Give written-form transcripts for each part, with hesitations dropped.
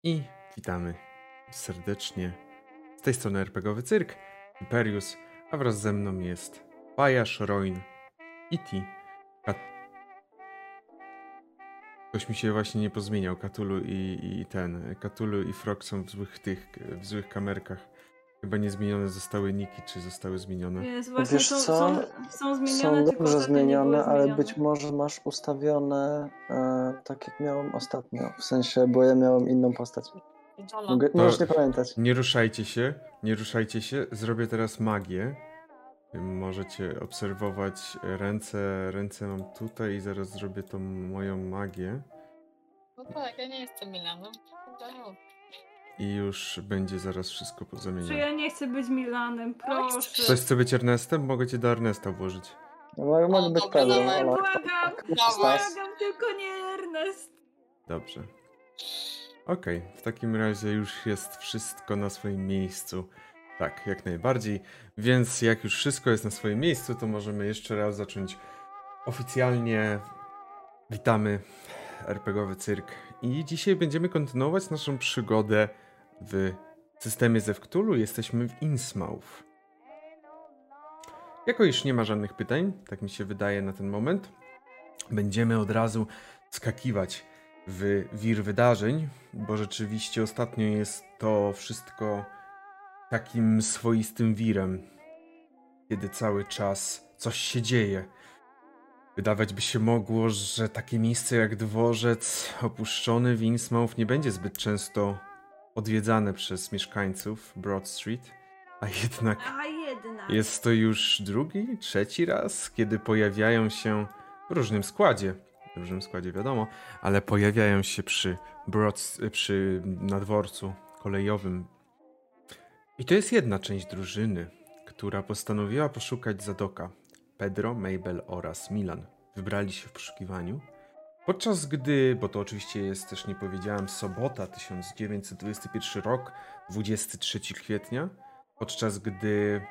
I witamy serdecznie z tej strony RPGowy Cyrk, Imperius, a wraz ze mną jest Pajasz, Roin i Ti. Ktoś mi się właśnie nie pozmieniał, Cthulhu i Frog są w złych kamerkach. Chyba nie zmienione zostały niki, czy zostały zmienione? Jest właśnie Wiesz są, co? są zmienione, Są tylko dobrze ostatnio nie zmienione, były ale zmienione. być może masz ustawione tak jak miałem ostatnio. W sensie, bo ja miałem inną postać. Możesz nie pamiętać. Nie ruszajcie się. Zrobię teraz magię. Możecie obserwować ręce. Ręce mam tutaj i zaraz zrobię tą moją magię. No tak, ja nie jestem Milanem. I już będzie zaraz wszystko Czy pozamieniane. ja nie chcę być Milanem, proszę. Ktoś chce być Ernestem? Mogę cię do Ernesta włożyć. Mogę być dobra, Pedro, dawaj. ale... Błagam, tylko nie Ernest. Dobrze. Okej, w takim razie już jest wszystko na swoim miejscu. Tak, jak najbardziej. Więc jak już wszystko jest na swoim miejscu, to możemy jeszcze raz zacząć oficjalnie. Witamy RPGowy Cyrk. I dzisiaj będziemy kontynuować naszą przygodę w systemie ze Cthulhu. Jesteśmy w Innsmouth. Jako iż nie ma żadnych pytań, tak mi się wydaje na ten moment, będziemy od razu skakiwać w wir wydarzeń, bo rzeczywiście ostatnio jest to wszystko takim swoistym wirem, kiedy cały czas coś się dzieje. Wydawać by się mogło, że takie miejsce jak dworzec opuszczony w Innsmouth nie będzie zbyt często odwiedzane przez mieszkańców Broad Street, a jednak jest to już drugi, trzeci raz, kiedy pojawiają się w różnym składzie wiadomo, ale pojawiają się na dworcu kolejowym. I to jest jedna część drużyny, która postanowiła poszukać Zadoka. Pedro, Mabel oraz Milan wybrali się w poszukiwaniu, podczas gdy, bo to oczywiście jest też, nie powiedziałem, sobota, 1921 rok, 23 kwietnia, podczas gdy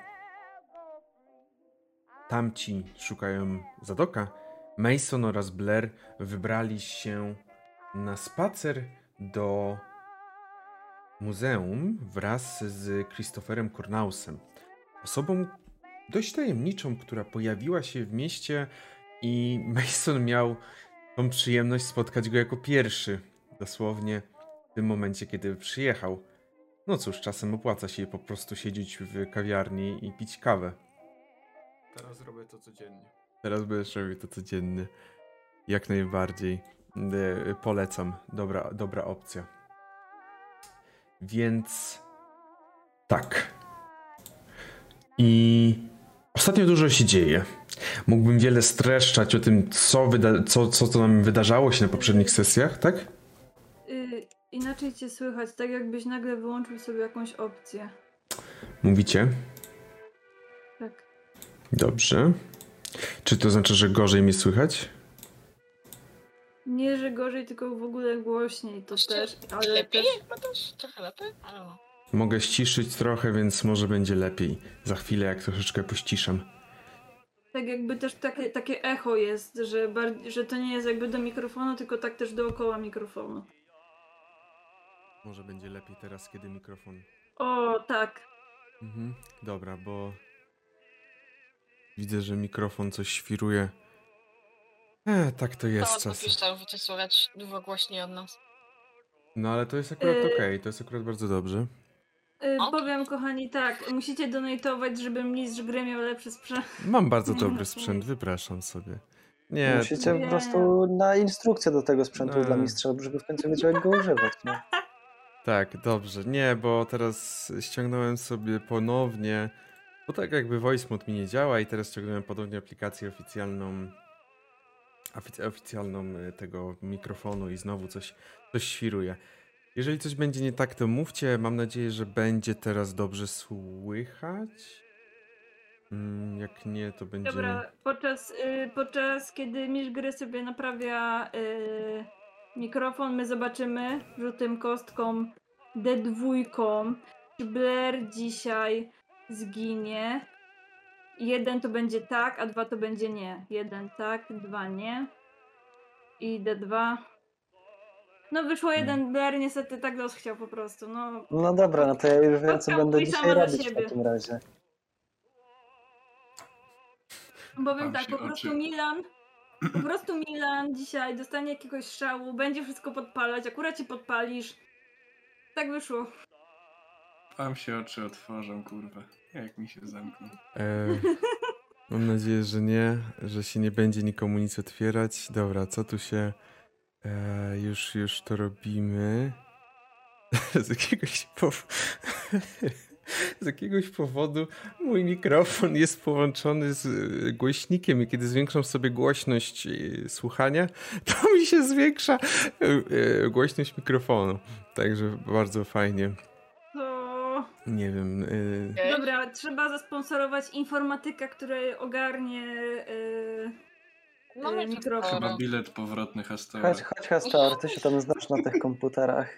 tamci szukają Zadoka, Mason oraz Blair wybrali się na spacer do muzeum wraz z Christopherem Cornausem, osobą dość tajemniczą, która pojawiła się w mieście i Mason miał tą przyjemność spotkać go jako pierwszy, dosłownie w tym momencie, kiedy przyjechał. No cóż, czasem opłaca się po prostu siedzieć w kawiarni i pić kawę. Teraz robię to codziennie. Teraz będziesz robił to codziennie. Jak najbardziej. Polecam. Dobra opcja. Więc tak. I ostatnio dużo się dzieje. Mógłbym wiele streszczać o tym, co to nam wydarzało się na poprzednich sesjach, tak? Inaczej cię słychać, tak jakbyś nagle wyłączył sobie jakąś opcję. Mówicie? Tak. Dobrze. Czy to znaczy, że gorzej mnie słychać? Nie, że gorzej, tylko w ogóle głośniej to też, ale lepiej? też... No to już trochę lepiej, ale no. Mogę ściszyć trochę, więc może będzie lepiej. Za chwilę, jak troszeczkę pościszam. Tak jakby też takie echo jest, że to nie jest jakby do mikrofonu, tylko tak też dookoła mikrofonu. Może będzie lepiej teraz, kiedy mikrofon... O, tak. Dobra, bo... Widzę, że mikrofon coś świruje. Tak to jest To czasem. napisz tam, że cię słychać dużo głośniej od nas. No ale to jest akurat okej, to jest akurat bardzo dobrze. Powiem, kochani, tak, musicie donatować, żeby mistrz gry miał lepszy sprzęt. Mam bardzo dobry sprzęt, wypraszam sobie. Nie. Musicie po prostu na instrukcję do tego sprzętu dla mistrza, żeby w końcu wiedział, jak go używać. Nie? Tak, dobrze. Nie, bo teraz ściągnąłem sobie ponownie, bo tak jakby VoiceMod mi nie działa i teraz ściągnąłem ponownie aplikację oficjalną tego mikrofonu i znowu coś świruje. Jeżeli coś będzie nie tak, to mówcie. Mam nadzieję, że będzie teraz dobrze słychać. Jak nie, to będzie... Dobra, podczas kiedy mistrz gry sobie naprawia mikrofon, my zobaczymy rzutem kostką D2, czy Blair dzisiaj zginie. 1 to będzie tak, a 2 to będzie nie. 1 tak, 2 nie. I D2. No wyszło jeden Blair, niestety tak los chciał po prostu, no. No dobra, no to ja już wiem, co Spotkał będę mój dzisiaj sama dla robić w siebie. takim razie. Powiem Wam tak, się po prostu oczy- Milan dzisiaj dostanie jakiegoś szału, będzie wszystko podpalać, akurat cię podpalisz. Tak wyszło. Wam się oczy otworzą, kurwa. Jak mi się zamkną. Mam nadzieję, że nie, że się nie będzie nikomu nic otwierać. Dobra, co tu się... już to robimy. Z jakiegoś z jakiegoś powodu mój mikrofon jest połączony z głośnikiem i kiedy zwiększam sobie głośność słuchania, to mi się zwiększa głośność mikrofonu. Także bardzo fajnie. To... Nie wiem. Okej. Dobra, trzeba zasponsorować informatyka, który ogarnie Mamy mikrofon. Chyba sporo. bilet powrotny Hastora. Chodź, Hastor, ty się tam znasz na tych komputerach.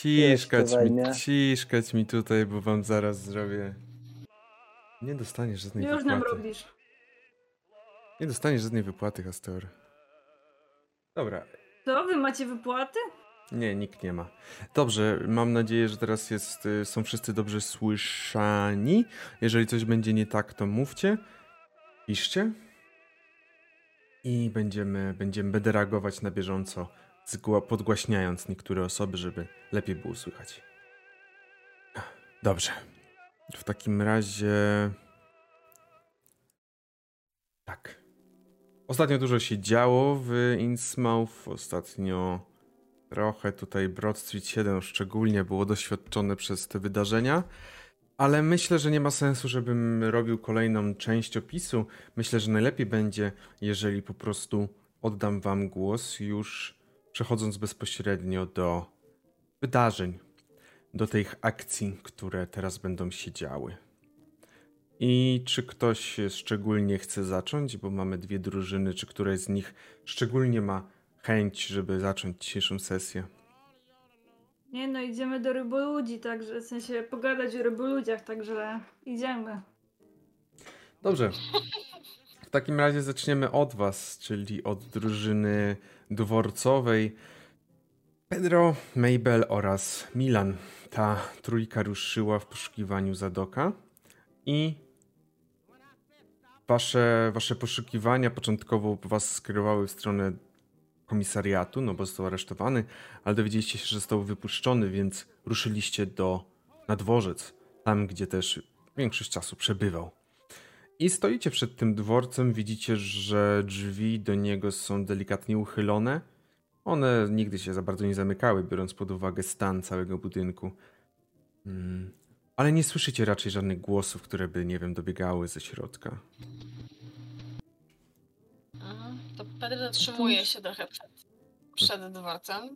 Ciszkać mi tutaj, bo wam zaraz zrobię. Nie dostaniesz żadnej Już nam wypłaty. robisz. Nie dostaniesz żadnej wypłaty, Hastor. Dobra. To wy macie wypłaty? Nie, nikt nie ma. Dobrze, mam nadzieję, że teraz są wszyscy dobrze słyszani. Jeżeli coś będzie nie tak, to mówcie. Piszcie. I będę reagować na bieżąco, podgłaśniając niektóre osoby, żeby lepiej było słychać. Dobrze. W takim razie... Tak. Ostatnio dużo się działo w Innsmouth. Ostatnio trochę tutaj Broad Street 7 szczególnie było doświadczone przez te wydarzenia. Ale myślę, że nie ma sensu, żebym robił kolejną część opisu. Myślę, że najlepiej będzie, jeżeli po prostu oddam wam głos, już przechodząc bezpośrednio do wydarzeń, do tych akcji, które teraz będą się działy. I czy ktoś szczególnie chce zacząć, bo mamy dwie drużyny, czy któraś z nich szczególnie ma chęć, żeby zacząć dzisiejszą sesję? Nie no, idziemy do ryboludzi, także w sensie pogadać o ryboludziach, także idziemy. Dobrze. W takim razie zaczniemy od was, czyli od drużyny dworcowej. Pedro, Mabel oraz Milan. Ta trójka ruszyła w poszukiwaniu Zadoka i wasze poszukiwania początkowo was skierowały w stronę komisariatu, no bo został aresztowany, ale dowiedzieliście się, że został wypuszczony, więc ruszyliście na dworzec, tam gdzie też większość czasu przebywał. I stoicie przed tym dworcem, widzicie, że drzwi do niego są delikatnie uchylone. One nigdy się za bardzo nie zamykały, biorąc pod uwagę stan całego budynku. Ale nie słyszycie raczej żadnych głosów, które by, nie wiem, dobiegały ze środka. To Pedro zatrzymuje się trochę przed dworcem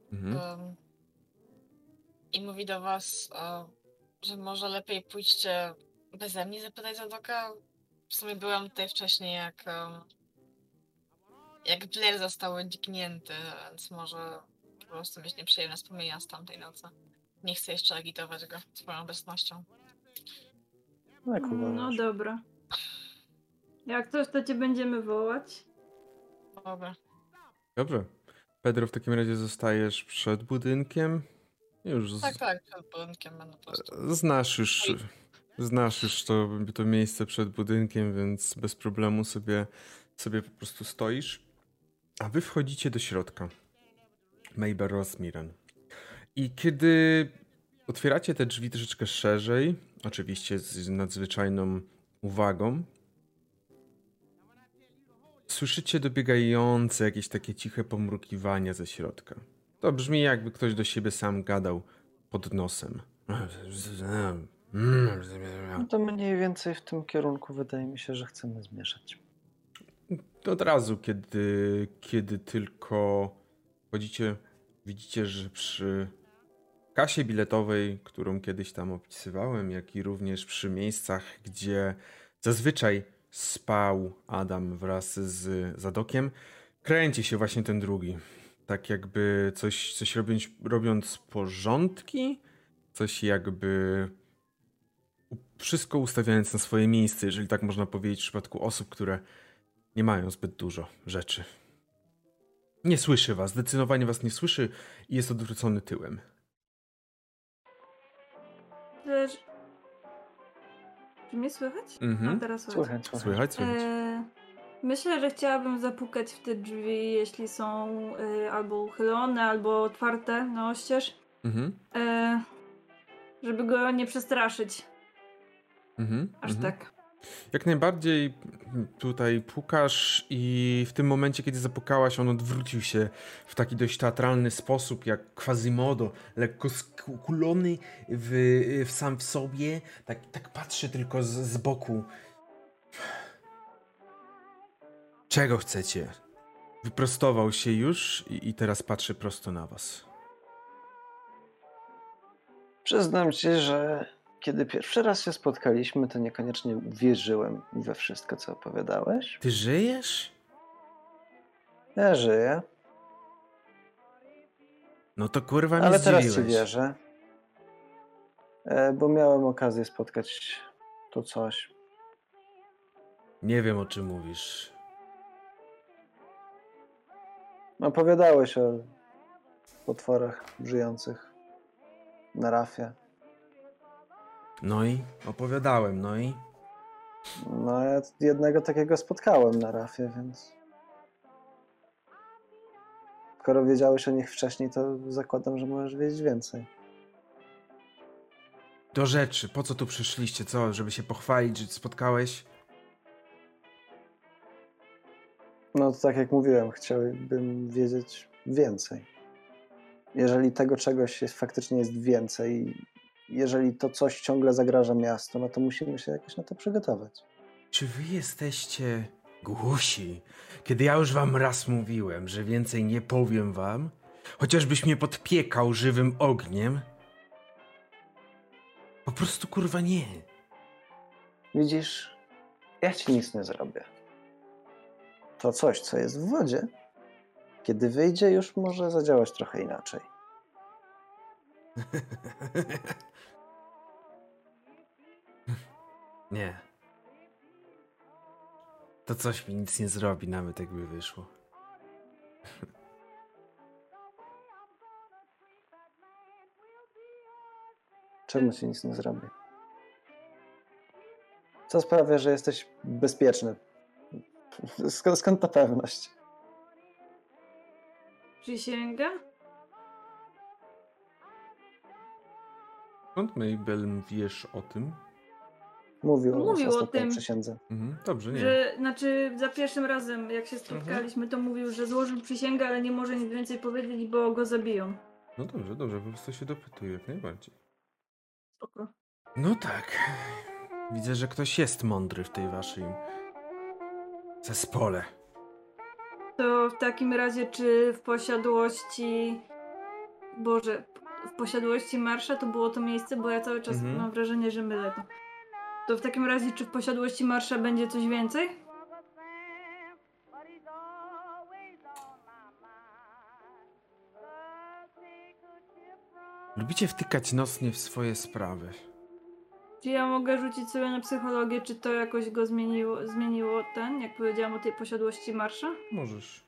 i mówi do was, że może lepiej pójście beze mnie zapytać Zadoka. W sumie byłam tutaj wcześniej, jak Blair został dźgnięty, więc może po prostu mieć nieprzyjemne wspomnienia z tamtej nocy. Nie chcę jeszcze agitować go swoją obecnością. Jak No uważasz? dobra. Jak coś, to cię będziemy wołać. Dobra. Dobrze. Pedro, w takim razie zostajesz przed budynkiem. Już Tak, przed budynkiem będę po prostu. Znasz już to miejsce przed budynkiem, więc bez problemu sobie po prostu stoisz. A wy wchodzicie do środka. Mabel Rosmiran. I kiedy otwieracie te drzwi troszeczkę szerzej, oczywiście z nadzwyczajną uwagą, słyszycie dobiegające jakieś takie ciche pomrukiwania ze środka. To brzmi, jakby ktoś do siebie sam gadał pod nosem. No to mniej więcej w tym kierunku wydaje mi się, że chcemy zmierzać. Od razu, kiedy tylko wchodzicie, widzicie, że przy kasie biletowej, którą kiedyś tam opisywałem, jak i również przy miejscach, gdzie zazwyczaj spał Adam wraz z Zadokiem, kręci się właśnie ten drugi. Tak jakby coś robiąc porządki, coś jakby wszystko ustawiając na swoje miejsce, jeżeli tak można powiedzieć w przypadku osób, które nie mają zbyt dużo rzeczy. Nie słyszy was, zdecydowanie was nie słyszy i jest odwrócony tyłem. Też... Czy mnie słychać? Mhm. A teraz słychać. Słychać. Myślę, że chciałabym zapukać w te drzwi, jeśli są albo uchylone, albo otwarte na oścież, żeby go nie przestraszyć. Aż tak. Jak najbardziej tutaj pukasz i w tym momencie, kiedy zapukałaś, on odwrócił się w taki dość teatralny sposób, jak Quasimodo, lekko skulony w sam w sobie, tak patrzy tylko z boku. Czego chcecie? Wyprostował się już i teraz patrzy prosto na was. Przyznam ci, że kiedy pierwszy raz się spotkaliśmy, to niekoniecznie wierzyłem we wszystko, co opowiadałeś. Ty żyjesz? Ja żyję. No to kurwa mnie Ale teraz zdziwiłeś. ci wierzę. Bo miałem okazję spotkać tu coś. Nie wiem, o czym mówisz. Opowiadałeś o potworach żyjących na rafie. No i opowiadałem, no i... No ja jednego takiego spotkałem na rafie, więc... Skoro wiedziałeś o nich wcześniej, to zakładam, że możesz wiedzieć więcej. Do rzeczy, po co tu przyszliście? Co, żeby się pochwalić, że spotkałeś? No to tak jak mówiłem, chciałbym wiedzieć więcej. Jeżeli tego czegoś faktycznie jest więcej, jeżeli to coś ciągle zagraża miastu, no to musimy się jakoś na to przygotować. Czy wy jesteście głusi? Kiedy ja już wam raz mówiłem, że więcej nie powiem wam, chociażbyś mnie podpiekał żywym ogniem? Po prostu kurwa nie. Widzisz, ja ci nic nie zrobię. To coś, co jest w wodzie, kiedy wyjdzie, już może zadziałać trochę inaczej. Nie. To coś mi nic nie zrobi, nawet jakby wyszło. Czemu ci nic nie zrobi? Co sprawia, że jesteś bezpieczny? Skąd ta pewność? Przysięga? Skąd Mabel wiesz o tym? Mówił o ostatnio tym, przysiędze. Dobrze, nie. że, znaczy za pierwszym razem, jak się spotkaliśmy, to mówił, że złożył przysięgę, ale nie może nic więcej powiedzieć, bo go zabiją. No dobrze, po prostu się dopytuję, jak najbardziej. Spoko. No tak. Widzę, że ktoś jest mądry w tej waszej zespole. To w takim razie, czy w posiadłości... Boże, w posiadłości Marsza to było to miejsce, bo ja cały czas mam wrażenie, że mylę to. To w takim razie, czy w posiadłości Marsza będzie coś więcej? Lubicie wtykać nosnie w swoje sprawy. Czy ja mogę rzucić sobie na psychologię, czy to jakoś go zmieniło jak powiedziałam o tej posiadłości Marsza? Możesz.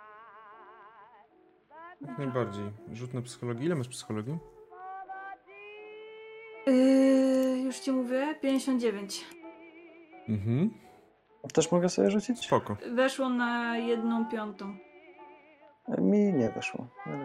Jak najbardziej. Rzut na psychologię. Ile masz psychologii? Już ci mówię, 59. Też mogę sobie rzucić? Spoko. Weszło na 1/5. Mi nie weszło.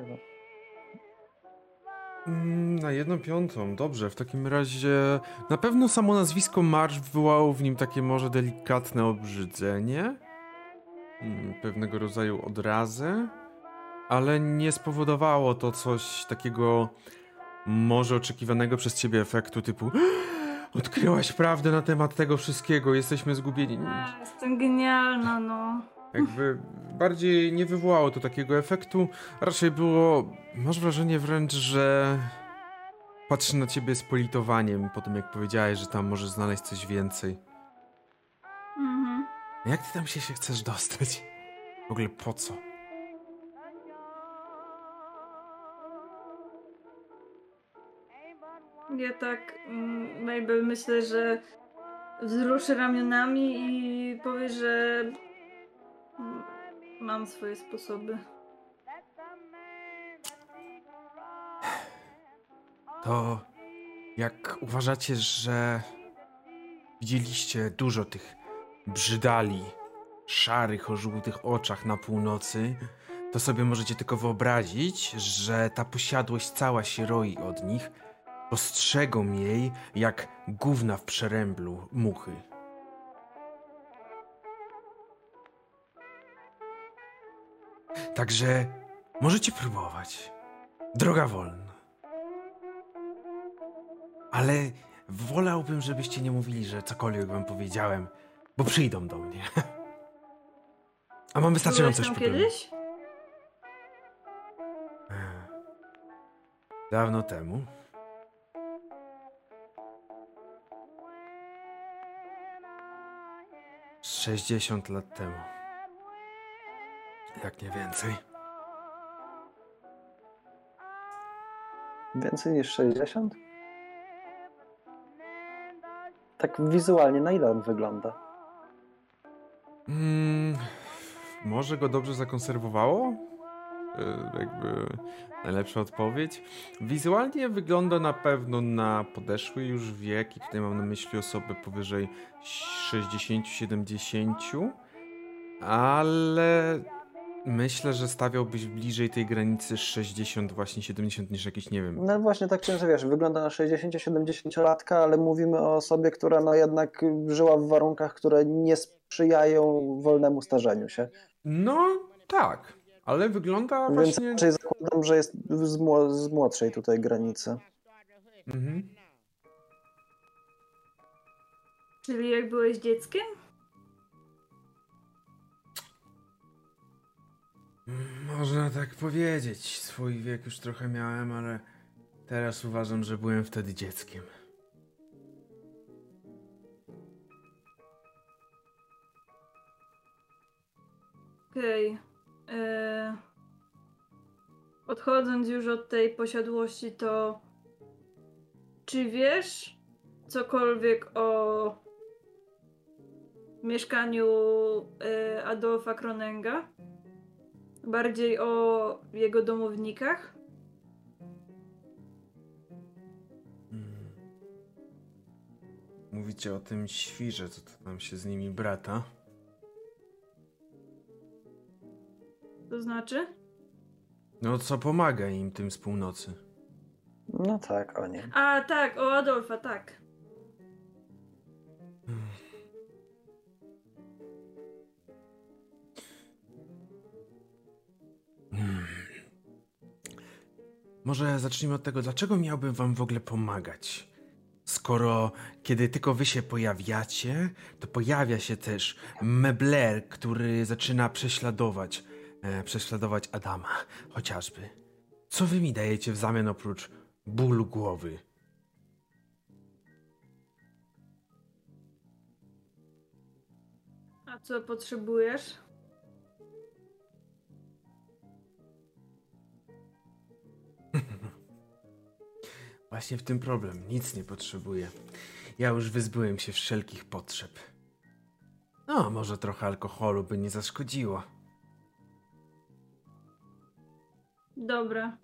Na 1/5. Dobrze, w takim razie na pewno samo nazwisko Marsz wywołało w nim takie może delikatne obrzydzenie. Pewnego rodzaju odrazę. Ale nie spowodowało to coś takiego może oczekiwanego przez ciebie efektu typu odkryłaś prawdę na temat tego wszystkiego, jesteśmy zgubieni. Jestem genialna, no. Jakby bardziej nie wywołało to takiego efektu, raczej było, masz wrażenie wręcz, że patrzy na ciebie z politowaniem po tym, jak powiedziałeś, że tam możesz znaleźć coś więcej. Jak ty tam się chcesz dostać? W ogóle po co? Ja tak, Mabel, myślę, że wzruszy ramionami i powie, że mam swoje sposoby. to jak uważacie, że widzieliście dużo tych brzydali szarych o żółtych oczach na północy, to sobie możecie tylko wyobrazić, że ta posiadłość cała się roi od nich. Postrzegą jej jak gówna w przeręblu muchy. Także możecie próbować. Droga wolna. Ale wolałbym, żebyście nie mówili, że cokolwiek wam powiedziałem, bo przyjdą do mnie. A mam wystarczająco Byłeś tam problemów. kiedyś? Dawno temu. Z 60 lat temu. Jak nie więcej. Więcej niż 60? Tak wizualnie, na ile on wygląda? Może go dobrze zakonserwowało? Jakby najlepsza odpowiedź. Wizualnie wygląda na pewno na podeszły już wiek i tutaj mam na myśli osoby powyżej 60-70, ale myślę, że stawiałbyś bliżej tej granicy 60, właśnie 70 niż jakiś, nie wiem. No właśnie tak szczerze, wiesz, wygląda na 60-70-latka, ale mówimy o osobie, która no jednak żyła w warunkach, które nie sprzyjają wolnemu starzeniu się. No tak, ale wygląda Więc właśnie... raczej zakładam, że jest z młodszej tutaj granicy. Mhm. Czyli jak byłeś dzieckiem? Można tak powiedzieć. Swój wiek już trochę miałem, ale teraz uważam, że byłem wtedy dzieckiem. Okej. Odchodząc już od tej posiadłości, to czy wiesz cokolwiek o mieszkaniu Adolfa Kronenga? Bardziej o jego domownikach? Mówicie o tym świrze, co to tam się z nimi brata? To znaczy? No co pomaga im tym z północy? No tak, o nie. A tak, o Adolfa, tak. Może zacznijmy od tego, dlaczego miałbym wam w ogóle pomagać? Skoro kiedy tylko wy się pojawiacie, to pojawia się też Mebler, który zaczyna prześladować Adama, chociażby. Co wy mi dajecie w zamian oprócz bólu głowy? A co potrzebujesz? Właśnie w tym problem. Nic nie potrzebuję. Ja już wyzbyłem się wszelkich potrzeb. No, może trochę alkoholu by nie zaszkodziło. Dobra.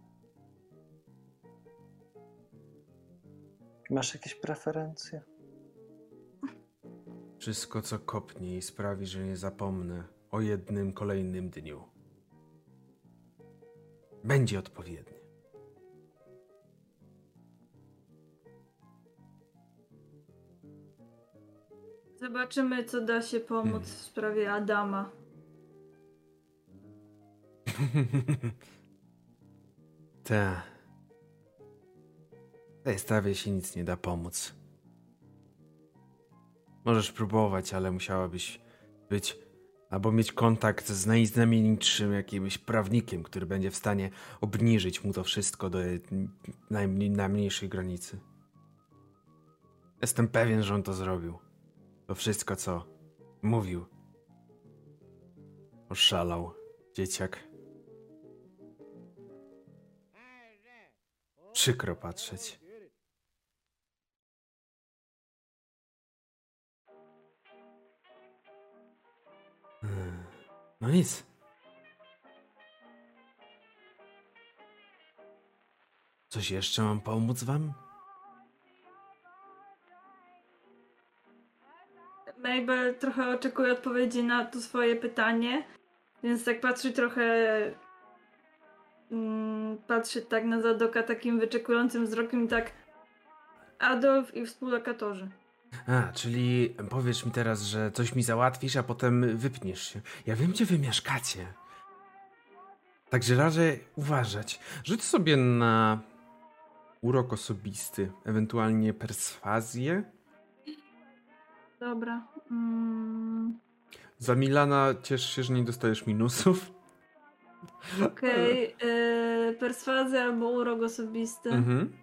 Masz jakieś preferencje? Wszystko, co kopnie i sprawi, że nie zapomnę o jednym kolejnym dniu. Będzie odpowiednie. Zobaczymy, co da się pomóc w sprawie Adama. Ta. Tej sprawie się nic nie da pomóc. Możesz próbować, ale musiałabyś być albo mieć kontakt z najznamienitszym jakimś prawnikiem, który będzie w stanie obniżyć mu to wszystko do najmniejszej granicy. Jestem pewien, że on to zrobił. To wszystko, co mówił. Oszalał dzieciak. Przykro patrzeć. No nic. Coś jeszcze mam pomóc wam? Mabel trochę oczekuje odpowiedzi na to swoje pytanie, więc tak patrzy trochę... patrzy tak na Zadoka takim wyczekującym wzrokiem i tak... Adolf i współlokatorzy. A, czyli powiesz mi teraz, że coś mi załatwisz, a potem wypniesz się. Ja wiem, gdzie wy mieszkacie. Także radzę uważać. Rzuć sobie na urok osobisty, ewentualnie perswazję. Dobra. Za Milana ciesz się, że nie dostajesz minusów. Okej. Perswazja albo urok osobisty. Mhm.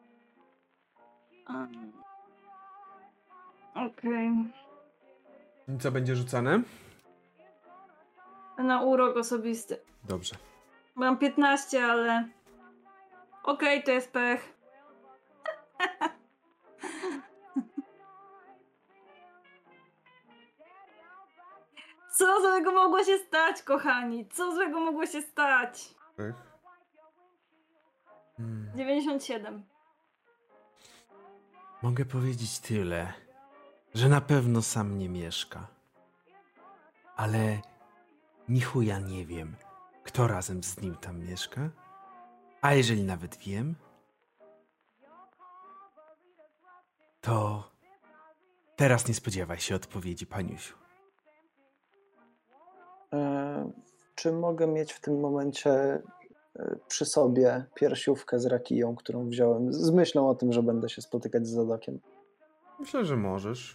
Okej. I co będzie rzucane? Na urok osobisty. Dobrze. Mam 15, ale... Okej, to jest pech. Co złego mogło się stać, kochani? Co złego mogło się stać? Pech. 97. Mogę powiedzieć tyle, że na pewno sam nie mieszka. Ale ni chuja nie wiem, kto razem z nim tam mieszka. A jeżeli nawet wiem, to teraz nie spodziewaj się odpowiedzi, paniusiu. Czy mogę mieć w tym momencie przy sobie piersiówkę z rakiją, którą wziąłem, z myślą o tym, że będę się spotykać z Zadokiem? Myślę, że możesz.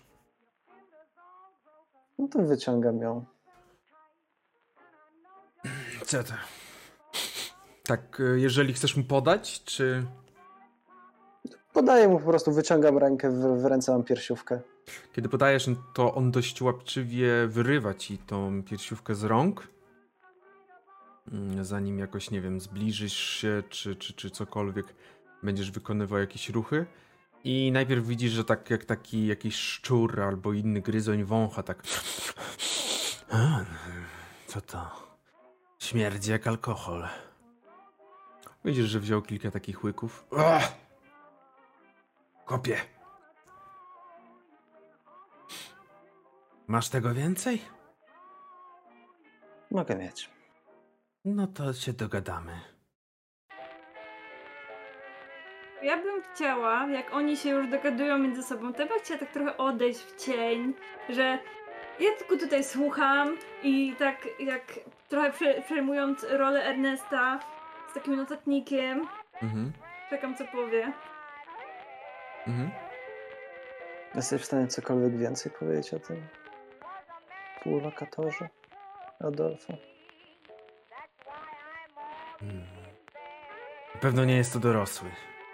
No to wyciągam ją. Co to? Tak, jeżeli chcesz mu podać, czy... Podaję mu po prostu, wyciągam rękę, w ręce mam piersiówkę. Kiedy podajesz, to on dość łapczywie wyrywa ci tą piersiówkę z rąk. Zanim jakoś, nie wiem, zbliżysz się, czy cokolwiek, będziesz wykonywał jakieś ruchy. I najpierw widzisz, że tak jak taki jakiś szczur albo inny gryzoń wącha, tak... Co to? Śmierdzi jak alkohol. Widzisz, że wziął kilka takich łyków. Kopie. Masz tego więcej? Mogę mieć. No to się dogadamy. Ja bym chciała, jak oni się już dogadują między sobą, to ja bym chciała tak trochę odejść w cień, że ja tylko tutaj słucham i tak jak trochę przejmując rolę Ernesta z takim notatnikiem, czekam co powie. Jesteś w stanie cokolwiek więcej powiedzieć o tym współlokatorze Adolfa? Na pewno nie jest to dorosły.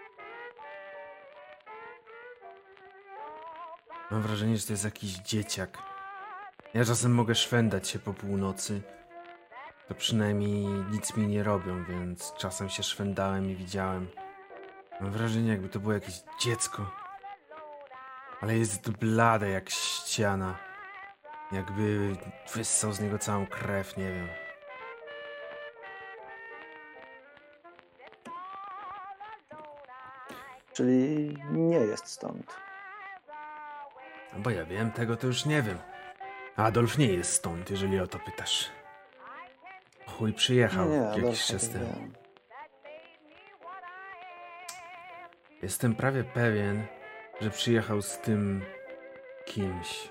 Mam wrażenie, że to jest jakiś dzieciak. Ja czasem mogę szwendać się po północy. To przynajmniej nic mi nie robią, więc czasem się szwendałem i widziałem. Mam wrażenie, jakby to było jakieś dziecko. Ale jest blade jak ściana. Jakby wyssał z niego całą krew, nie wiem. Czyli nie jest stąd. No bo ja wiem, tego to już nie wiem. Adolf nie jest stąd, jeżeli o to pytasz. Chuj przyjechał jakiś czas temu. Jestem prawie pewien, że przyjechał z tym kimś.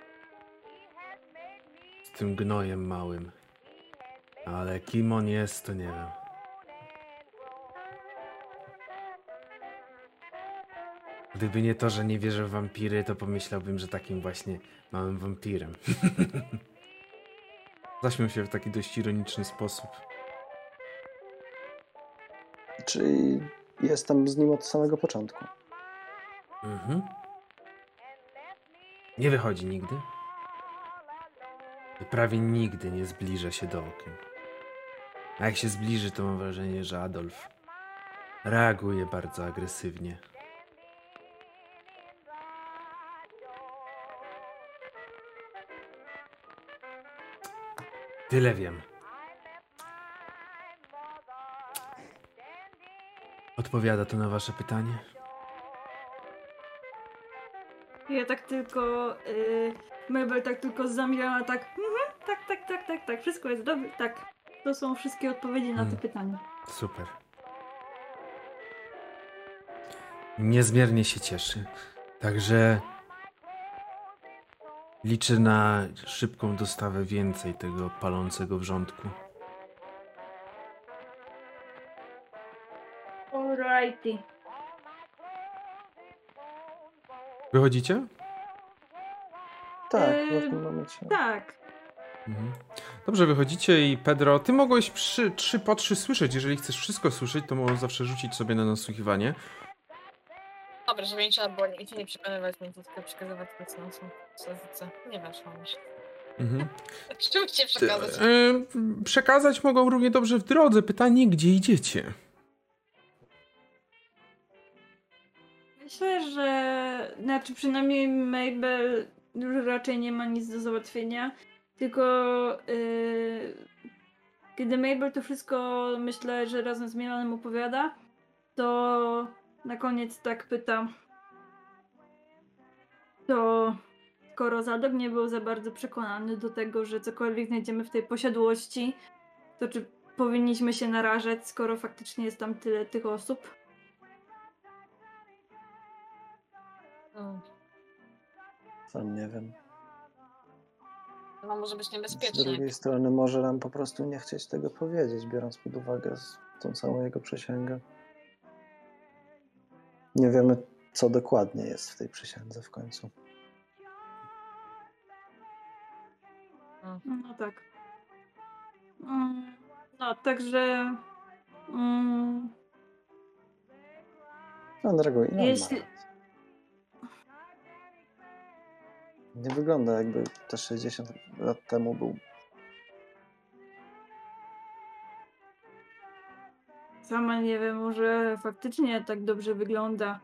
Z tym gnojem małym. Ale kim on jest, to nie wiem. Gdyby nie to, że nie wierzę w wampiry, to pomyślałbym, że takim właśnie małym wampirem. Zaśmiał się w taki dość ironiczny sposób. Czyli jestem z nim od samego początku. Nie wychodzi nigdy. I prawie nigdy nie zbliża się do okien. A jak się zbliży, to mam wrażenie, że Adolf reaguje bardzo agresywnie. Tyle wiem. Odpowiada to na wasze pytanie? Ja tak tylko, Mabel tak tylko zamilała, tak, tak, wszystko jest dobrze, tak. To są wszystkie odpowiedzi na te pytania. Super. Niezmiernie się cieszy. Także liczę na szybką dostawę więcej tego palącego wrzątku. Alrighty. Wychodzicie? Tak, w tym momencie. Tak. Mhm. Dobrze, wychodzicie i Pedro, ty mogłeś 3 po 3 słyszeć. Jeżeli chcesz wszystko słyszeć, to możesz zawsze rzucić sobie na nasłuchiwanie. Dobra, żeby nie trzeba było nic nie przekonywać, mi tylko przekazywać to, co nie weszło mi się. Mhm. Sztuczcie przekazać. Przekazać mogą równie dobrze w drodze. Pytanie, gdzie idziecie? Myślę, że, znaczy przynajmniej Mabel już raczej nie ma nic do załatwienia, tylko kiedy Mabel to wszystko, myślę, że razem z Milanem opowiada, to na koniec tak pyta, to skoro Zadok nie był za bardzo przekonany do tego, że cokolwiek znajdziemy w tej posiadłości, to czy powinniśmy się narażać, skoro faktycznie jest tam tyle tych osób? Sam nie wiem. No może być Z niebezpieczne. drugiej strony może nam po prostu nie chcieć tego powiedzieć, biorąc pod uwagę tą całą jego przysięgę. Nie wiemy, co dokładnie jest w tej przysiędze w końcu. No tak. No, także... No, drogo, ile Jeśli- on ma lat? Nie wygląda, jakby te 60 lat temu był. Sama nie wiem, może faktycznie tak dobrze wygląda.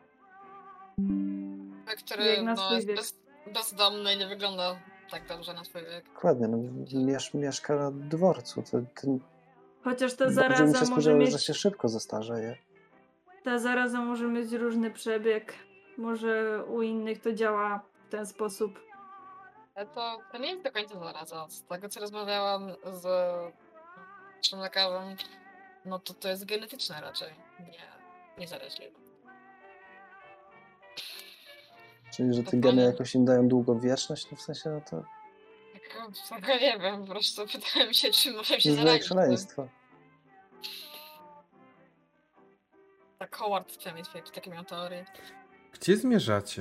Który Jak na swój jest wiek. bezdomny i nie wygląda tak dobrze na swój wiek. Dokładnie, no, mieszka na dworcu. To Chociaż ta bardziej mi zaraza się może spodziewało, że mieć... się szybko zestarzeje. Ta zaraza może mieć różny przebieg. Może u innych to działa w ten sposób. Ale to nie jest do końca zaraza. Z tego co rozmawiałam z naszym lekarzem, no to jest genetyczne raczej, nie zaraźliwe. Czyli, że te To geny fajne. jakoś im dają długowieczność, no w sensie, no to Ja nie wiem, po prostu pytałem się, czy może się jest zarazić. szaleństwo. Tak Howard przynajmniej takie miał teorię. Gdzie zmierzacie?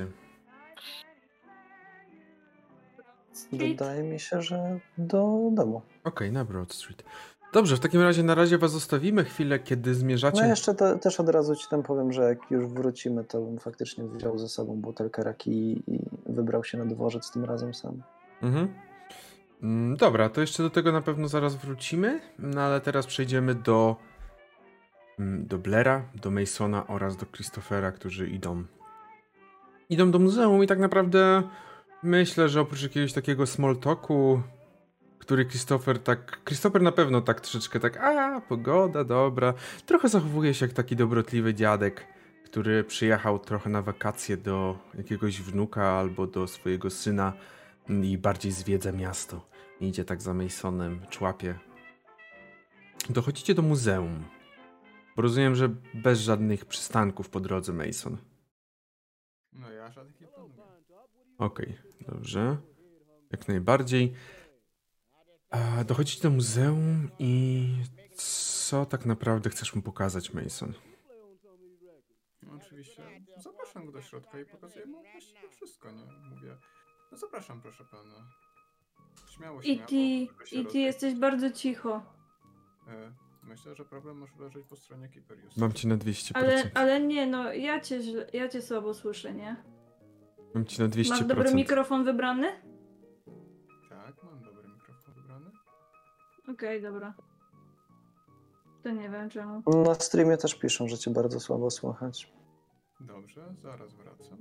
Wydaje mi się, że do domu. Okej, na Broad Street. Dobrze, w takim razie na razie was zostawimy chwilę, kiedy zmierzacie... No jeszcze też od razu ci tam powiem, że jak już wrócimy, to bym faktycznie wziął ze sobą butelkę raki i wybrał się na dworzec tym razem sam. Mhm. Dobra, to jeszcze do tego na pewno zaraz wrócimy, no ale teraz przejdziemy do Blaira, do Masona oraz do Christophera, którzy idą do muzeum i tak naprawdę myślę, że oprócz jakiegoś takiego small talku, który Christopher na pewno tak troszeczkę pogoda, dobra, trochę zachowuje się jak taki dobrotliwy dziadek, który przyjechał trochę na wakacje do jakiegoś wnuka albo do swojego syna i bardziej zwiedza miasto. Idzie tak za Masonem, człapie. Dochodzicie do muzeum. Bo rozumiem, że bez żadnych przystanków po drodze, Mason. No ja żadnych nie planuję. Okej, dobrze. Jak najbardziej. Dochodzicie do muzeum i co tak naprawdę chcesz mu pokazać, Mason? No oczywiście zapraszam go do środka i pokazuję mu właściwie wszystko, nie? Mówię, no zapraszam proszę pana. Śmiało, I ty jesteś bardzo cicho. Myślę, że problem może leżeć po stronie Kiperius. Mam cię na 200%. Ale nie, no ja cię słabo słyszę, nie? Mam cię na 200%. Masz dobry mikrofon wybrany? Tak, mam dobry mikrofon wybrany. Okej, dobra. To nie wiem czemu. Na streamie też piszą, że cię bardzo słabo słychać. Dobrze, zaraz wracam.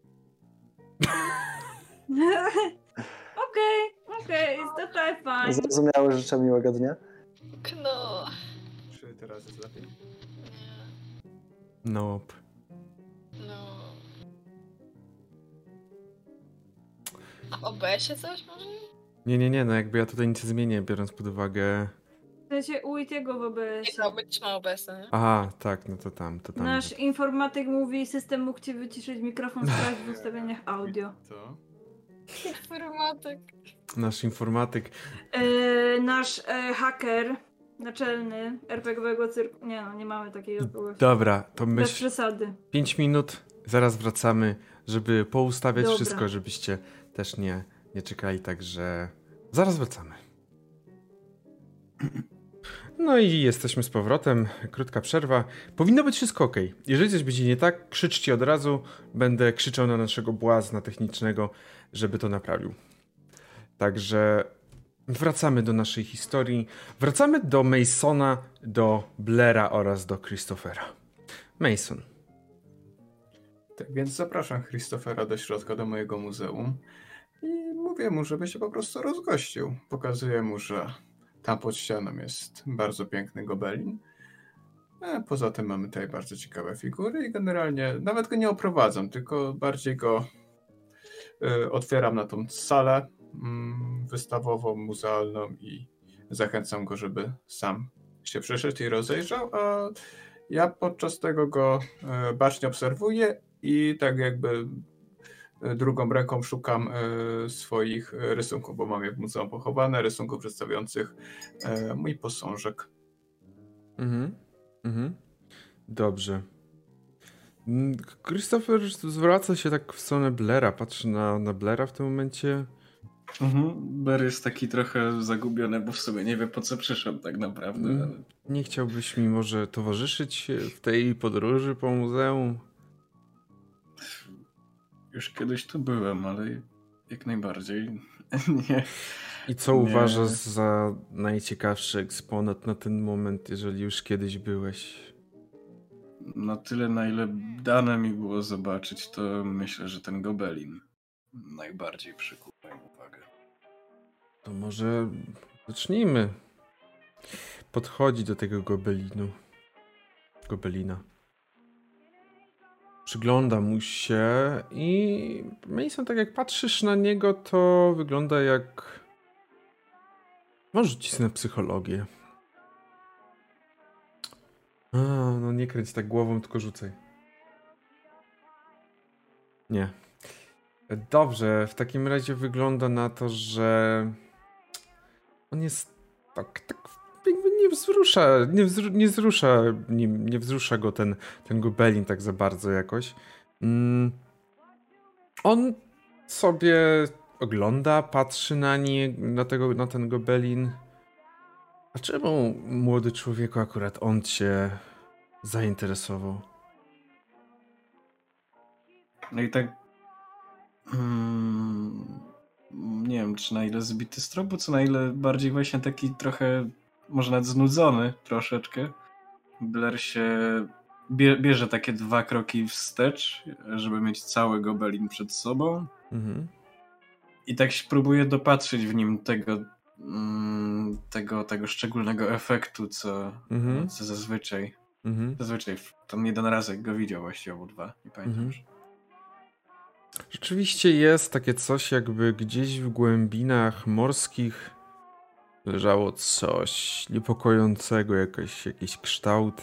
Okej, jest total fine. Zrozumiałe, życzę miłego dnia. No. Czy teraz jest lepiej? Nope. No. A w OBS-ie coś może? Nie, no jakby ja tutaj nic nie zmienię, biorąc pod uwagę... W sensie u Itiego w OBS. Miał być ma OBS-a, nie? Aha, tak, no to tam. Nasz informatyk mówi, system mógł ci wyciszyć mikrofon, sprawdź w ustawieniach audio. To? Informatyk. Nasz informatyk. Nasz haker naczelny RPGowego cyrku. Nie no, nie mamy takiej odpowiedzi. Dobra, to Bez myśl... przesady. 5 minut, zaraz wracamy, żeby poustawiać Dobra. wszystko, żebyście też nie czekali, także zaraz wracamy. No i jesteśmy z powrotem, krótka przerwa. Powinno być wszystko ok. Jeżeli coś będzie nie tak, krzyczcie od razu. Będę krzyczał na naszego błazna technicznego, żeby to naprawił. Także wracamy do naszej historii. Wracamy do Masona, do Blaira oraz do Christophera. Mason. Tak więc zapraszam Christophera do środka, do mojego muzeum i mówię mu, żeby się po prostu rozgościł. Pokazuję mu, że tam pod ścianą jest bardzo piękny gobelin. Poza tym mamy tutaj bardzo ciekawe figury i generalnie nawet go nie oprowadzam, tylko bardziej go otwieram na tą salę wystawową, muzealną i zachęcam go, żeby sam się przyszedł i rozejrzał, a ja podczas tego go bacznie obserwuję i tak jakby drugą ręką szukam swoich rysunków, bo mam je w muzeum pochowane, rysunków przedstawiających mój posążek. Dobrze. Christopher zwraca się tak w stronę Blaira, patrzy na Blaira w tym momencie. Blair jest taki trochę zagubiony, bo w sumie nie wie, po co przyszedł tak naprawdę. Ale... Nie chciałbyś mi może towarzyszyć w tej podróży po muzeum? Już kiedyś tu byłem, ale jak najbardziej nie. I co uważasz za najciekawszy eksponat na ten moment, jeżeli już kiedyś byłeś? Na tyle, na ile dane mi było zobaczyć, to myślę, że ten gobelin najbardziej przykuł moją uwagę. To może zacznijmy. Podchodzi do tego gobelina. Przygląda mu się i Mason, tak jak patrzysz na niego, to wygląda jak... Może rzucić na psychologię. No nie kręć tak głową, tylko rzucaj. Nie. Dobrze, w takim razie wygląda na to, że on jest tak jakby nie wzrusza go ten gobelin tak za bardzo jakoś. On sobie ogląda, patrzy na ten gobelin. A czemu, młody człowieku, akurat on cię zainteresował? No i tak nie wiem, czy na ile zbity z tropu, co na ile bardziej właśnie taki trochę, może nawet znudzony troszeczkę. Blair się bierze takie 2 kroki wstecz, żeby mieć cały gobelin przed sobą. I tak się próbuje dopatrzyć w nim tego szczególnego efektu, co zazwyczaj. Zazwyczaj tam jeden raz jak go widział właściwie, albo 2, nie pamiętam już. Rzeczywiście jest takie coś, jakby gdzieś w głębinach morskich leżało coś niepokojącego, jakiś kształt.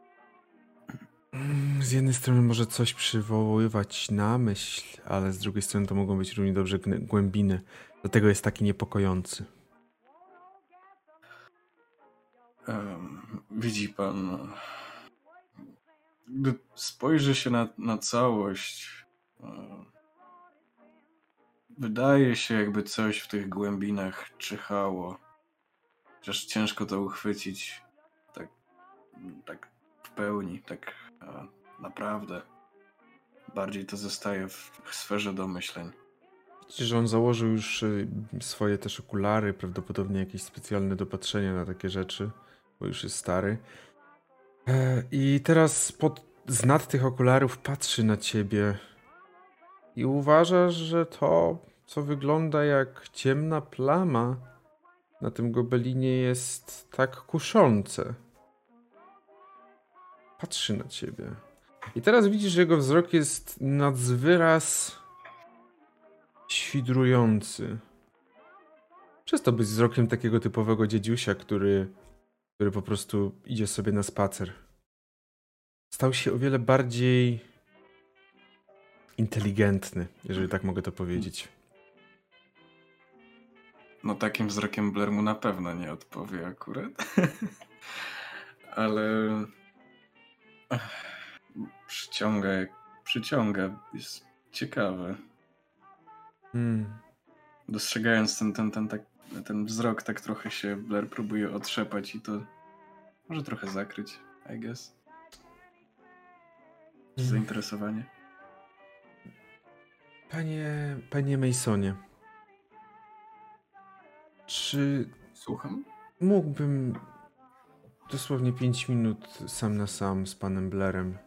Z jednej strony może coś przywoływać na myśl, ale z drugiej strony to mogą być równie dobrze głębiny. Dlatego jest taki niepokojący. Widzi pan, gdy spojrzy się na całość, wydaje się, jakby coś w tych głębinach czyhało. Chociaż ciężko to uchwycić tak w pełni, tak naprawdę. Bardziej to zostaje w sferze domyśleń. Widzicie, że on założył już swoje też okulary, prawdopodobnie jakieś specjalne dopatrzenia na takie rzeczy, bo już jest stary. I teraz z nad tych okularów patrzy na ciebie i uważasz, że to, co wygląda jak ciemna plama na tym gobelinie, jest tak kuszące. Patrzy na ciebie. I teraz widzisz, że jego wzrok jest nadzwyraz świdrujący. Przestał być wzrokiem takiego typowego dziedziusia, który po prostu idzie sobie na spacer. Stał się o wiele bardziej inteligentny, jeżeli tak mogę to powiedzieć. No takim wzrokiem Blair mu na pewno nie odpowie akurat. Ale przyciąga. Jest ciekawe. Dostrzegając ten wzrok, tak trochę się Blair próbuje otrzepać i to może trochę zakryć, I guess. Zainteresowanie. Panie Masonie, czy Słucham? mógłbym dosłownie 5 minut sam na sam z panem Blairem?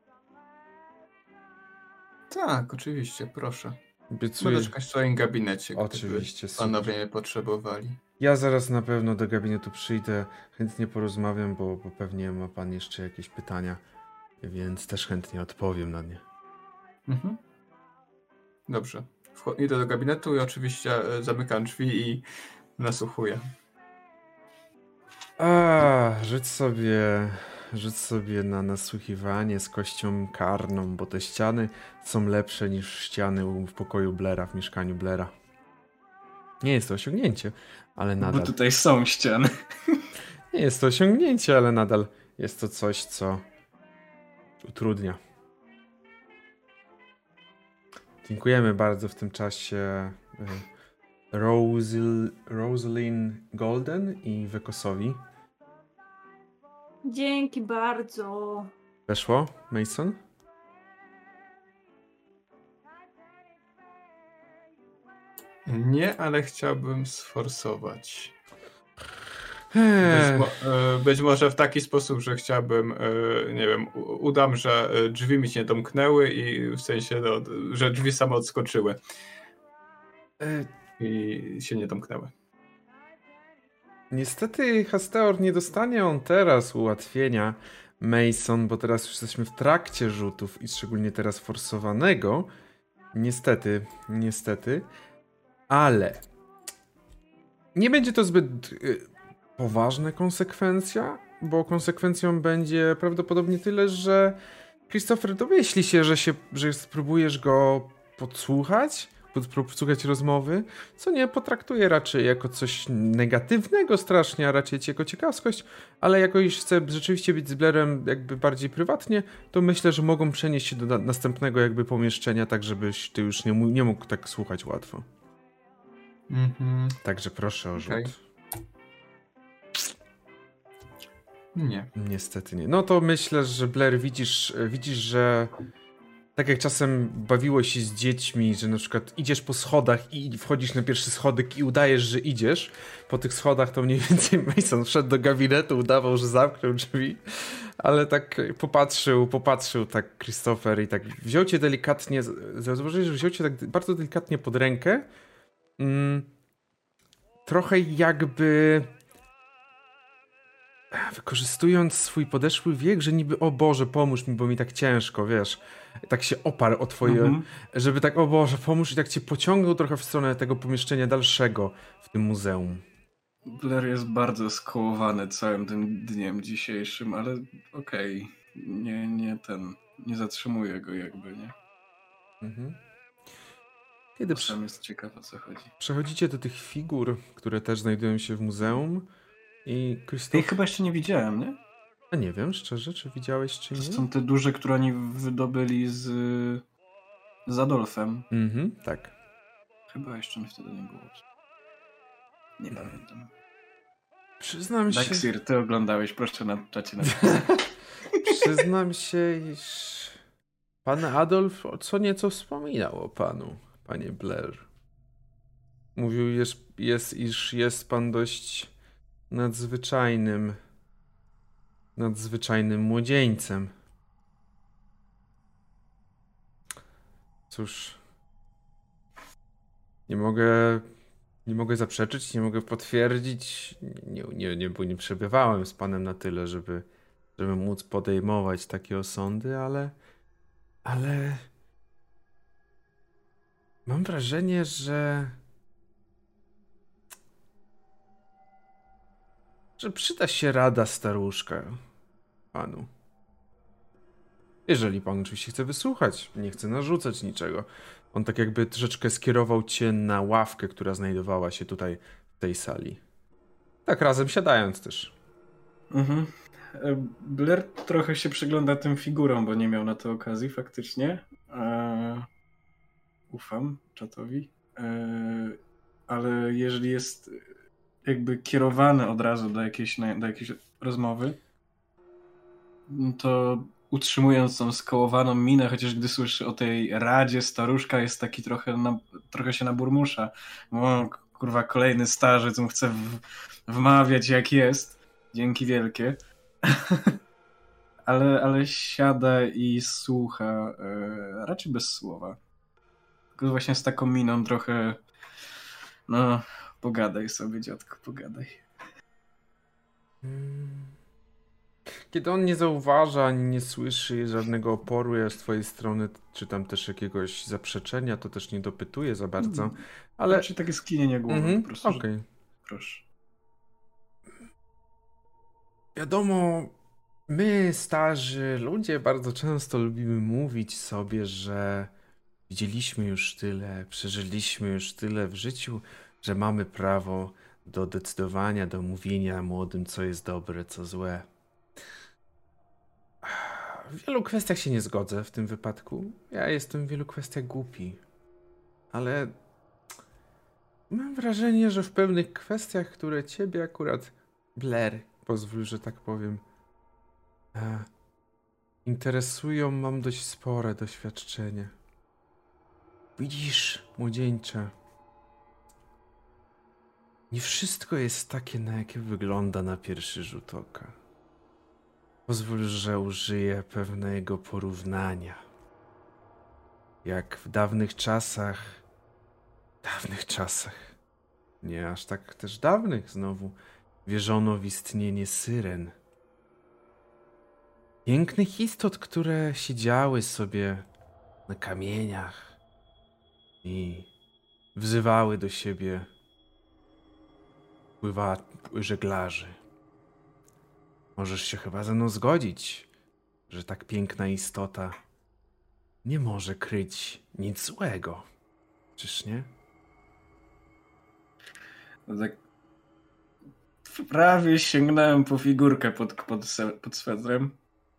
Tak, oczywiście, proszę. Obiecuję. Będę czekać w swoim gabinecie, Oczywiście, gdyby panowie mnie potrzebowali. Ja zaraz na pewno do gabinetu przyjdę, chętnie porozmawiam, bo pewnie ma pan jeszcze jakieś pytania, więc też chętnie odpowiem na nie. Mhm. Dobrze. Idę do gabinetu i oczywiście zamykam drzwi i nasłuchuję. Rzuć sobie na nasłuchiwanie z kością karną, bo te ściany są lepsze niż ściany w pokoju Blaira, w mieszkaniu Blaira. Nie jest to osiągnięcie, ale nadal... Bo tutaj są ściany. Nie jest to osiągnięcie, ale nadal jest to coś, co utrudnia. Dziękujemy bardzo w tym czasie Rosalind Golden i Wekosowi. Dzięki bardzo. Weszło, Mason? Nie, ale chciałbym sforsować. Eee, Być może w taki sposób, że chciałbym, nie wiem, udam, że drzwi mi się nie domknęły i w sensie, no, że drzwi same odskoczyły i się nie domknęły. Niestety Hasteor nie dostanie on teraz ułatwienia, Mason, bo teraz już jesteśmy w trakcie rzutów i szczególnie teraz forsowanego. Niestety. Ale nie będzie to zbyt poważna konsekwencja, bo konsekwencją będzie prawdopodobnie tyle, że Christopher domyśli się, że spróbujesz go podsłuchać rozmowy, co nie potraktuje raczej jako coś negatywnego strasznie, a raczej jako ciekawskość, ale jako iż chce rzeczywiście być z Blairem jakby bardziej prywatnie, to myślę, że mogą przenieść się do następnego jakby pomieszczenia, tak żebyś ty już nie mógł tak słuchać łatwo. Także proszę o rzut. Okay. Nie. Niestety nie. No to myślę, że Blair widzisz, że tak jak czasem bawiło się z dziećmi, że na przykład idziesz po schodach i wchodzisz na pierwszy schodek i udajesz, że idziesz po tych schodach, to mniej więcej Mason wszedł do gabinetu, udawał, że zamknął drzwi, ale tak popatrzył tak Christopher i tak wziął cię delikatnie, zauważyłeś, że wziął cię tak bardzo delikatnie pod rękę, trochę jakby wykorzystując swój podeszły wiek, że niby o Boże, pomóż mi, bo mi tak ciężko, wiesz. Tak się oparł o twoje, żeby tak o Boże, pomóż i tak cię pociągnął trochę w stronę tego pomieszczenia dalszego w tym muzeum. Blair jest bardzo skołowany całym tym dniem dzisiejszym, ale okej. Nie zatrzymuję go jakby, nie? Kiedy Sam jest ciekaw, o co chodzi. przechodzicie do tych figur, które też znajdują się w muzeum i Christopher... Ich chyba jeszcze nie widziałem, nie? A nie wiem, szczerze, czy widziałeś, czy nie? To są te duże, które oni wydobyli z Adolfem. Tak. Chyba jeszcze mi wtedy nie było. Nie pamiętam. Przyznam się... Daxir, ty oglądałeś, proszę na czacie na Przyznam się, iż pan Adolf co nieco wspominał o panu, panie Blair. Mówił, iż jest pan dość nadzwyczajnym młodzieńcem. Cóż, nie mogę zaprzeczyć, nie mogę potwierdzić. Nie przebywałem z panem na tyle, żeby móc podejmować takie osądy, ale Ale mam wrażenie, że przyda się rada staruszka panu. Jeżeli pan oczywiście chce wysłuchać, nie chce narzucać niczego. On tak jakby troszeczkę skierował cię na ławkę, która znajdowała się tutaj w tej sali. Tak razem siadając też. Mhm. Blair trochę się przygląda tym figurom, bo nie miał na to okazji faktycznie. Ufam czatowi. Ale jeżeli jest jakby kierowany od razu do jakiejś rozmowy, to utrzymując tą skołowaną minę, chociaż gdy słyszy o tej radzie staruszka, jest taki trochę się naburmusza. O, kurwa, kolejny starzec mu chce wmawiać jak jest. Dzięki wielkie. ale siada i słucha raczej bez słowa. Tylko właśnie z taką miną trochę no, pogadaj sobie, dziadku, pogadaj. Kiedy on nie zauważa, ani nie słyszy żadnego oporu z twojej strony, czy tam też jakiegoś zaprzeczenia, to też nie dopytuje za bardzo, ale... Znaczy takie skinienie głowy po prostu. Okej. Proszę. Wiadomo, my, starzy ludzie, bardzo często lubimy mówić sobie, że widzieliśmy już tyle, przeżyliśmy już tyle w życiu, że mamy prawo do decydowania, do mówienia młodym, co jest dobre, co złe. W wielu kwestiach się nie zgodzę w tym wypadku. Ja jestem w wielu kwestiach głupi. Ale mam wrażenie, że w pewnych kwestiach, które ciebie akurat, Blair, pozwól, że tak powiem, interesują, mam dość spore doświadczenie. Widzisz, młodzieńcze, nie wszystko jest takie, na jakie wygląda na pierwszy rzut oka. Pozwól, że użyję pewnego porównania. Jak w dawnych czasach, nie aż tak też dawnych znowu, wierzono w istnienie syren. Pięknych istot, które siedziały sobie na kamieniach i wzywały do siebie żeglarzy. Możesz się chyba ze mną zgodzić, że tak piękna istota nie może kryć nic złego. Czyż nie? No tak prawie sięgnąłem po figurkę pod swetrem.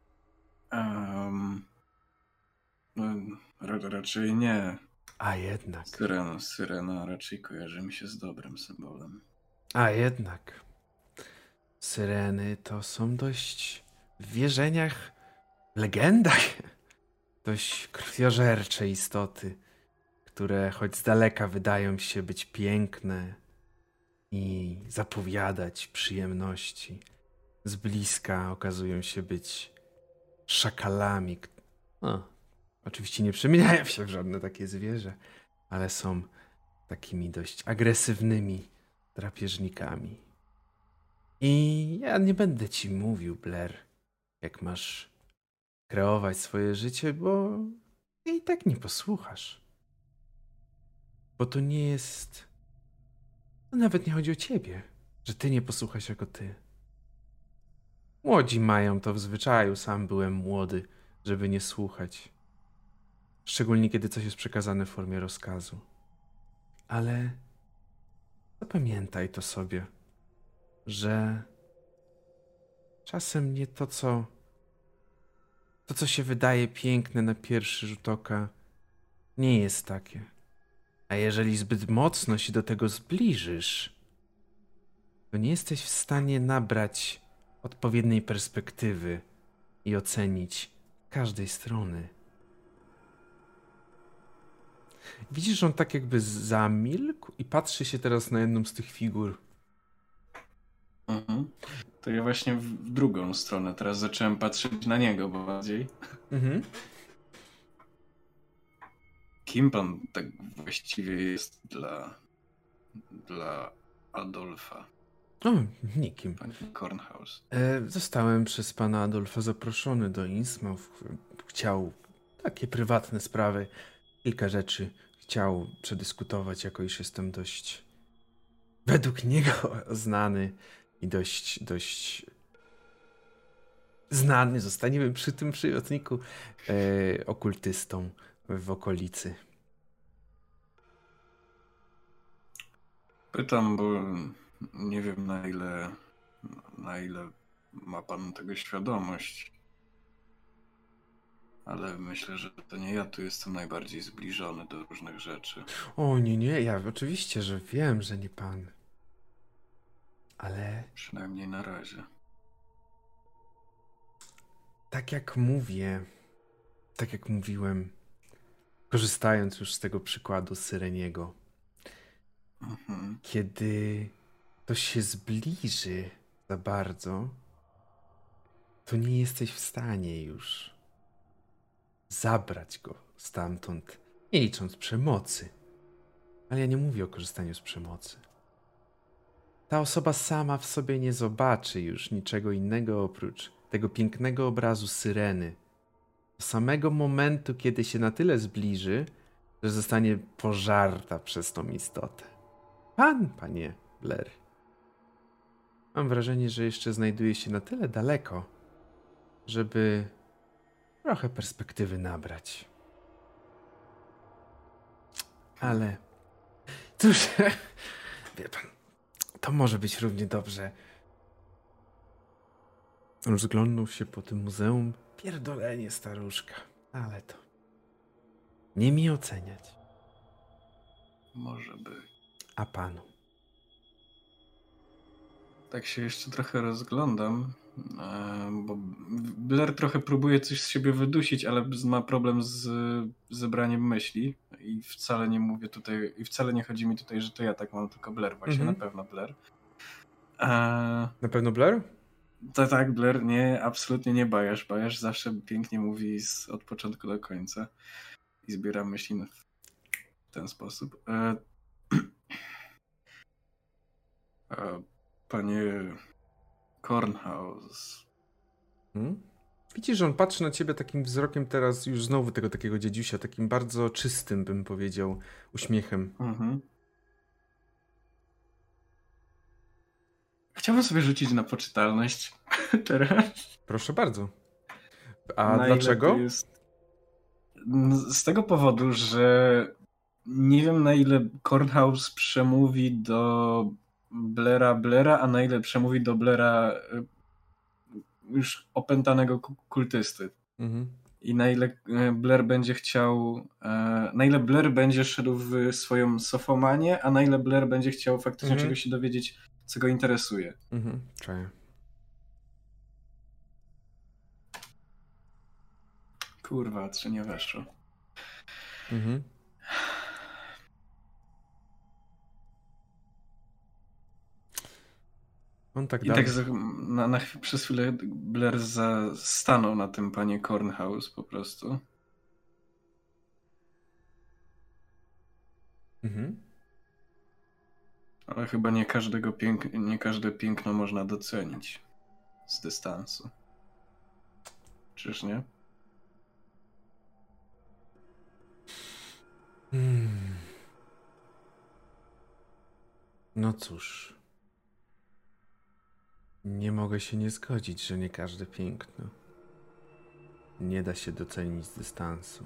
Raczej nie. A jednak. Syrena raczej kojarzy mi się z dobrym symbolem. A jednak. Syreny to są dość w wierzeniach, w legendach dość krwiożercze istoty, które choć z daleka wydają się być piękne i zapowiadać przyjemności, z bliska okazują się być szakalami. No, oczywiście nie przemieniają się w żadne takie zwierzę, ale są takimi dość agresywnymi drapieżnikami. I ja nie będę ci mówił, Blair, jak masz kreować swoje życie, bo i tak nie posłuchasz. Bo to nie jest... To nawet nie chodzi o ciebie, że ty nie posłuchasz jako ty. Młodzi mają to w zwyczaju, sam byłem młody, żeby nie słuchać. Szczególnie kiedy coś jest przekazane w formie rozkazu. Ale zapamiętaj to sobie, że czasem nie to, co się wydaje piękne na pierwszy rzut oka, nie jest takie. A jeżeli zbyt mocno się do tego zbliżysz, to nie jesteś w stanie nabrać odpowiedniej perspektywy i ocenić każdej strony. Widzisz, że on tak jakby zamilkł i patrzy się teraz na jedną z tych figur. Mhm. To ja właśnie w drugą stronę teraz zacząłem patrzeć na niego bardziej. Mhm. Kim pan tak właściwie jest dla Adolfa? O, nikim. Pani Cornhouse. Zostałem przez pana Adolfa zaproszony do Innsmouth. Chciał takie prywatne sprawy. Kilka rzeczy chciał przedyskutować, jako iż jestem dość według niego znany i dość znany, zostaniemy przy tym przymiotniku, okultystą w okolicy. Pytam, bo nie wiem na ile ma pan tego świadomość, ale myślę, że to nie ja tu jestem najbardziej zbliżony do różnych rzeczy. O nie, ja oczywiście, że wiem, że nie pan. Ale Przynajmniej na razie. tak jak mówiłem, korzystając już z tego przykładu Syreniego, kiedy ktoś się zbliży za bardzo, to nie jesteś w stanie już zabrać go stamtąd, nie licząc przemocy. Ale ja nie mówię o korzystaniu z przemocy. Ta osoba sama w sobie nie zobaczy już niczego innego oprócz tego pięknego obrazu Syreny. Do samego momentu, kiedy się na tyle zbliży, że zostanie pożarta przez tą istotę. Panie Blair. Mam wrażenie, że jeszcze znajduje się na tyle daleko, żeby trochę perspektywy nabrać. Ale cóż, wie pan, to może być równie dobrze. Rozglądnął się po tym muzeum. Pierdolenie, staruszka. Ale to nie mi oceniać. Może by. A panu? Tak się jeszcze trochę rozglądam, bo Blair trochę próbuje coś z siebie wydusić, ale ma problem z zebraniem myśli i wcale nie mówię tutaj, i wcale nie chodzi mi tutaj, że to ja tak mam, tylko Blair właśnie, na pewno Blair. Na pewno Blair? To tak, Blair, nie, absolutnie nie Bajasz. Bajasz zawsze pięknie mówi od początku do końca i zbiera myśli w ten sposób. Panie Cornhouse. Widzisz, że on patrzy na ciebie takim wzrokiem teraz już znowu tego takiego dziedziusia, takim bardzo czystym, bym powiedział, uśmiechem. Chciałbym sobie rzucić na poczytalność teraz. Proszę bardzo. A dlaczego? Z tego powodu, że nie wiem, na ile Cornhouse przemówi do Blaira, a na ile przemówi do Blaira już opętanego kultysty. I na ile Blair będzie chciał, na ile Blair będzie szedł w swoją sofomanię, a na ile Blair będzie chciał faktycznie czegoś się dowiedzieć, co go interesuje. Czaję. Kurwa, 3 nie weszło. On tak I dalej. tak przez chwilę Blair stanął na tym panie Cornhouse po prostu. Ale chyba nie każde piękno można docenić z dystansu. Czyż nie? No cóż. Nie mogę się nie zgodzić, że nie każde piękno nie da się docenić z dystansu.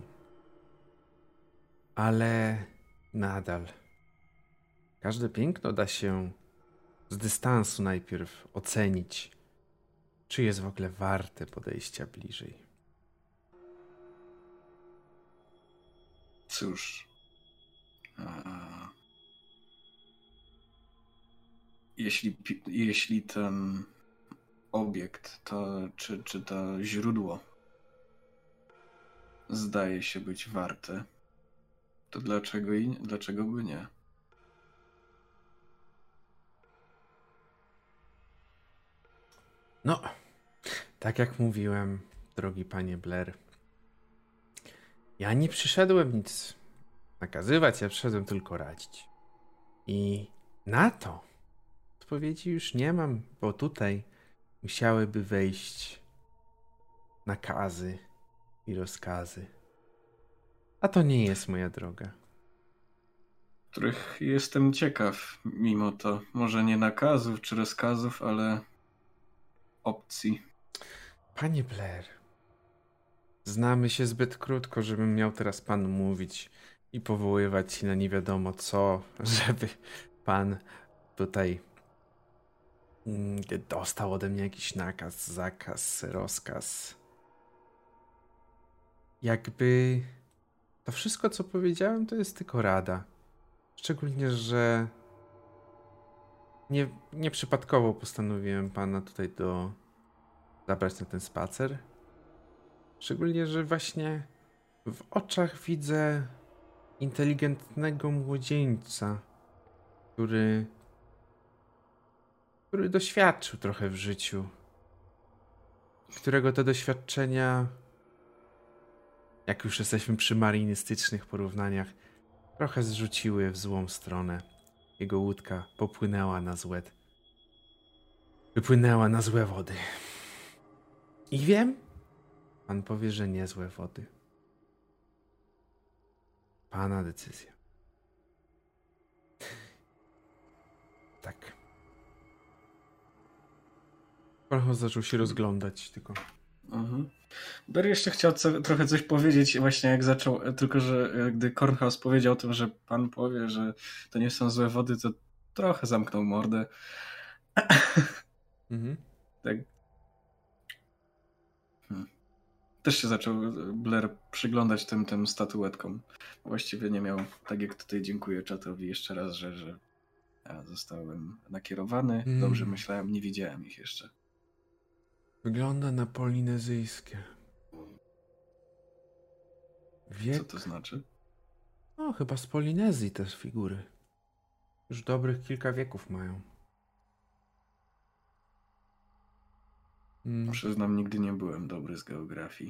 Ale nadal każde piękno da się z dystansu najpierw ocenić, czy jest w ogóle warte podejścia bliżej. Cóż. Jeśli ten obiekt, czy to źródło zdaje się być warte, to dlaczego by nie? No, tak jak mówiłem, drogi panie Blair, ja nie przyszedłem nic nakazywać, ja przyszedłem tylko radzić. I na to odpowiedzi już nie mam, bo tutaj musiałyby wejść nakazy i rozkazy. A to nie jest moja droga. Których jestem ciekaw mimo to. Może nie nakazów czy rozkazów, ale opcji. Panie Blair, znamy się zbyt krótko, żebym miał teraz panu mówić i powoływać się na nie wiadomo co, żeby pan tutaj dostał ode mnie jakiś nakaz, zakaz, rozkaz. Jakby to wszystko, co powiedziałem, to jest tylko rada. Szczególnie, że nieprzypadkowo postanowiłem pana tutaj zabrać na ten spacer. Szczególnie, że właśnie w oczach widzę inteligentnego młodzieńca, który doświadczył trochę w życiu. Którego te doświadczenia, jak już jesteśmy przy marynistycznych porównaniach, trochę zrzuciły w złą stronę. Jego łódka wypłynęła na złe wody. I wiem, pan powie, że nie złe wody. Pana decyzja. Tak. Pan zaczął się rozglądać tylko. Mhm. Barry jeszcze chciał trochę coś powiedzieć, właśnie jak zaczął, tylko że gdy Cornhouse powiedział o tym, że pan powie, że to nie są złe wody, to trochę zamknął mordę. Mhm. Tak. Też się zaczął Blair przyglądać tym statuetkom. Właściwie nie miał, tak jak tutaj dziękuję czatowi jeszcze raz, że ja zostałem nakierowany. Dobrze myślałem, nie widziałem ich jeszcze. Wygląda na polinezyjskie. Wiek... Co to znaczy? No, chyba z Polinezji te figury. Już dobrych kilka wieków mają. Przyznam, nigdy nie byłem dobry z geografii.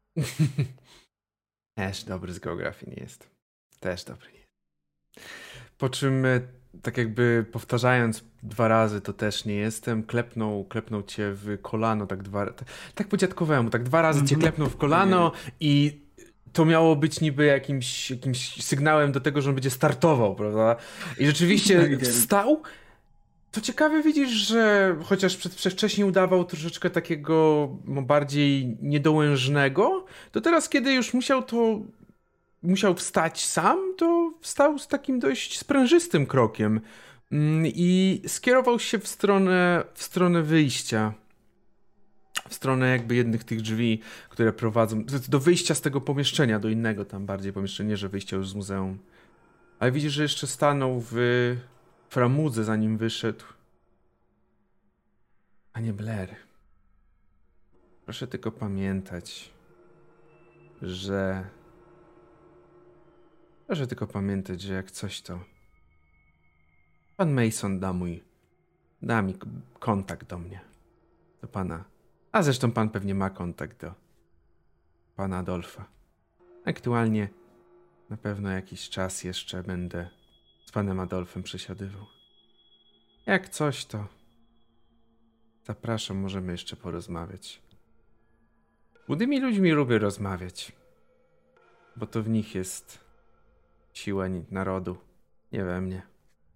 Też dobry z geografii nie jest. Też dobry nie jest. Po czym, tak jakby powtarzając 2 razy, to też nie jestem, klepnął cię w kolano, tak po dziadkowemu, tak 2 razy cię klepnął w kolano i to miało być niby jakimś sygnałem do tego, że on będzie startował, prawda? I rzeczywiście wstał. To ciekawe, widzisz, że chociaż wcześniej udawał troszeczkę takiego bardziej niedołężnego, to teraz, kiedy już musiał wstać sam, to wstał z takim dość sprężystym krokiem i skierował się w stronę wyjścia. W stronę jakby jednych tych drzwi, które prowadzą do wyjścia z tego pomieszczenia, do innego tam bardziej pomieszczenia, że wyjścia już z muzeum. Ale widzisz, że jeszcze stanął w framudze, zanim wyszedł. Panie Blair, proszę tylko pamiętać, że jak coś to pan Mason da mi kontakt do mnie, do pana. A zresztą pan pewnie ma kontakt do pana Adolfa. Aktualnie na pewno jakiś czas jeszcze będę z panem Adolfem przesiadywał. Jak coś, to zapraszam, możemy jeszcze porozmawiać. Z młodymi ludźmi lubię rozmawiać, bo to w nich jest siła narodu, nie we mnie.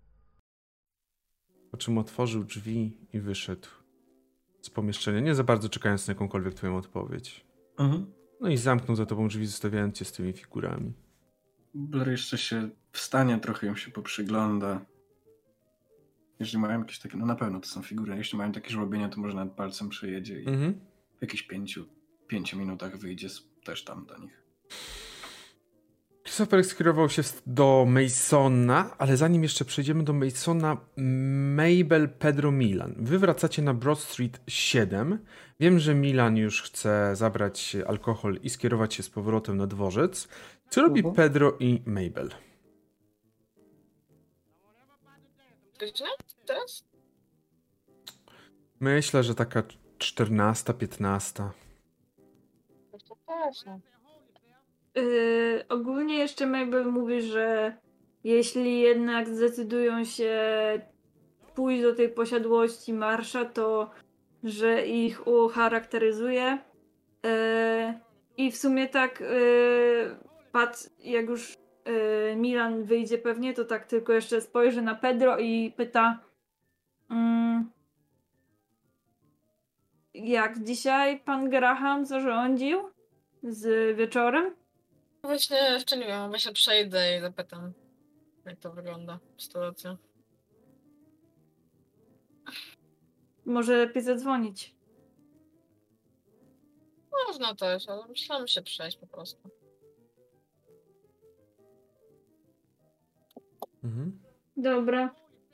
Po czym otworzył drzwi i wyszedł z pomieszczenia, nie za bardzo czekając na jakąkolwiek twoją odpowiedź. No i zamknął za tobą drzwi, zostawiając cię z tymi figurami. Blair jeszcze się wstanie, trochę ją się poprzygląda. Jeżeli mają jakieś takie, no na pewno to są figury, jeśli mają takie żłobienia, to może nawet palcem przejedzie i w jakichś 5 minutach wyjdzie też tam do nich. Christopher skierował się do Masona, ale zanim jeszcze przejdziemy do Masona, Mabel, Pedro, Milan. Wy wracacie na Broad Street 7. Wiem, że Milan już chce zabrać alkohol i skierować się z powrotem na dworzec. Co robi Pedro i Mabel? Godzina teraz? Myślę, że taka 14, 15. To też, no. Ogólnie jeszcze Mabel mówi, że jeśli jednak zdecydują się pójść do tej posiadłości Marsha, to że ich ucharakteryzuje. I w sumie tak patrz, jak już Milan wyjdzie pewnie, to tak tylko jeszcze spojrzy na Pedro i pyta jak dzisiaj pan Graham zarządził z wieczorem? Właśnie jeszcze nie wiem, chyba się przejdę i zapytam, jak to wygląda, sytuacja. Może lepiej zadzwonić. Można też, ale myślałam się przejść po prostu. Mhm. Dobra.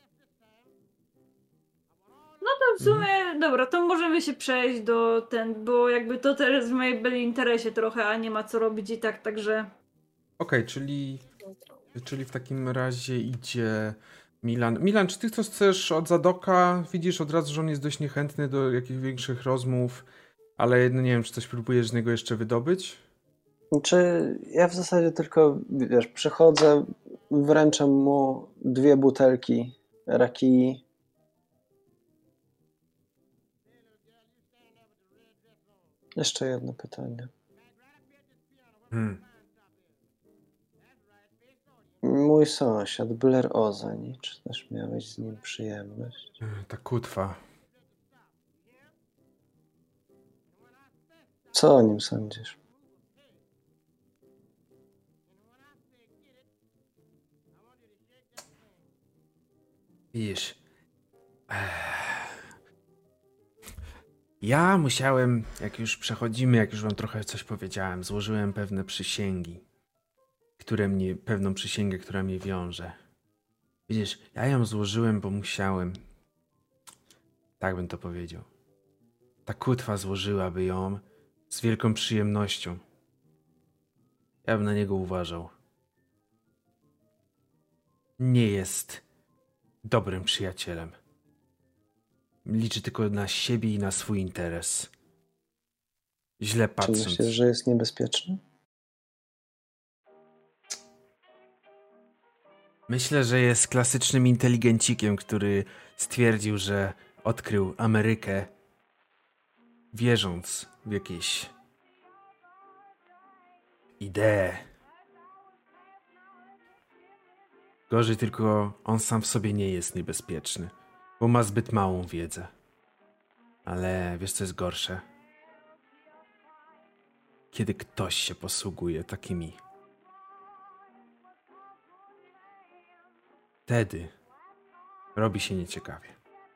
No to w sumie, dobra, to możemy się przejść do bo jakby to teraz w mojej byli interesie trochę, a nie ma co robić i tak, także... Okej, czyli w takim razie idzie Milan. Milan, czy ty coś chcesz od Zadoka? Widzisz od razu, że on jest dość niechętny do jakichś większych rozmów, ale no nie wiem, czy coś próbujesz z niego jeszcze wydobyć? Czy ja w zasadzie tylko, wiesz, przychodzę, wręczam mu 2 butelki rakii. Jeszcze jedno pytanie. Mój sąsiad, Blair Ozani, czy też miałeś z nim przyjemność? Ta kutwa. Co o nim sądzisz? Widzisz, ja musiałem, jak już przechodzimy, jak już wam trochę coś powiedziałem, złożyłem pewne przysięgi, pewną przysięgę, która mnie wiąże. Widzisz, ja ją złożyłem, bo musiałem. Tak bym to powiedział. Ta kutwa złożyłaby ją z wielką przyjemnością. Ja bym na niego uważał. Nie jest dobrym przyjacielem. Liczy tylko na siebie i na swój interes. Źle Czy patrząc. myślisz, że jest niebezpieczny? Myślę, że jest klasycznym inteligencikiem, który stwierdził, że odkrył Amerykę, wierząc w jakieś idee. Gorzej tylko on sam w sobie nie jest niebezpieczny, bo ma zbyt małą wiedzę. Ale wiesz, co jest gorsze? Kiedy ktoś się posługuje takimi. Wtedy robi się nieciekawie.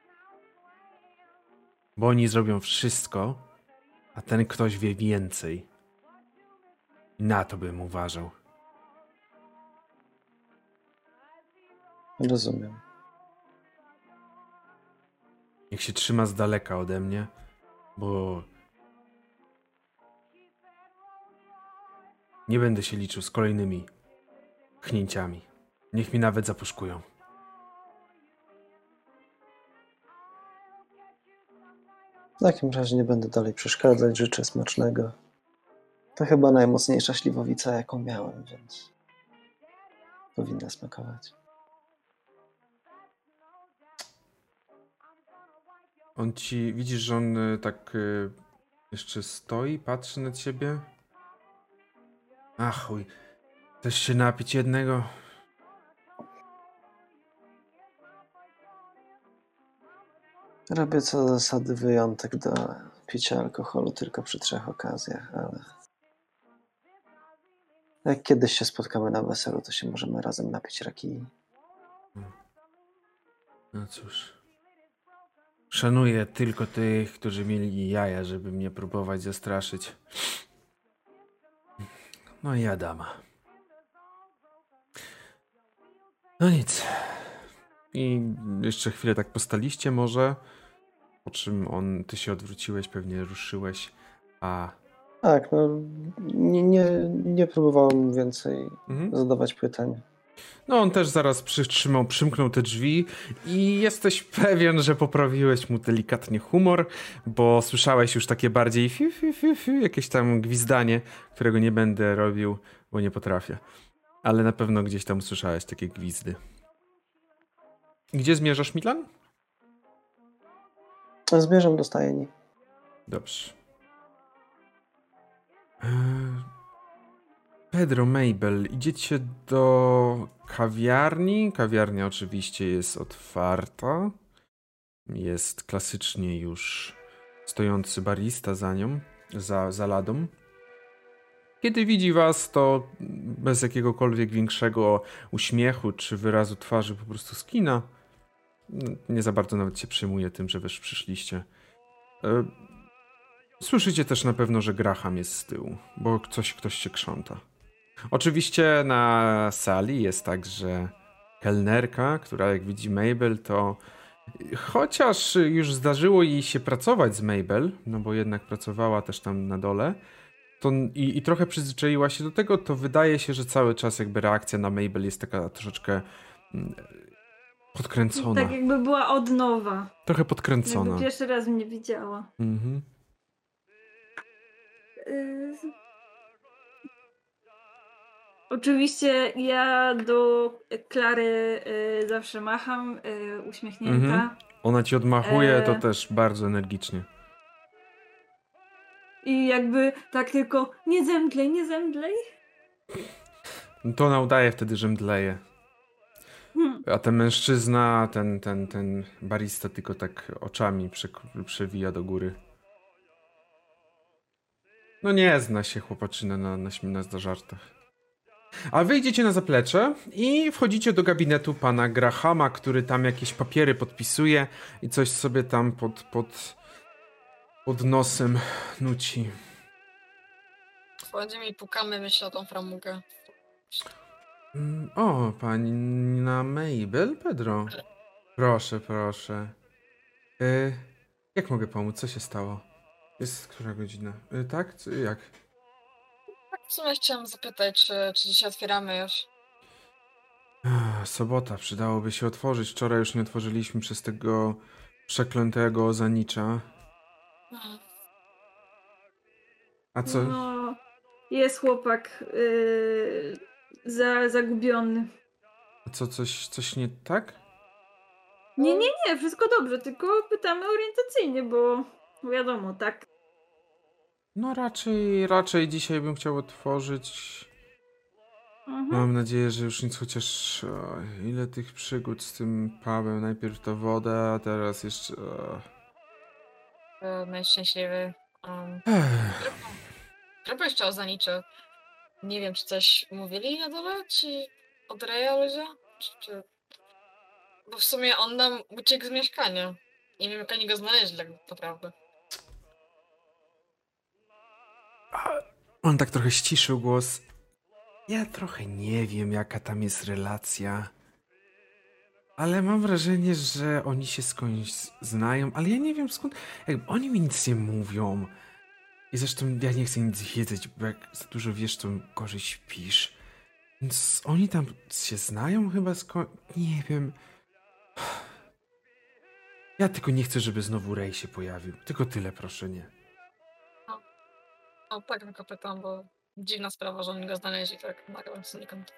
Bo oni zrobią wszystko, a ten ktoś wie więcej. I na to bym uważał. Rozumiem. Niech się trzyma z daleka ode mnie, bo nie będę się liczył z kolejnymi pchnięciami. Niech mi nawet zapuszkują. W takim razie nie będę dalej przeszkadzać. Życzę smacznego. To chyba najmocniejsza śliwowica, jaką miałem, więc powinna smakować. On ci, widzisz, że on tak jeszcze stoi, patrzy na ciebie. Ach, chuj. Chcesz się napić jednego? Robię co do zasady wyjątek do picia alkoholu tylko przy 3 okazjach, ale jak kiedyś się spotkamy na weselu, to się możemy razem napić rakii. No cóż. Szanuję tylko tych, którzy mieli jaja, żeby mnie próbować zastraszyć. No i Adama. No nic. I jeszcze chwilę tak postaliście może, po czym ty się odwróciłeś, pewnie ruszyłeś, a... Tak, no nie próbowałem więcej zadawać pytań. No on też zaraz przymknął te drzwi i jesteś pewien, że poprawiłeś mu delikatnie humor, bo słyszałeś już takie bardziej jakieś tam gwizdanie, którego nie będę robił, bo nie potrafię. Ale na pewno gdzieś tam słyszałeś takie gwizdy. Gdzie zmierzasz, Milan? Zmierzam do stajni. Dobrze. Pedro, Mabel, idziecie do kawiarni. Kawiarnia oczywiście jest otwarta. Jest klasycznie już stojący barista za nią, za ladą. Kiedy widzi was, to bez jakiegokolwiek większego uśmiechu czy wyrazu twarzy po prostu skina. Nie za bardzo nawet się przejmuje tym, że też przyszliście. Słyszycie też na pewno, że Graham jest z tyłu, bo ktoś się krząta. Oczywiście na sali jest także kelnerka, która jak widzi Mabel, to chociaż już zdarzyło jej się pracować z Mabel, no bo jednak pracowała też tam na dole, to i trochę przyzwyczaiła się do tego, to wydaje się, że cały czas jakby reakcja na Mabel jest taka troszeczkę podkręcona. Tak jakby była od nowa. Trochę podkręcona. Jakby pierwszy raz mnie widziała. Mhm. Oczywiście ja do Klary zawsze macham, uśmiechnięta. Mhm. Ona ci odmachuje, to też bardzo energicznie. I jakby tak tylko nie zemdlej, nie zemdlej. To ona udaje wtedy, że mdleje. A ten mężczyzna, ten barista tylko tak oczami przewija do góry. No nie zna się chłopaczyna na żartach. A wy idziecie na zaplecze i wchodzicie do gabinetu pana Grahama, który tam jakieś papiery podpisuje i coś sobie tam pod nosem nuci. Wchodzimy i pukamy, myślę, o tą framugę. O, pani na Mabel, Pedro. Proszę, proszę. Jak mogę pomóc? Co się stało? Jest która godzina? Tak? Jak? Tak, w sumie chciałam zapytać, czy dzisiaj otwieramy już? Sobota, przydałoby się otworzyć. Wczoraj już nie otworzyliśmy przez tego przeklętego zanicza. A co? No, jest chłopak zagubiony. A co, coś nie tak? Nie, wszystko dobrze, tylko pytamy orientacyjnie, bo wiadomo, tak. No raczej dzisiaj bym chciał otworzyć. Mhm. Mam nadzieję, że już nic, chociaż ile tych przygód z tym pubem. Najpierw to woda, a teraz jeszcze... Najszczęśliwy. Chyba jeszcze o zaniczy. Nie wiem, czy coś mówili na dole, czy od Reja ludzie? Czy... Bo w sumie on nam uciekł z mieszkania. Nie wiem, jak oni go znaleźli tak naprawdę. On tak trochę ściszył głos. Ja trochę nie wiem, jaka tam jest relacja. Ale mam wrażenie, że oni się skądś znają, ale ja nie wiem skąd. Jakby oni mi nic nie mówią. I zresztą ja nie chcę nic wiedzieć, bo jak za dużo wiesz, to gorzej śpisz. Więc oni tam się znają chyba skąd. Nie wiem. Ja tylko nie chcę, żeby znowu Ray się pojawił. Tylko tyle, proszę, nie. No tak tylko pytam, bo dziwna sprawa, że oni go znaleźli tak nagle znikąd.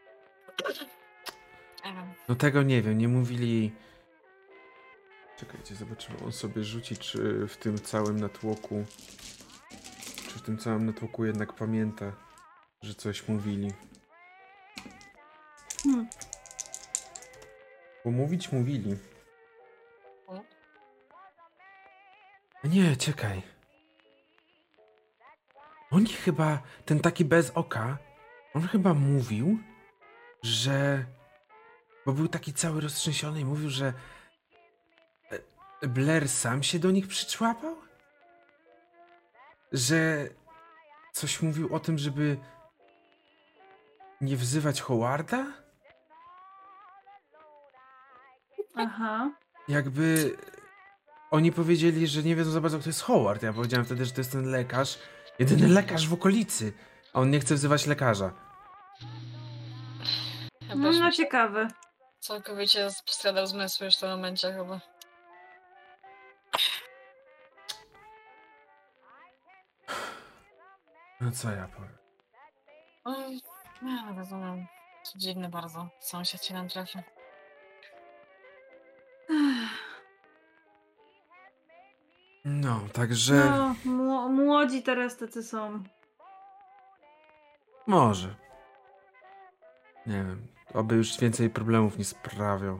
Nie wiem. No tego nie wiem, nie mówili... Czekajcie, zobaczymy, on sobie rzuci, czy w tym całym natłoku... Czy w tym całym natłoku jednak pamięta, że coś mówili. Bo mówili. A nie, czekaj. Oni chyba, ten taki bez oka, on chyba mówił, że... Bo był taki cały roztrzęsiony i mówił, że... Blair sam się do nich przyczłapał? Że... Coś mówił o tym, żeby... Nie wzywać Howarda? Aha. Jakby... Oni powiedzieli, że nie wiedzą za bardzo, kto jest Howard. Ja powiedziałem wtedy, że to jest ten lekarz. Jedyny lekarz w okolicy. A on nie chce wzywać lekarza. No ciekawe. Całkowicie postradał zmysły już w tym momencie chyba. No co ja powiem? Nie, rozumiem. To dziwne bardzo. Sąsiad się nam trafi. No, także... No, młodzi teraz tacy są. Może. Nie wiem. Oby już więcej problemów nie sprawiał.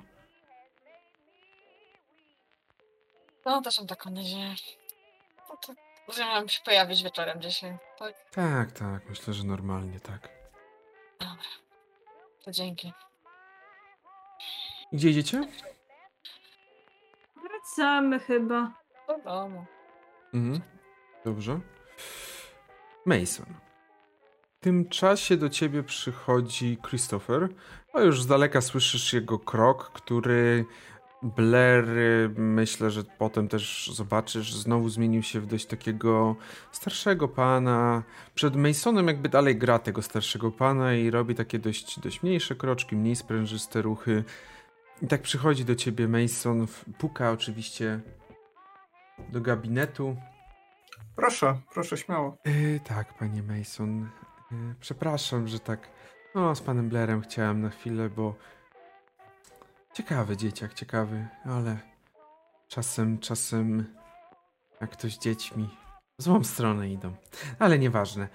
No, też mam taką nadzieję. No to możemy się pojawić wieczorem dzisiaj, tak? Tak. Myślę, że normalnie tak. Dobra. To dzięki. Gdzie idziecie? Wracamy chyba. Do domu. Mhm. Dobrze. Mason. W tym czasie do ciebie przychodzi Christopher. No już z daleka słyszysz jego krok, który Blair, myślę, że potem też zobaczysz, znowu zmienił się w dość takiego starszego pana. Przed Masonem jakby dalej gra tego starszego pana i robi takie dość mniejsze kroczki, mniej sprężyste ruchy. I tak przychodzi do ciebie Mason, puka oczywiście do gabinetu. Proszę śmiało. Tak, panie Mason. Przepraszam, że tak. No, z panem Blairem chciałem na chwilę, bo ciekawy dzieciak, ciekawy, ale czasem jak ktoś z dziećmi w złą stronę idą. Ale nieważne.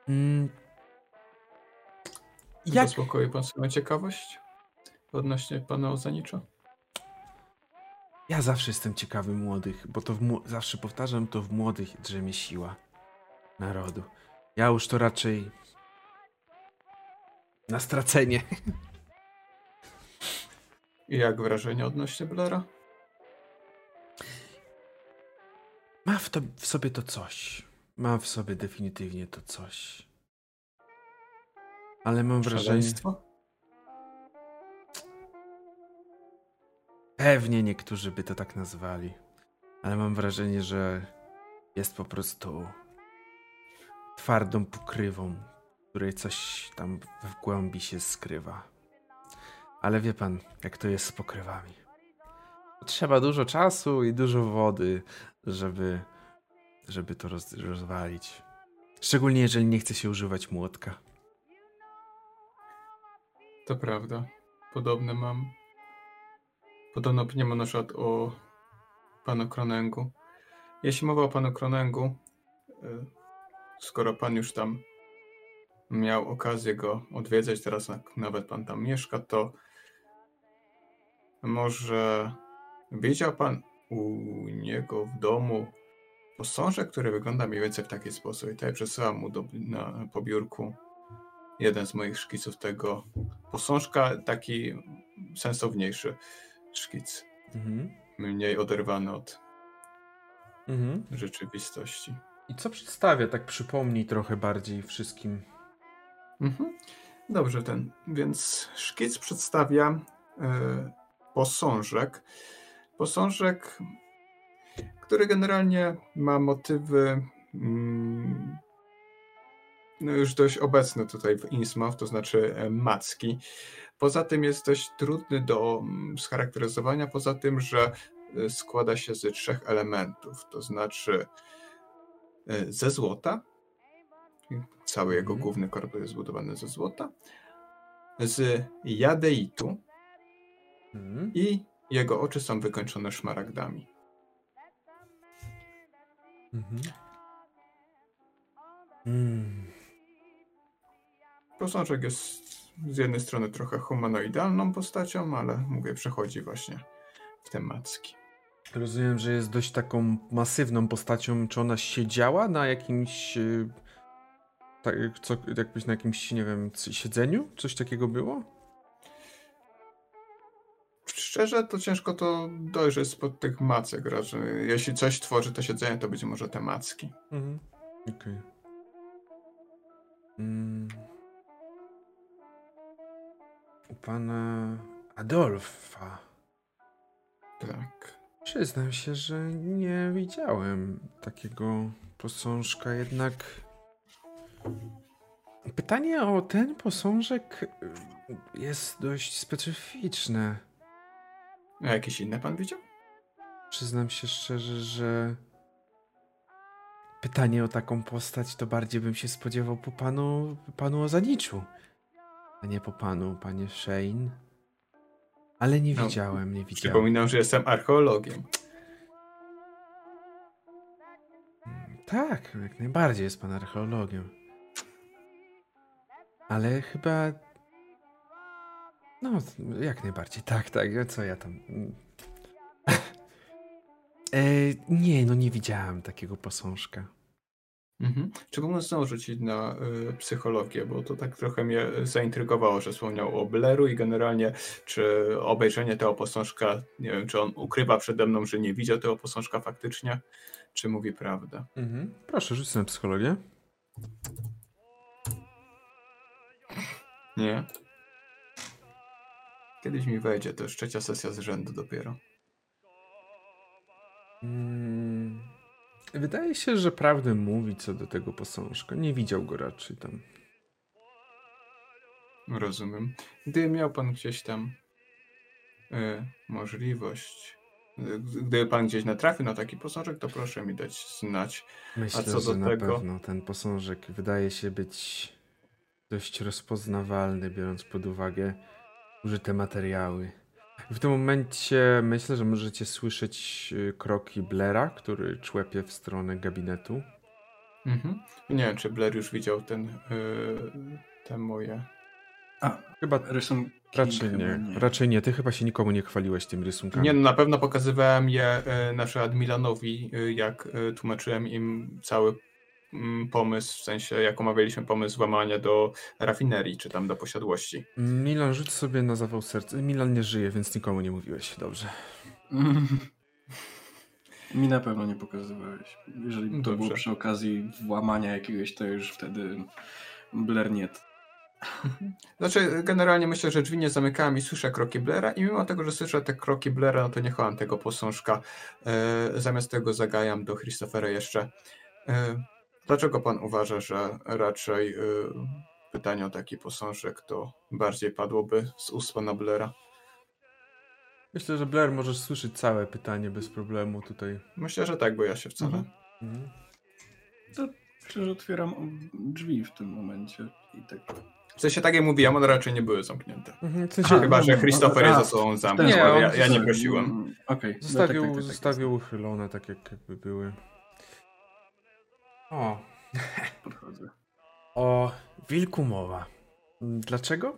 Jak... Zaspokoi pan swoją ciekawość odnośnie pana Ozanicza? Ja zawsze jestem ciekawy młodych, bo to zawsze powtarzam, to w młodych drzemie siła narodu. Ja już to raczej na stracenie. I jak wrażenie odnośnie Blaira? Ma w sobie to coś. Ma w sobie definitywnie to coś. Ale mam wrażenie... Szaleństwo? Pewnie niektórzy by to tak nazwali. Ale mam wrażenie, że jest po prostu twardą pokrywą, której coś tam w głębi się skrywa. Ale wie pan, jak to jest z pokrywami. Trzeba dużo czasu i dużo wody, żeby to rozwalić. Szczególnie jeżeli nie chce się używać młotka. To prawda. Podobną opinię mam na przykład o panu Kronengu. Jeśli mowa o panu Kronengu, skoro pan już tam miał okazję go odwiedzać, teraz nawet pan tam mieszka, to może widział pan u niego w domu posążek, który wygląda mniej więcej w taki sposób. I tutaj przesyłam mu po biurku jeden z moich szkiców tego posążka, taki sensowniejszy szkic. Mniej oderwany od rzeczywistości. I co przedstawia? Tak przypomnij trochę bardziej wszystkim. Dobrze, więc szkic przedstawia posążek. Posążek, który generalnie ma motywy no już dość obecne tutaj w Innsmouth, to znaczy macki. Poza tym jest dość trudny do scharakteryzowania, poza tym, że składa się z 3 elementów, to znaczy ze złota, cały jego główny korpus jest zbudowany ze złota, z jadeitu i jego oczy są wykończone szmaragdami. Posążek jest z jednej strony trochę humanoidalną postacią, ale mówię, przechodzi właśnie w te macki. Rozumiem, że jest dość taką masywną postacią. Czy ona siedziała na jakimś... jakbyś na jakimś, nie wiem, siedzeniu? Coś takiego było? Szczerze, to ciężko to dojrzeć spod tych macek. Raczej. Jeśli coś tworzy to siedzenie, to być może te macki. Okej. U pana Adolfa. Tak. Przyznam się, że nie widziałem takiego posążka, jednak pytanie o ten posążek jest dość specyficzne. A jakieś inne pan widział? Przyznam się szczerze, że pytanie o taką postać to bardziej bym się spodziewał po panu Ozaniczu, a nie po panie Shane. Ale nie widziałem. Przypominam, że jestem archeologiem. Tak, jak najbardziej jest pan archeologiem. Ale chyba... No, jak najbardziej. Tak, co ja tam... Nie, no nie widziałem takiego posążka. Czy mógłbym znowu rzucić na psychologię, bo to tak trochę mnie zaintrygowało, że wspomniał o Blairu i generalnie czy obejrzenie tego posążka, nie wiem, czy on ukrywa przede mną, że nie widział tego posążka faktycznie, czy mówi prawdę. Proszę, rzuć na psychologię. Nie? Kiedyś mi wejdzie, to już 3. sesja z rzędu dopiero. Wydaje się, że prawdę mówi co do tego posążka. Nie widział go raczej tam. Rozumiem. Gdyby miał pan gdzieś tam możliwość, gdyby pan gdzieś natrafił na taki posążek, to proszę mi dać znać. Myślę, co do że na tego? pewno ten posążek wydaje się być dość rozpoznawalny, biorąc pod uwagę użyte materiały. W tym momencie myślę, że możecie słyszeć kroki Blaira, który człepie w stronę gabinetu. Nie wiem, czy Blair już widział te moje... Chyba rysunki raczej chyba nie. Raczej nie. Ty chyba się nikomu nie chwaliłeś tymi rysunkami. Nie, no na pewno pokazywałem je na przykład Milanowi, jak tłumaczyłem im cały pomysł, w sensie jak omawialiśmy pomysł włamania do rafinerii, czy tam do posiadłości. Milan, rzuć sobie na zawał serca. Milan nie żyje, więc nikomu nie mówiłeś. Dobrze. Mi na pewno nie pokazywałeś. Jeżeli to Dobrze. było przy okazji włamania jakiegoś, to już wtedy Blair nie. Znaczy, generalnie myślę, że drzwi nie zamykałem i słyszę kroki Blaira i mimo tego, że słyszę te kroki Blaira, no to nie chowam tego posążka. Zamiast tego zagajam do Christophera jeszcze. Dlaczego pan uważa, że raczej pytanie o taki posążek to bardziej padłoby z ust pana Blaira? Myślę, że Blair możesz słyszeć całe pytanie bez problemu tutaj. Myślę, że tak, bo ja się wcale... To przecież otwieram drzwi w tym momencie i tak. W sensie, tak jak mówiłem, one raczej nie były zamknięte. W sensie, Chyba, że Christopher je za sobą zamknął, Nie, ale on ja nie prosiłem. Okej. zostawił uchylone, tak jakby były. O. Podchodzę. O wilku mowa. Dlaczego?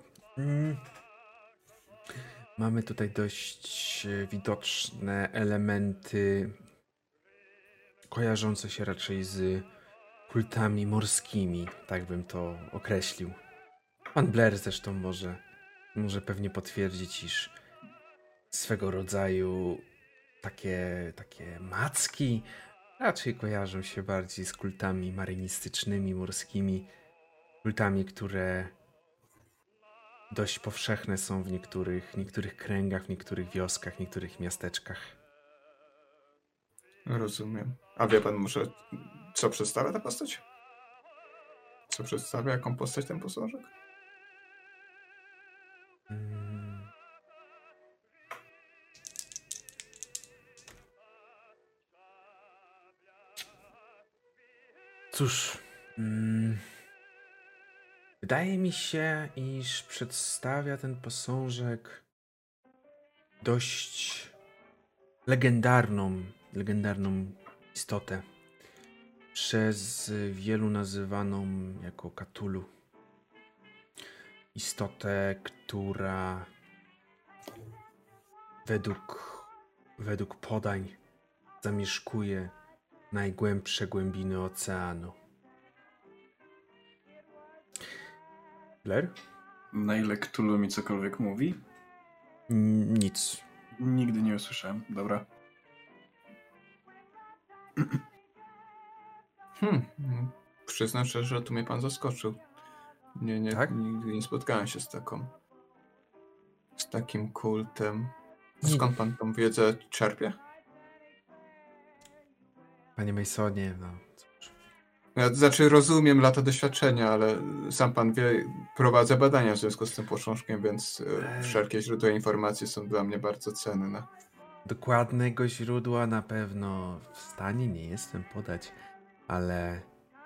Mamy tutaj dość widoczne elementy kojarzące się raczej z kultami morskimi, tak bym to określił. Pan Blair zresztą może pewnie potwierdzić, iż swego rodzaju takie macki raczej kojarzą się bardziej z kultami marynistycznymi, morskimi, kultami, które dość powszechne są w niektórych kręgach, w niektórych wioskach, w niektórych miasteczkach. Rozumiem. A wie pan może, co przedstawia ta postać? Co przedstawia, jaką postać ten posążek? Cóż, wydaje mi się, iż przedstawia ten posążek dość legendarną istotę. Przez wielu nazywaną jako Cthulhu. Istotę, która według podań zamieszkuje najgłębsze głębiny oceanu. Blair? Na ile Cthulhu mi cokolwiek mówi? Nic. Nigdy nie usłyszałem. Dobra. Przyznam szczerze, że tu mnie pan zaskoczył. Tak? Nigdy nie spotkałem się z takim kultem. Skąd pan tą wiedzę czerpie? Panie Masonie, no cóż. Ja, znaczy rozumiem lata doświadczenia, ale sam pan wie, prowadzę badania w związku z tym posążkiem, więc wszelkie źródła informacji są dla mnie bardzo cenne. Dokładnego źródła na pewno w stanie nie jestem podać, ale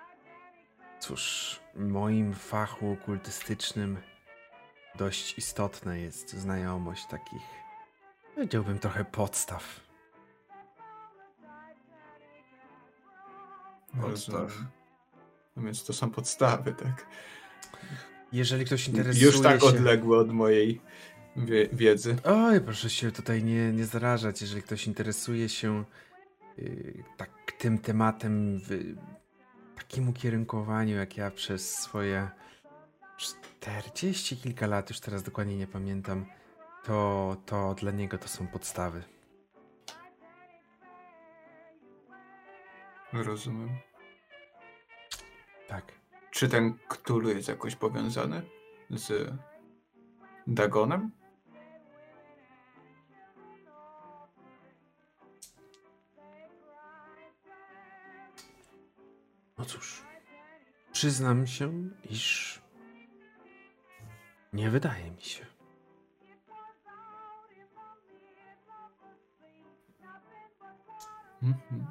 cóż, w moim fachu okultystycznym dość istotna jest znajomość takich, powiedziałbym, trochę podstaw. Podstaw. No więc to są podstawy, tak? Jeżeli ktoś interesuje Już tak się... odległy od mojej wiedzy. Oj, proszę się tutaj nie zarażać. Jeżeli ktoś interesuje się tak tym tematem w takim ukierunkowaniu, jak ja przez swoje 40 kilka lat, już teraz dokładnie nie pamiętam, to dla niego to są podstawy. Rozumiem. Tak. Czy ten Cthulhu jest jakoś powiązany z Dagonem? No cóż, przyznam się, iż nie wydaje mi się. Mhm.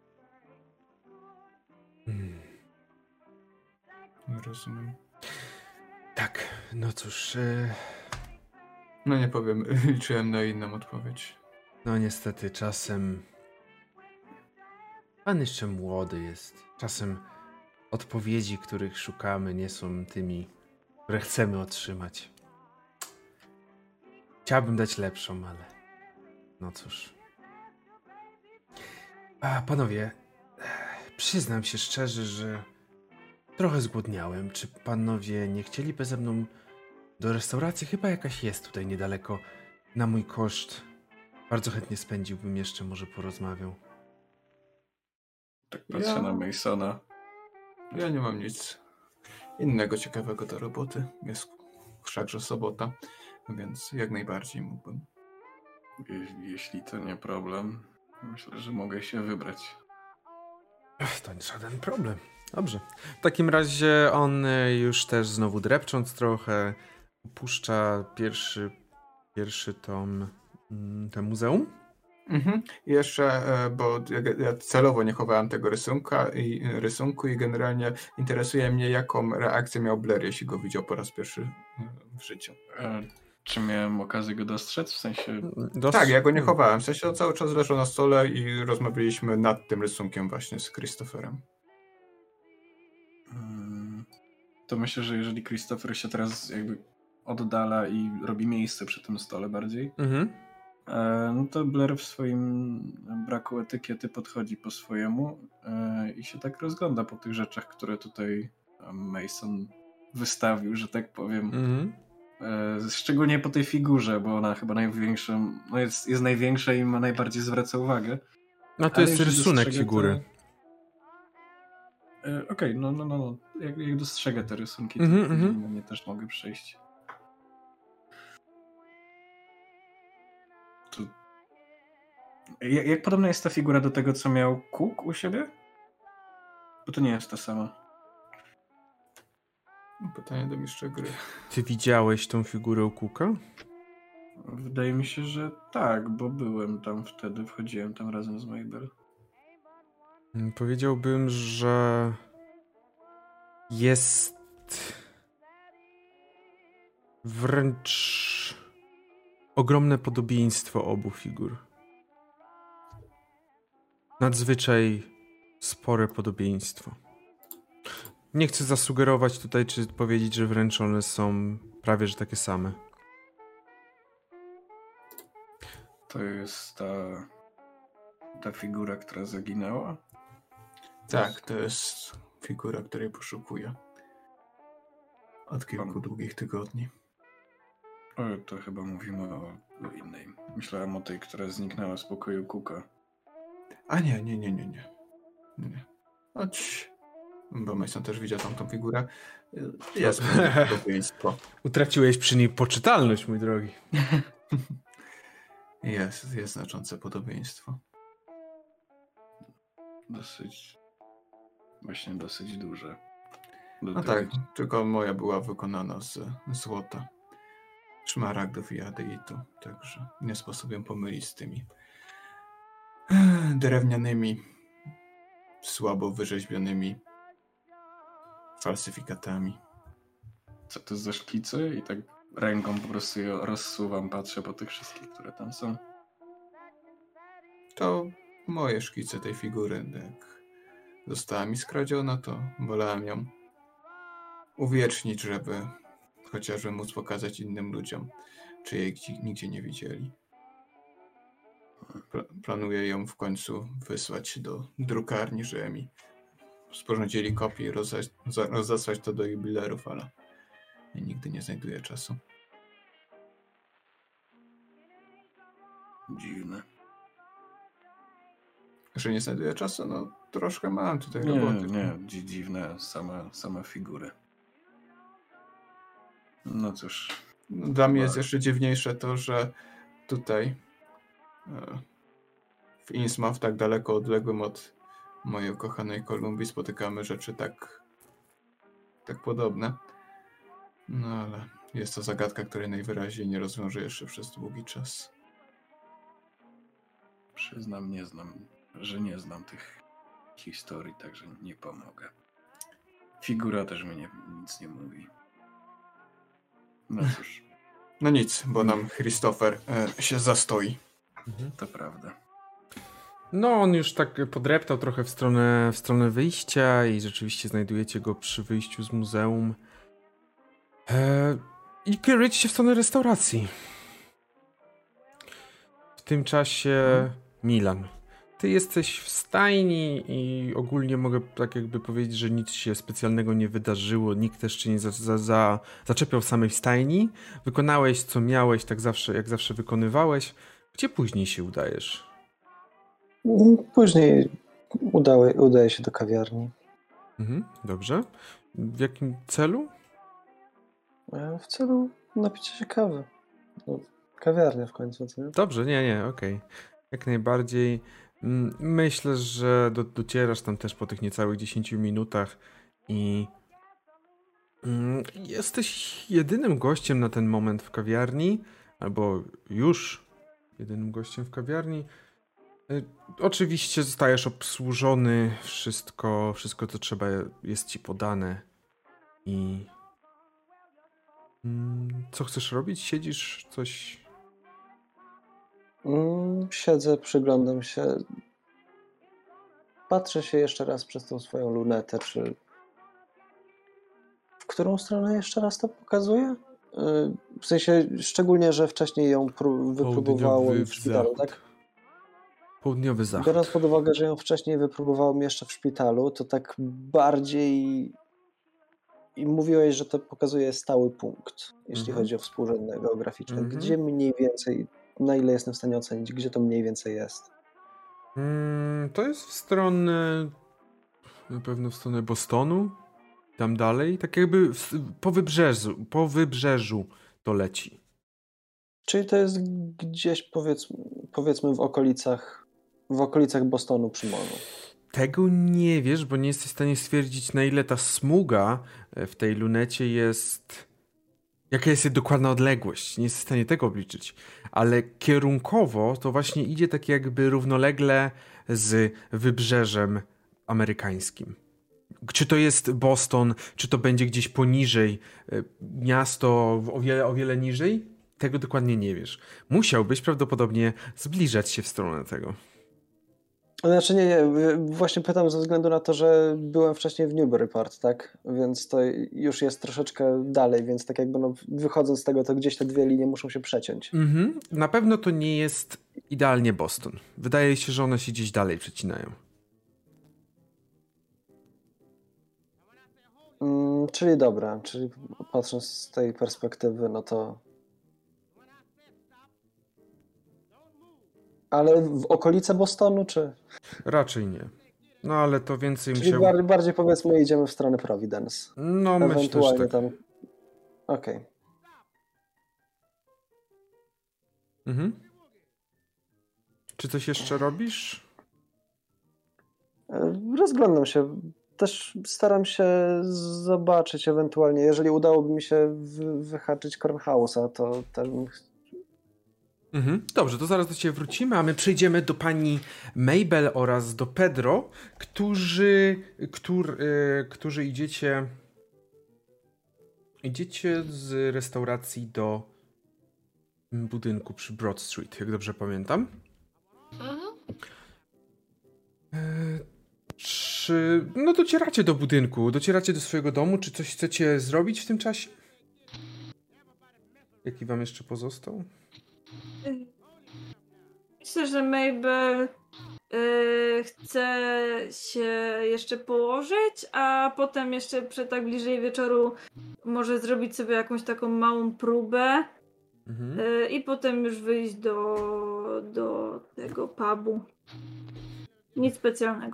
Hmm. Rozumiem. Tak, no cóż, No nie powiem, liczyłem na inną odpowiedź. no niestety czasem pan jeszcze młody jest. Czasem odpowiedzi, których szukamy, nie są tymi, które chcemy otrzymać. Chciałbym dać lepszą, ale no cóż. A panowie, przyznam się szczerze, że trochę zgłodniałem. Czy panowie nie chcieliby ze mną do restauracji? Chyba jakaś jest tutaj niedaleko. Na mój koszt. Bardzo chętnie spędziłbym jeszcze, może porozmawiał. Tak patrzę na Masona. Ja nie mam nic innego ciekawego do roboty. Jest wszakże sobota, więc jak najbardziej mógłbym. Jeśli to nie problem, myślę, że mogę się wybrać. To nie żaden problem. Dobrze. W takim razie on już też znowu drepcząc trochę opuszcza pierwszy tom te muzeum. Mhm. I jeszcze, bo ja celowo nie chowałem tego rysunku i generalnie interesuje mnie, jaką reakcję miał Blair, jeśli go widział po raz pierwszy w życiu. Czy miałem okazję go dostrzec? W sensie... Tak, ja go nie chowałem. W sensie on cały czas leżał na stole i rozmawialiśmy nad tym rysunkiem właśnie z Christopherem. To myślę, że jeżeli Christopher się teraz jakby oddala i robi miejsce przy tym stole bardziej, no to Blair w swoim braku etykiety podchodzi po swojemu i się tak rozgląda po tych rzeczach, które tutaj Mason wystawił, że tak powiem. Szczególnie po tej figurze, bo ona chyba największą, no jest największa i ma najbardziej zwraca uwagę. No to jest rysunek figury. Okej, no. Jak dostrzegę te rysunki, to nie też mogę przejść. To... Jak podobna jest ta figura do tego, co miał Cook u siebie? Bo to nie jest ta sama. Pytanie do mistrza gry. Ty widziałeś tą figurę u Cooka? Wydaje mi się, że tak, bo byłem tam wtedy, wchodziłem tam razem z Mabel. Powiedziałbym, że jest wręcz ogromne podobieństwo obu figur. Nadzwyczaj spore podobieństwo. Nie chcę zasugerować tutaj, czy powiedzieć, że wręcz one są prawie że takie same. To jest ta figura, która zaginęła? Tak, to jest figura, której poszukuję. Od kilku długich tygodni. O, to chyba mówimy o innej. Myślałem o tej, która zniknęła z pokoju Cooka. A nie. Chodź. Bo Mason też widział tamtą figurę. Jest podobieństwo. Utraciłeś przy niej poczytalność, mój drogi. Jest znaczące podobieństwo. Dosyć duże. No tak, tylko moja była wykonana z złota, szmaragdów i jadeitu, także nie sposób ją pomylić z tymi drewnianymi, słabo wyrzeźbionymi falsyfikatami. Co to za szkice? I tak ręką po prostu je rozsuwam, patrzę po tych wszystkich, które tam są. To moje szkice tej figury. Jak została mi skradziona, to wolałem ją uwiecznić, żeby chociażby móc pokazać innym ludziom, czy jej nigdzie nie widzieli. Planuję ją w końcu wysłać do drukarni, że mi sporządzili kopię i rozesłać to do jubilerów, ale ja nigdy nie znajduję czasu. Dziwne. Że nie znajduję czasu? No troszkę mam tutaj Nie, roboty. dziwne same figury. No cóż. No, dla mnie jest jeszcze dziwniejsze to, że tutaj w Innsmouth, tak daleko odległym od mojej ukochanej Kolumbii, spotykamy rzeczy tak podobne. No ale jest to zagadka, której najwyraźniej nie rozwiążę jeszcze przez długi czas. Przyznam, że nie znam tych historii, także nie pomogę. Figura też mi nic nie mówi. No cóż. No nic, bo nam Christopher się zastoi. To prawda. No, on już tak podreptał trochę w stronę wyjścia i rzeczywiście znajdujecie go przy wyjściu z muzeum. I kierujecie się w stronę restauracji. W tym czasie Milan. Ty jesteś w stajni i ogólnie mogę tak jakby powiedzieć, że nic się specjalnego nie wydarzyło. Nikt też cię nie zaczepiał w samej stajni. Wykonałeś co miałeś, tak zawsze, jak zawsze wykonywałeś. Gdzie później się udajesz? Później udaje się do kawiarni. Dobrze. W jakim celu? W celu napicia się kawy. No, kawiarnia w końcu, co nie? Dobrze, nie, okej. Jak najbardziej. Myślę, że docierasz tam też po tych niecałych 10 minutach i jesteś jedynym gościem na ten moment w kawiarni, albo już jedynym gościem w kawiarni. Oczywiście zostajesz obsłużony, wszystko co trzeba jest ci podane i co chcesz robić? Siedzisz, coś... Siedzę, przyglądam się. Patrzę się jeszcze raz przez tą swoją lunetę, czy... W którą stronę jeszcze raz to pokazuje? W sensie, szczególnie, że wcześniej ją wypróbowałem w szpitalu, tak? Południowy zachód. Biorąc pod uwagę, że ją wcześniej wypróbowałem jeszcze w szpitalu, to tak bardziej... I mówiłeś, że to pokazuje stały punkt, jeśli chodzi o współrzędne geograficzne. Gdzie mniej więcej, na ile jestem w stanie ocenić, gdzie to mniej więcej jest? To jest w stronę, na pewno w stronę Bostonu, tam dalej, tak jakby po wybrzeżu to leci. Czyli to jest gdzieś powiedzmy w okolicach Bostonu przy morzu. Tego nie wiesz, bo nie jesteś w stanie stwierdzić, na ile ta smuga w tej lunecie jest... Jaka jest jej dokładna odległość. Nie jesteś w stanie tego obliczyć. Ale kierunkowo to właśnie idzie tak jakby równolegle z wybrzeżem amerykańskim. Czy to jest Boston, czy to będzie gdzieś poniżej miasto o wiele niżej? Tego dokładnie nie wiesz. Musiałbyś prawdopodobnie zbliżać się w stronę tego. Znaczy nie, właśnie pytam ze względu na to, że byłem wcześniej w Newburyport, tak? Więc to już jest troszeczkę dalej, więc tak jakby wychodząc z tego, to gdzieś te dwie linie muszą się przeciąć. Na pewno to nie jest idealnie Boston. Wydaje się, że one się gdzieś dalej przecinają. Czyli dobra, czyli patrząc z tej perspektywy, no to... Ale w okolice Bostonu, czy? Raczej nie. No ale to więcej czyli musiał... bardziej powiedzmy idziemy w stronę Providence. No myślę, że tak. Tam... Okej. Czy coś jeszcze robisz? Rozglądam się. Też staram się zobaczyć ewentualnie, jeżeli udałoby mi się wyhaczyć Cornhouse'a, to też bym... Dobrze, to zaraz do ciebie wrócimy, a my przejdziemy do pani Mabel oraz do Pedro, którzy idziecie z restauracji do budynku przy Broad Street, jak dobrze pamiętam. Czy docieracie do budynku, docieracie do swojego domu, czy coś chcecie zrobić w tym czasie? Jaki wam jeszcze pozostał? Myślę, że Mabel chce się jeszcze położyć, a potem jeszcze tak bliżej wieczoru może zrobić sobie jakąś taką małą próbę i potem już wyjść do tego pubu. Nic specjalnego.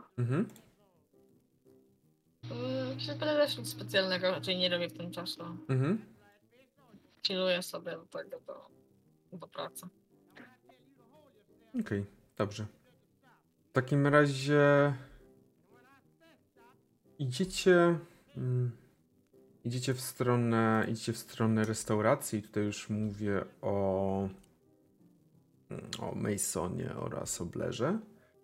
Chyba też nic specjalnego raczej nie robię w tym czasie. Chilluję sobie do tego, do pracy. Okej, dobrze. W takim razie idziecie w stronę restauracji. Tutaj już mówię o Masonie oraz o Blairze.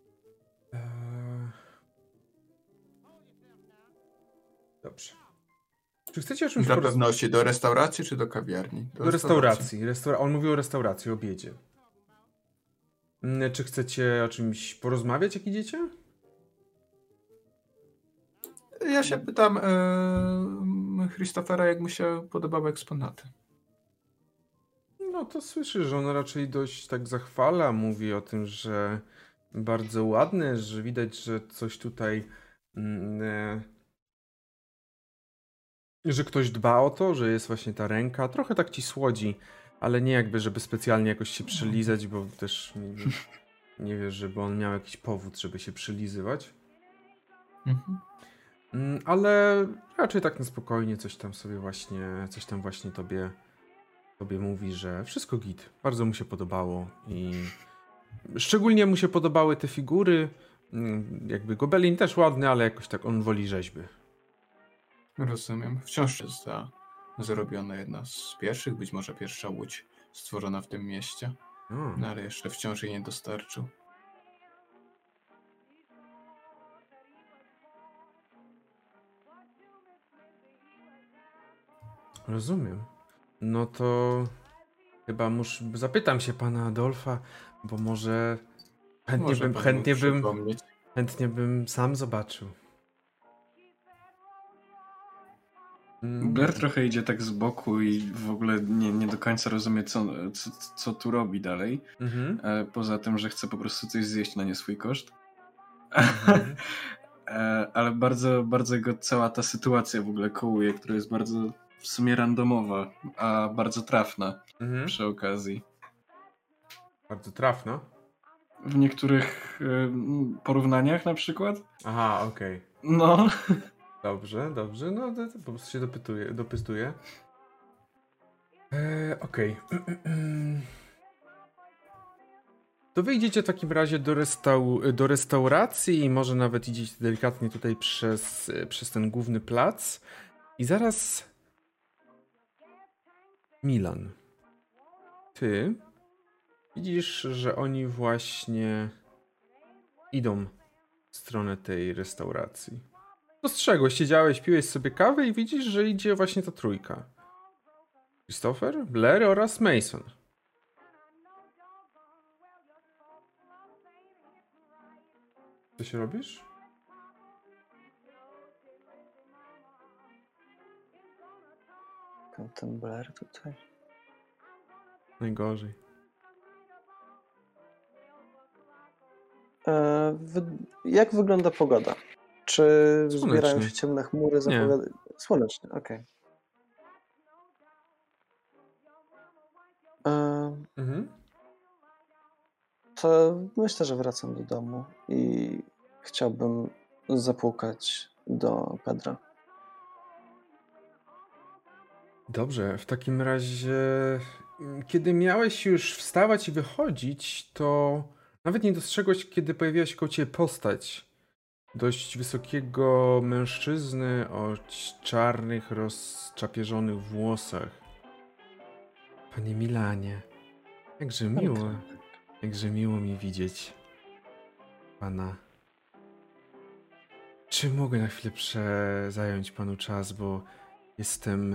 Dobrze. Czy chcecie o czymś Dla pewności do restauracji czy do kawiarni? Do restauracji. On mówił o restauracji, o obiedzie. Czy chcecie o czymś porozmawiać, jak idziecie? Ja się pytam Christophera, jak mu się podobały eksponaty. No to słyszę, że on raczej dość tak zachwala. Mówi o tym, że bardzo ładne, że widać, że coś tutaj... że ktoś dba o to, że jest właśnie ta ręka. Trochę tak ci słodzi, ale nie jakby, żeby specjalnie jakoś się przylizać, bo też nie wiesz, żeby on miał jakiś powód, żeby się przylizywać. Ale raczej tak na spokojnie coś tam właśnie tobie mówi, że wszystko git. Bardzo mu się podobało i szczególnie mu się podobały te figury. Jakby gobelin też ładny, ale jakoś tak on woli rzeźby. Rozumiem. Wciąż jest zrobiona jedna z pierwszych, być może pierwsza łódź stworzona w tym mieście. No ale jeszcze wciąż jej nie dostarczył. Rozumiem. No to chyba zapytam się pana Adolfa, bo może chętnie bym sam zobaczył. Blair trochę idzie tak z boku i w ogóle nie do końca rozumie, co tu robi dalej. Poza tym, że chce po prostu coś zjeść na nie swój koszt. Ale bardzo, bardzo go cała ta sytuacja w ogóle kołuje, która jest bardzo w sumie randomowa, a bardzo trafna przy okazji. Bardzo trafna? W niektórych porównaniach na przykład. Aha, okej. No. Dobrze. No to po prostu się dopytuję. Okej. To wyjdziecie w takim razie do restauracji i może nawet idziecie delikatnie tutaj przez ten główny plac. I zaraz... Milan. Ty widzisz, że oni właśnie idą w stronę tej restauracji. Dostrzegłeś, siedziałeś, piłeś sobie kawę i widzisz, że idzie właśnie ta trójka. Christopher, Blair oraz Mason. Co się robisz? Ten Blair tutaj. Najgorzej. Jak wygląda pogoda? Czy zbierają się ciemne chmury? Słonecznie, okej. To myślę, że wracam do domu i chciałbym zapukać do Pedra. Dobrze, w takim razie, kiedy miałeś już wstawać i wychodzić, to nawet nie dostrzegłeś, kiedy pojawiła się koło ciebie postać dość wysokiego mężczyzny o czarnych, rozczapieżonych włosach. Panie Milanie, jakże miło mi widzieć pana. Czy mogę na chwilę zająć panu czas, bo jestem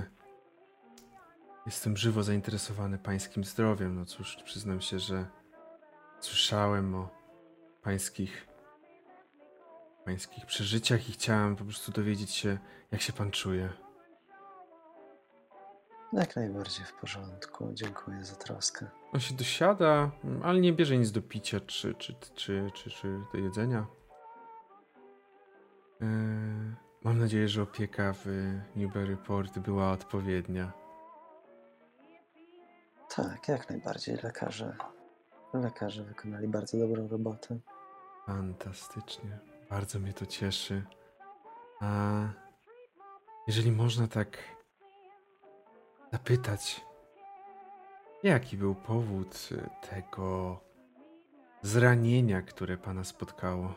żywo zainteresowany pańskim zdrowiem. No cóż, przyznam się, że słyszałem o pańskich przeżyciach i chciałem po prostu dowiedzieć się, jak się pan czuje. Jak najbardziej w porządku. Dziękuję za troskę. On się dosiada, ale nie bierze nic do picia czy do jedzenia. Mam nadzieję, że opieka w Newburyport była odpowiednia. Tak, jak najbardziej. Lekarze wykonali bardzo dobrą robotę. Fantastycznie. Bardzo mnie to cieszy. A jeżeli można tak zapytać, jaki był powód tego zranienia, które pana spotkało?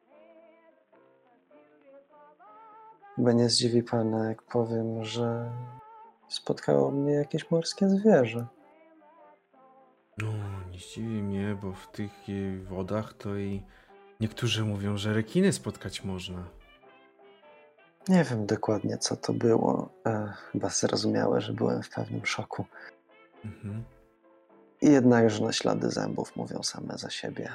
Chyba nie zdziwi pana, jak powiem, że spotkało mnie jakieś morskie zwierzę. No, nie zdziwi mnie, bo w tych wodach to i niektórzy mówią, że rekiny spotkać można. Nie wiem dokładnie, co to było. Chyba zrozumiałe, że byłem w pewnym szoku. Mhm. I jednakże no, ślady zębów mówią same za siebie.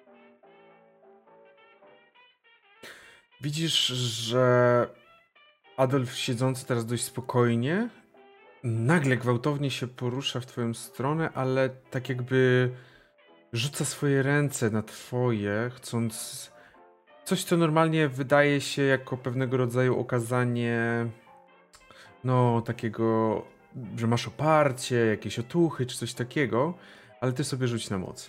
Widzisz, że Adolf, siedzący teraz dość spokojnie, nagle gwałtownie się porusza w twoją stronę, ale tak jakby rzuca swoje ręce na twoje, chcąc coś, co normalnie wydaje się jako pewnego rodzaju okazanie takiego, że masz oparcie, jakieś otuchy czy coś takiego, ale ty sobie rzuć na moc.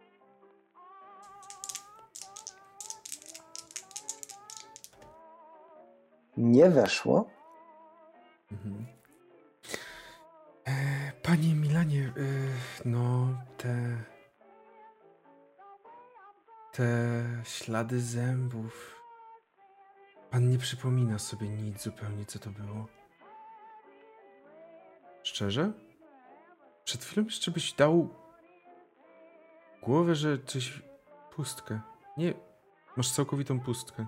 Nie weszło? Mhm. Panie Milanie, te ślady zębów. Pan nie przypomina sobie nic zupełnie, co to było. Szczerze? Przed chwilą jeszcze byś dał głowę, że coś... pustkę. Nie, masz całkowitą pustkę.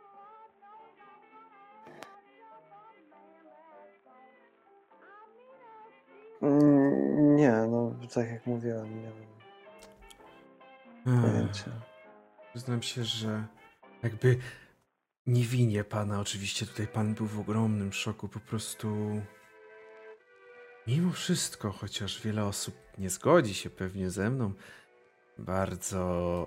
Nie, no tak jak mówiłem, nie mam pojęcia. Przyznam się, że jakby nie winię pana, oczywiście tutaj pan był w ogromnym szoku, po prostu mimo wszystko, chociaż wiele osób nie zgodzi się pewnie ze mną, bardzo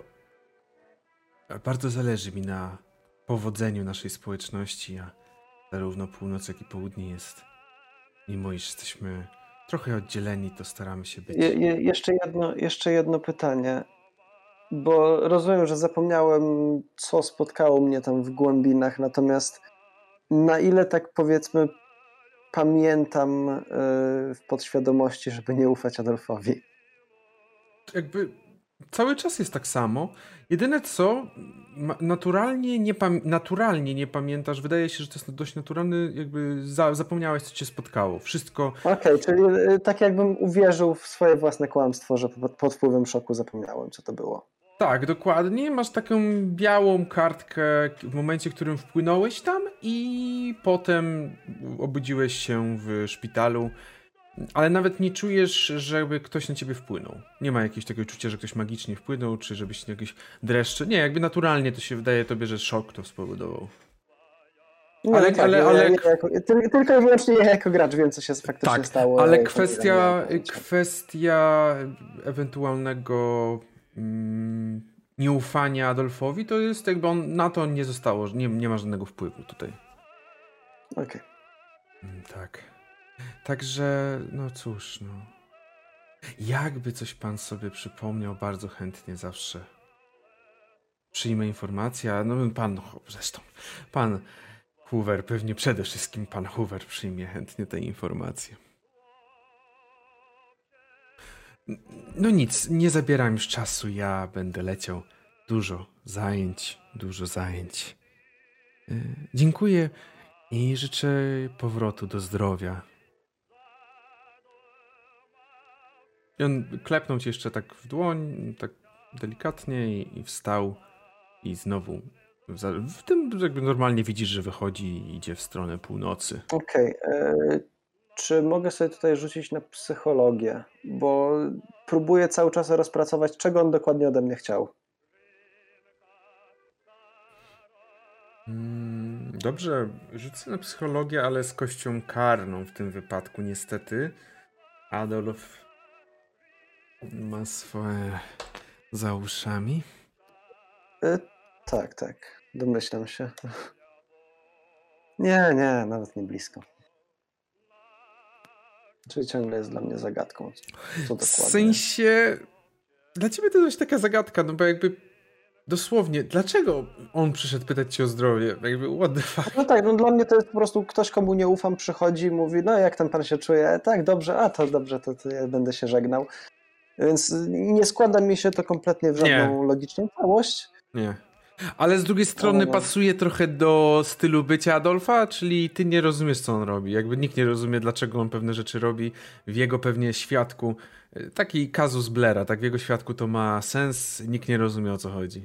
zależy mi na powodzeniu naszej społeczności, a zarówno północ, jak i południe jest, mimo iż jesteśmy trochę oddzieleni, to staramy się być. Jeszcze jedno pytanie, bo rozumiem, że zapomniałem, co spotkało mnie tam w głębinach, natomiast na ile tak powiedzmy pamiętam w podświadomości, żeby nie ufać Adolfowi? Jakby cały czas jest tak samo. Jedyne co, naturalnie nie pamiętasz. Wydaje się, że to jest dość naturalny, jakby zapomniałeś, co cię spotkało. Wszystko... Okej, czyli tak jakbym uwierzył w swoje własne kłamstwo, że pod wpływem szoku zapomniałem, co to było. Tak, dokładnie. Masz taką białą kartkę w momencie, w którym wpłynąłeś tam i potem obudziłeś się w szpitalu, ale nawet nie czujesz, żeby ktoś na ciebie wpłynął. Nie ma jakiegoś takiego czucia, że ktoś magicznie wpłynął, czy żebyś jakieś dreszcze. Nie, jakby naturalnie to się wydaje tobie, że szok to spowodował. No, Ale, tak, ale tylko i wyłącznie ja jako gracz wiem, co się faktycznie tak, stało. ale kwestia ewentualnego nieufania Adolfowi, to jest jakby na to nie zostało, nie ma żadnego wpływu tutaj. Okej. Tak. Także, no cóż, jakby coś pan sobie przypomniał, bardzo chętnie zawsze przyjmę informację, a pan Hoover, pewnie przede wszystkim pan Hoover przyjmie chętnie te informacje. No nic, nie zabieram już czasu, ja będę leciał. Dużo zajęć. Dziękuję i życzę powrotu do zdrowia. I on klepnął cię jeszcze tak w dłoń, tak delikatnie i wstał i znowu w tym jakby normalnie widzisz, że wychodzi i idzie w stronę północy. Okej. Czy mogę sobie tutaj rzucić na psychologię? Bo próbuję cały czas rozpracować, czego on dokładnie ode mnie chciał. Dobrze, rzucę na psychologię, ale z kością karną w tym wypadku niestety. Adolf ma swoje za uszami. Tak. Domyślam się. Nie, nawet nie blisko. Czyli ciągle jest dla mnie zagadką. Co W dokładnie? sensie, dla ciebie to jest taka zagadka, no bo jakby dosłownie, dlaczego on przyszedł pytać cię o zdrowie? Jakby, what the fuck? No tak, no dla mnie to jest po prostu ktoś, komu nie ufam, przychodzi i mówi, no jak ten pan się czuje? Tak, dobrze, to dobrze, to ja będę się żegnał. Więc nie składa mi się to kompletnie w żadną logiczną całość. Nie. Ale z drugiej strony No. pasuje trochę do stylu bycia Adolfa, czyli ty nie rozumiesz, co on robi. Jakby nikt nie rozumie, dlaczego on pewne rzeczy robi. W jego pewnie świadku, taki kazus Blaira, tak w jego świadku to ma sens, nikt nie rozumie, o co chodzi.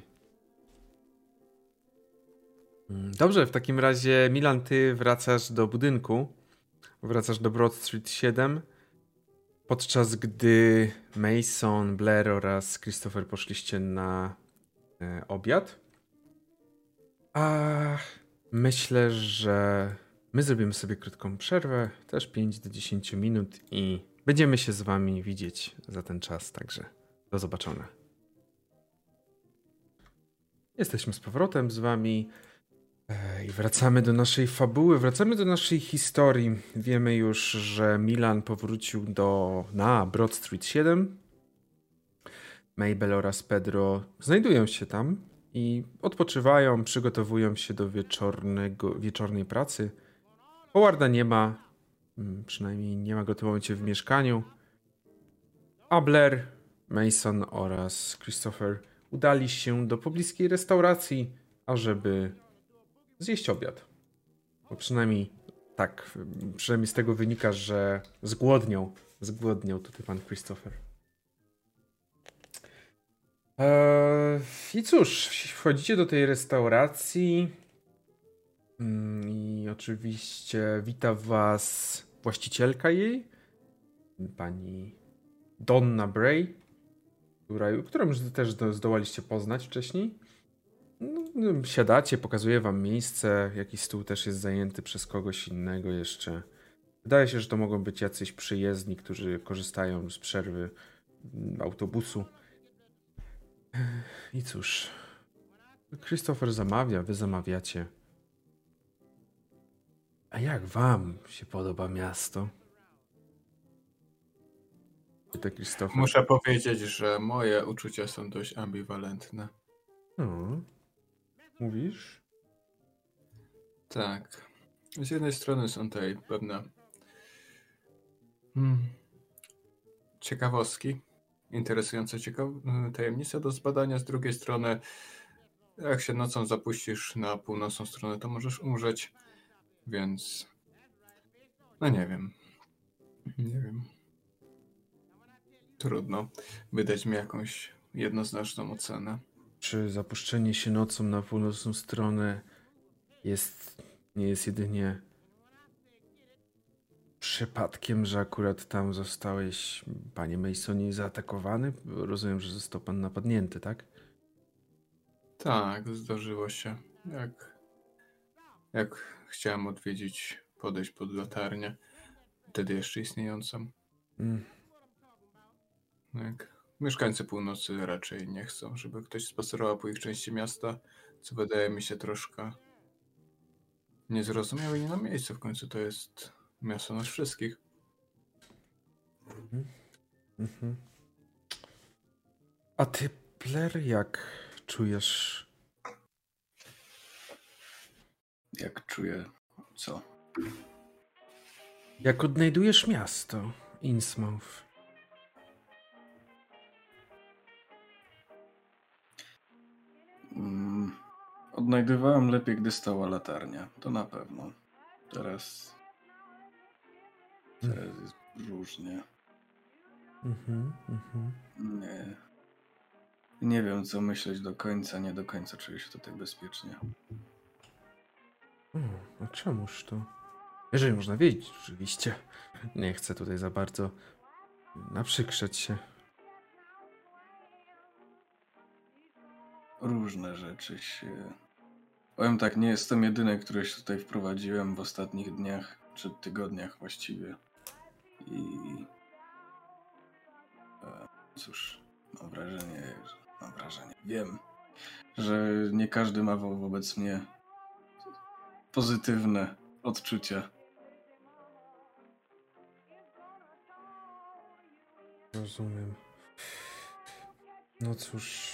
Dobrze, w takim razie Milan, ty wracasz do budynku. Wracasz do Broad Street 7. Podczas gdy Mason, Blair oraz Christopher poszliście na obiad. A myślę, że my zrobimy sobie krótką przerwę, też 5 do 10 minut i będziemy się z wami widzieć za ten czas, także do zobaczenia. Jesteśmy z powrotem z wami i wracamy do naszej fabuły, wracamy do naszej historii. Wiemy już, że Milan powrócił na Broad Street 7. Mabel oraz Pedro znajdują się tam i odpoczywają, przygotowują się do wieczornej pracy. Howarda nie ma, przynajmniej nie ma go w tym momencie w mieszkaniu. A Blair, Mason oraz Christopher udali się do pobliskiej restauracji, ażeby zjeść obiad. Bo przynajmniej tak, przynajmniej z tego wynika, że zgłodniał tutaj pan Christopher. I cóż, wchodzicie do tej restauracji i oczywiście wita was właścicielka jej, pani Donna Bray, którą już też zdołaliście poznać wcześniej. No, siadacie, pokazuje wam miejsce, jakiś stół też jest zajęty przez kogoś innego jeszcze. Wydaje się, że to mogą być jacyś przyjezdni, którzy korzystają z przerwy autobusu. I cóż, Christopher zamawia, wy zamawiacie. A jak wam się podoba miasto? Pyta Christopher. Muszę powiedzieć, że moje uczucia są dość ambiwalentne. No. Mówisz? Tak. Z jednej strony są tutaj pewne ciekawostki, interesujące tajemnice do zbadania. Z drugiej strony, jak się nocą zapuścisz na północną stronę, to możesz umrzeć. Więc no nie wiem. Trudno wydać mi jakąś jednoznaczną ocenę. Czy zapuszczenie się nocą na północną stronę nie jest jedynie przypadkiem, że akurat tam zostałeś, panie Masonie, zaatakowany? Rozumiem, że został pan napadnięty, tak? Tak, zdarzyło się. Jak chciałem podejść pod latarnię, wtedy jeszcze istniejącą. Tak. Mieszkańcy północy raczej nie chcą, żeby ktoś spacerował po ich części miasta, co wydaje mi się troszkę niezrozumiałe i nie na miejscu. W końcu to jest miasto nas wszystkich. A ty, Blair, jak czujesz? Jak czuję co? Jak odnajdujesz miasto Innsmouth? Odnajdywałem lepiej, gdy stała latarnia. To na pewno. Teraz jest różnie. Nie wiem, co myśleć do końca. Nie do końca czuję się tutaj bezpiecznie. A czemuż to? Jeżeli można wiedzieć, oczywiście. Nie chcę tutaj za bardzo naprzykrzeć się. Różne rzeczy się Powiem tak, nie jestem jedyny, który się tutaj wprowadziłem w ostatnich dniach, czy tygodniach właściwie. I cóż, mam wrażenie, wiem, że nie każdy ma wobec mnie pozytywne odczucia. Rozumiem. No cóż,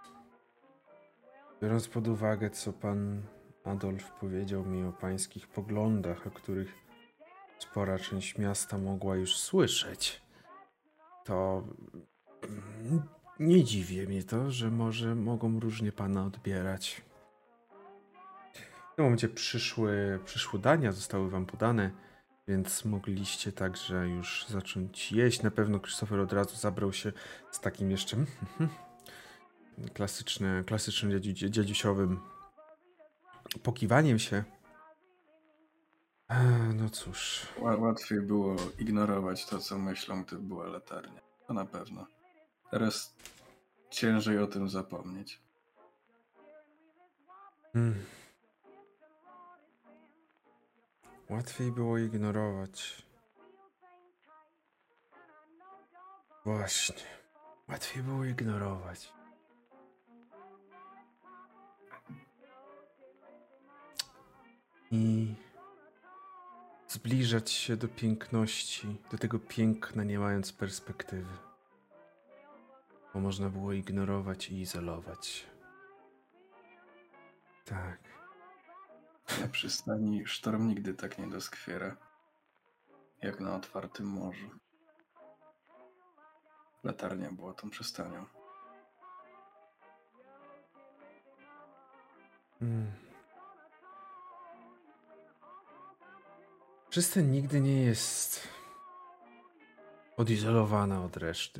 biorąc pod uwagę, co pan Adolf powiedział mi o pańskich poglądach, o których spora część miasta mogła już słyszeć, to nie dziwi mnie to, że może mogą różnie pana odbierać. W tym momencie przyszły dania, zostały wam podane, więc mogliście także już zacząć jeść. Na pewno Christopher od razu zabrał się z takim jeszcze klasycznym dziadziusiowym pokiwaniem się. No cóż. Łatwiej było ignorować to, co myślą, gdy była latarnia. To na pewno. Teraz ciężej o tym zapomnieć. Łatwiej było ignorować. Właśnie. Łatwiej było ignorować. I zbliżać się do piękności, do tego piękna, nie mając perspektywy. Bo można było ignorować i izolować. Tak. Na przystani sztorm nigdy tak nie doskwiera, jak na otwartym morzu. Latarnia była tą przystanią. Przystań nigdy nie jest odizolowana od reszty.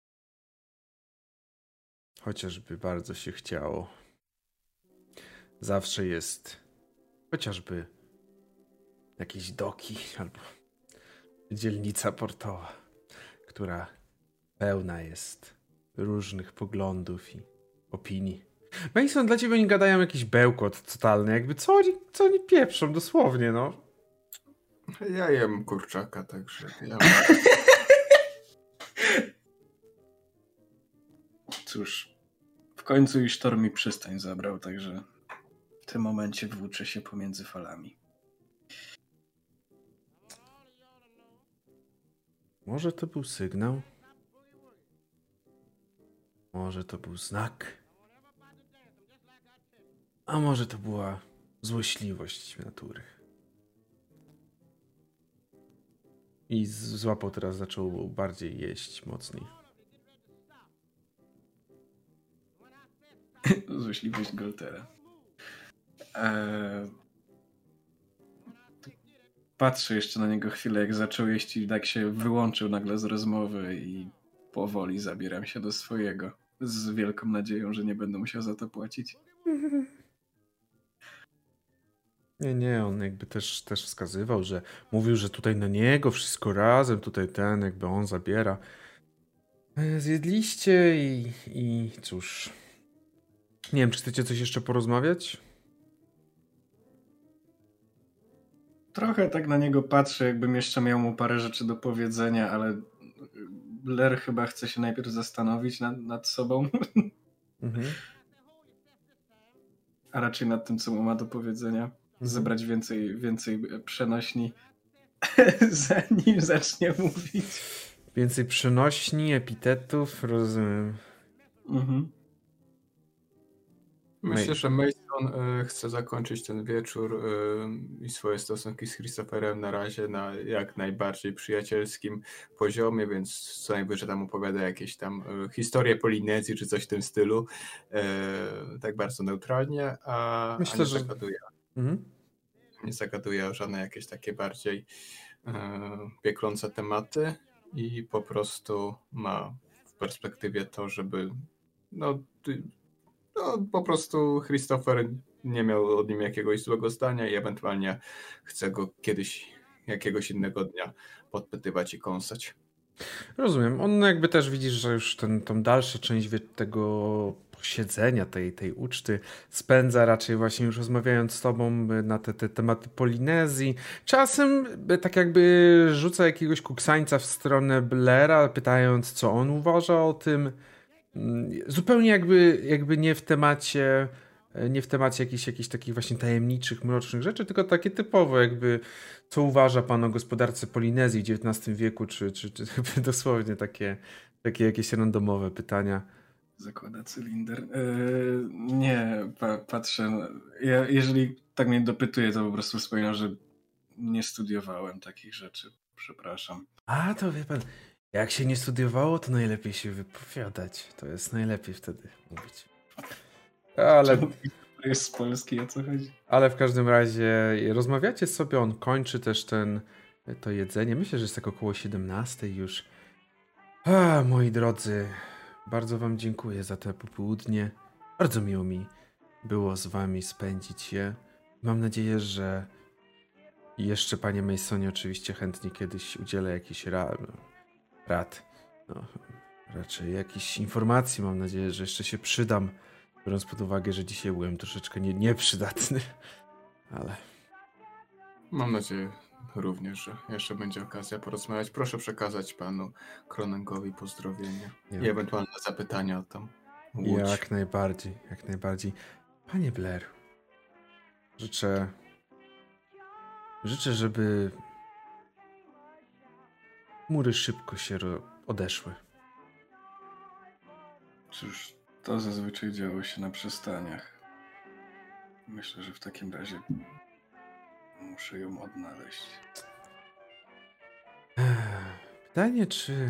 Chociażby bardzo się chciało. Zawsze jest chociażby jakieś doki albo dzielnica portowa, która pełna jest różnych poglądów i opinii. Mason, dla ciebie oni gadają jakiś bełkot totalny, jakby co oni pieprzą dosłownie, no. Ja jem kurczaka, także ja... Cóż, w końcu i sztorm mi przystań zabrał, także w tym momencie włóczę się pomiędzy falami. Może to był sygnał? Może to był znak? A może to była złośliwość natury? I złapał teraz, zaczął bardziej jeść mocniej. Złośliwość Goltera. Patrzę jeszcze na niego chwilę, jak zaczął jeść i tak się wyłączył nagle z rozmowy i powoli zabieram się do swojego. Z wielką nadzieją, że nie będę musiał za to płacić. Nie, on jakby też wskazywał, że mówił, że tutaj na niego wszystko razem, tutaj jakby on zabiera. Zjedliście i cóż. Nie wiem, czy chcecie coś jeszcze porozmawiać? Trochę tak na niego patrzę, jakbym jeszcze miał mu parę rzeczy do powiedzenia, ale Blair chyba chce się najpierw zastanowić nad sobą. Mhm. A raczej nad tym, co mu ma do powiedzenia. Zebrać więcej przenośni, zanim zacznie mówić. Więcej przenośni, epitetów, rozumiem. Mhm. Myślę, że Mason chce zakończyć ten wieczór i swoje stosunki z Christopherem na razie na jak najbardziej przyjacielskim poziomie, więc co najwyżej tam opowiada jakieś tam historie Polinezji czy coś w tym stylu, tak bardzo neutralnie, a nie zagaduje. Nie zagaduje o żadne jakieś takie bardziej pieklące tematy i po prostu ma w perspektywie to, żeby po prostu Christopher nie miał od nim jakiegoś złego zdania i ewentualnie chce go kiedyś, jakiegoś innego dnia podpytywać i kąsać. Rozumiem. On jakby też widzisz, że już tą dalsza część tego siedzenia, tej uczty spędza raczej właśnie już rozmawiając z tobą na te tematy Polinezji. Czasem tak jakby rzuca jakiegoś kuksańca w stronę Blaira, pytając, co on uważa o tym. Zupełnie jakby nie w temacie jakichś takich właśnie tajemniczych, mrocznych rzeczy, tylko takie typowo jakby co uważa pan o gospodarce Polinezji w XIX wieku, czy dosłownie takie jakieś randomowe pytania. Zakłada cylinder. Nie, patrzę. Jeżeli tak mnie dopytuje, to po prostu wspominam, że nie studiowałem takich rzeczy. Przepraszam. A to wie pan, jak się nie studiowało, to najlepiej się wypowiadać. To jest najlepiej wtedy mówić. Ale Jest z Polski, o co chodzi? Ale w każdym razie rozmawiacie sobie, on kończy też to jedzenie. Myślę, że jest tak około 17 już. Moi drodzy, bardzo wam dziękuję za to popołudnie. Bardzo miło mi było z wami spędzić je. Mam nadzieję, że jeszcze panie Masonie oczywiście chętnie kiedyś udzielę jakichś rad. No, raczej jakichś informacji. Mam nadzieję, że jeszcze się przydam. Biorąc pod uwagę, że dzisiaj byłem troszeczkę nieprzydatny, ale... Mam nadzieję również, że jeszcze będzie okazja porozmawiać. Proszę przekazać panu Kronengowi pozdrowienia i ewentualne zapytania o tą łódź. Jak najbardziej. Panie Blair, życzę, żeby mury szybko się odeszły. Cóż, to zazwyczaj działo się na przystaniach. Myślę, że w takim razie muszę ją odnaleźć. Pytanie, czy...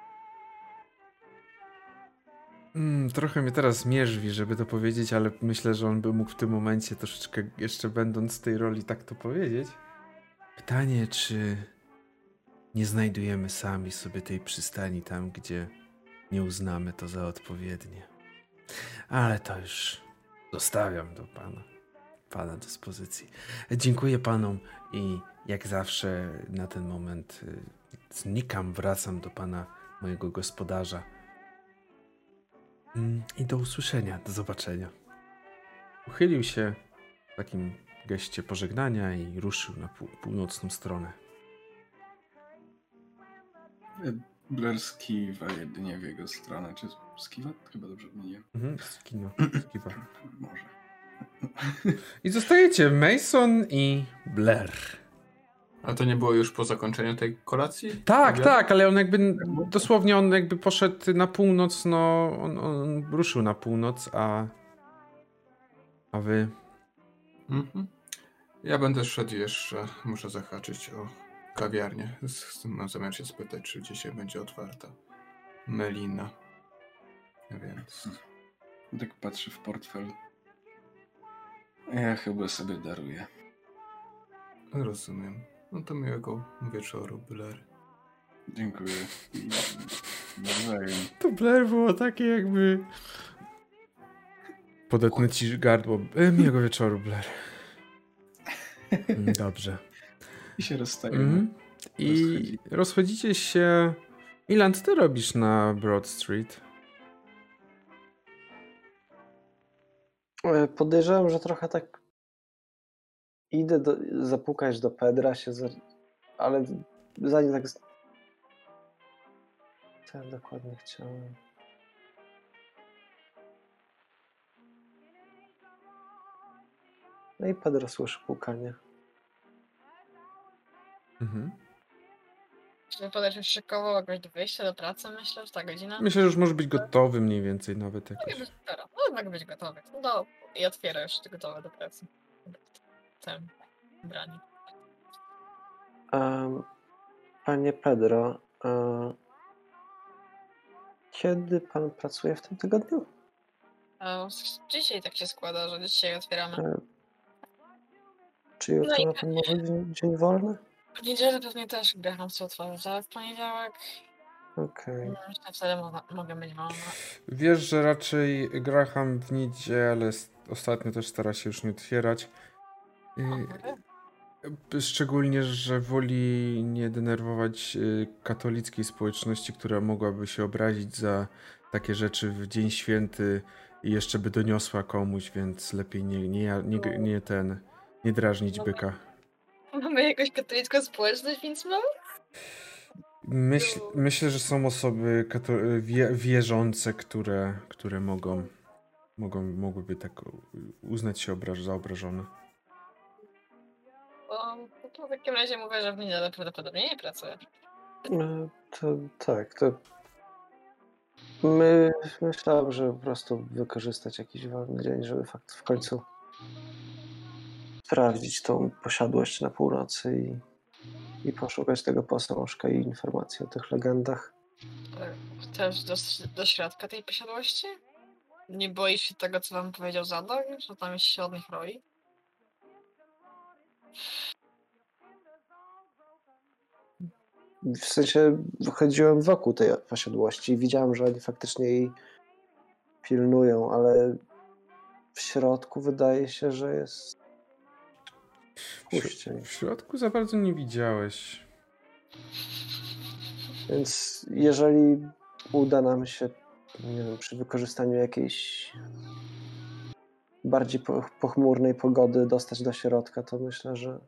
trochę mnie teraz mierzwi, żeby to powiedzieć, ale myślę, że on by mógł w tym momencie troszeczkę, jeszcze będąc w tej roli, tak to powiedzieć. Pytanie, czy nie znajdujemy sami sobie tej przystani tam, gdzie nie uznamy to za odpowiednie. Ale to już zostawiam do pana dyspozycji. Dziękuję panom i jak zawsze na ten moment znikam, wracam do pana, mojego gospodarza. I do usłyszenia, do zobaczenia. Uchylił się w takim geście pożegnania i ruszył na północną stronę. Blair skiwa jedynie w jego stronę. Czy skiwa? Chyba dobrze wymieniłem. Skiwa. Może. I zostajecie Mason i Blair. A to nie było już po zakończeniu tej kolacji? Tak, ale on jakby dosłownie poszedł na północ, no on ruszył na północ, a wy? Ja będę szedł jeszcze, muszę zahaczyć o kawiarnię. Mam zamiar się spytać, czy dzisiaj będzie otwarta Melina. Więc... Tak patrzę w portfel. Ja chyba sobie daruję. Rozumiem. No to miłego wieczoru, Blair. Dziękuję. Nawzajem. To Blair było takie jakby... Podetnę ci gardło. Miłego wieczoru, Blair. Dobrze. I się rozstajemy. I rozchodzicie się... Ilan, ty robisz na Broad Street? Podejrzewam, że trochę tak idę zapukać do Pedra ale zanim tak... Co ja dokładnie chciałem? No i Pedro słyszy pukanie. Czy podejrzewam szykował jakoś do wyjścia do pracy, myślę, że ta godzina? Myślę, że już może być gotowy mniej więcej nawet jakoś. Mogę być teraz. Mogę być gotowy. No i otwiera już gotowe do pracy. Tym ubrani. Panie Pedro, kiedy pan pracuje w tym tygodniu? Dzisiaj tak się składa, że dzisiaj otwieramy. Czy jutro ma pan może dzień wolny? W niedzielę pewnie też Graham się otworzy, ale w poniedziałek... Okej. Myślę, wtedy mogę być wolna. Wiesz, że raczej Graham w niedzielę ostatnio też stara się już nie otwierać. Szczególnie, że woli nie denerwować katolickiej społeczności, która mogłaby się obrazić za takie rzeczy w dzień święty i jeszcze by doniosła komuś, więc lepiej nie drażnić byka. Mamy jakąś katolicką społeczność, więc mamy? Myślę, że są osoby wierzące, które mogłyby tak uznać się za obrażone. To w takim razie mówię, że w niedzielę prawdopodobnie nie pracuję. To myślałem, że po prostu wykorzystać jakiś wolny dzień, żeby w końcu sprawdzić tą posiadłość na północy i poszukać tego posążka i informacji o tych legendach. Chcesz do środka tej posiadłości? Nie boisz się tego, co wam powiedział Zadok? Że tam się od nich roi? W sensie chodziłem wokół tej posiadłości i widziałem, że oni faktycznie jej pilnują, ale w środku wydaje się, że jest puściej. W środku za bardzo nie widziałeś. Więc jeżeli uda nam się, nie wiem, przy wykorzystaniu jakiejś bardziej pochmurnej pogody dostać do środka, to myślę, że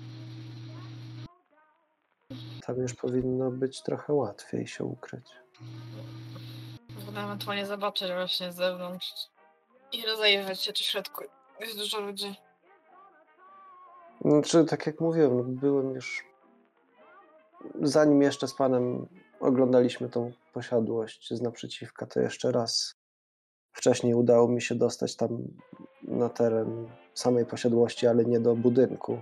tam już powinno być trochę łatwiej się ukryć. Można ewentualnie zobaczyć właśnie z zewnątrz i rozejrzeć się, czy w środku jest dużo ludzi. Znaczy, tak jak mówiłem, byłem już... Zanim jeszcze z panem oglądaliśmy tą posiadłość z naprzeciwka, to jeszcze raz wcześniej udało mi się dostać tam na teren samej posiadłości, ale nie do budynku.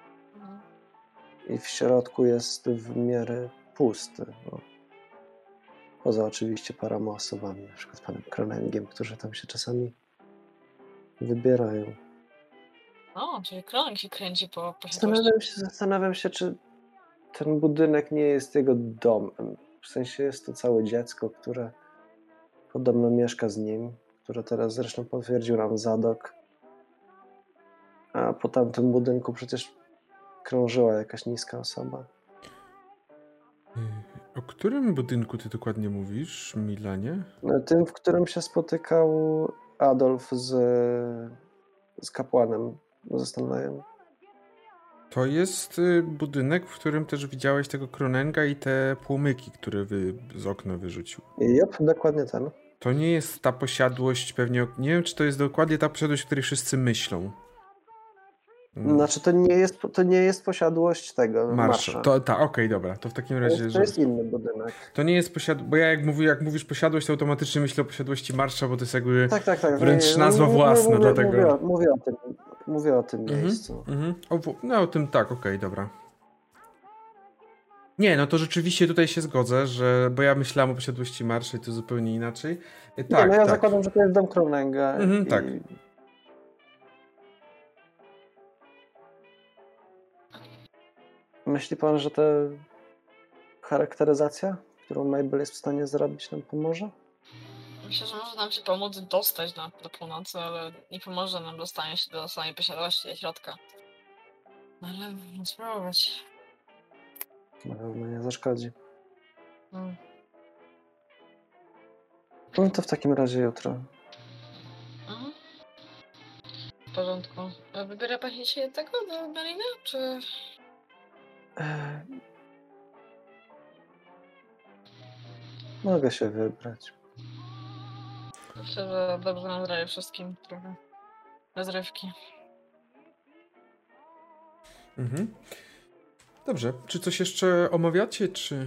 I w środku jest w miarę pusty. No. Poza oczywiście paroma osobami, na przykład panem Kronengiem, którzy tam się czasami wybierają. O, czyli Kroneng się kręci po posiadłości. Zastanawiam się, czy ten budynek nie jest jego domem. W sensie jest to całe dziecko, które podobno mieszka z nim, które teraz zresztą potwierdził nam Zadok. A po tamtym budynku przecież krążyła jakaś niska osoba. O którym budynku ty dokładnie mówisz, Milanie? Tym, w którym się spotykał Adolf z kapłanem ze Stanleyem. To jest budynek, w którym też widziałeś tego Kronenga i te płomyki, które z okna wyrzucił. Jep, dokładnie ten. To nie jest ta posiadłość pewnie... Nie wiem, czy to jest dokładnie ta posiadłość, o której wszyscy myślą. Znaczy, to nie jest posiadłość tego Marsza. Okej, dobra. To w takim razie... To jest inny budynek. To nie jest posiadłość... Bo ja jak mówisz posiadłość, to automatycznie myślę o posiadłości Marsza, bo to jest jakby Tak. wręcz nazwa własna, dlatego... Mówię o tym miejscu. O tym tak, okej, dobra. Nie, no to rzeczywiście tutaj się zgodzę, bo ja myślałem o posiadłości Marsza i to zupełnie inaczej. Tak, ja zakładam, że to jest dom Kronenga. Tak. Myśli pan, że ta charakteryzacja, którą Mabel jest w stanie zrobić, nam pomoże? Myślę, że może nam się pomóc dostać do północy, ale nie pomoże nam dostanie się do samej posiadłości do środka. Ale można spróbować. Na pewno nie zaszkodzi. Hmm. No to w takim razie jutro. W porządku. A wybiera pan się dzisiaj tego do Berlina, czy... Mogę się wybrać. Myślę, że dobrze nam zdaje wszystkim trochę rozrywki. Dobrze. Czy coś jeszcze omawiacie, czy...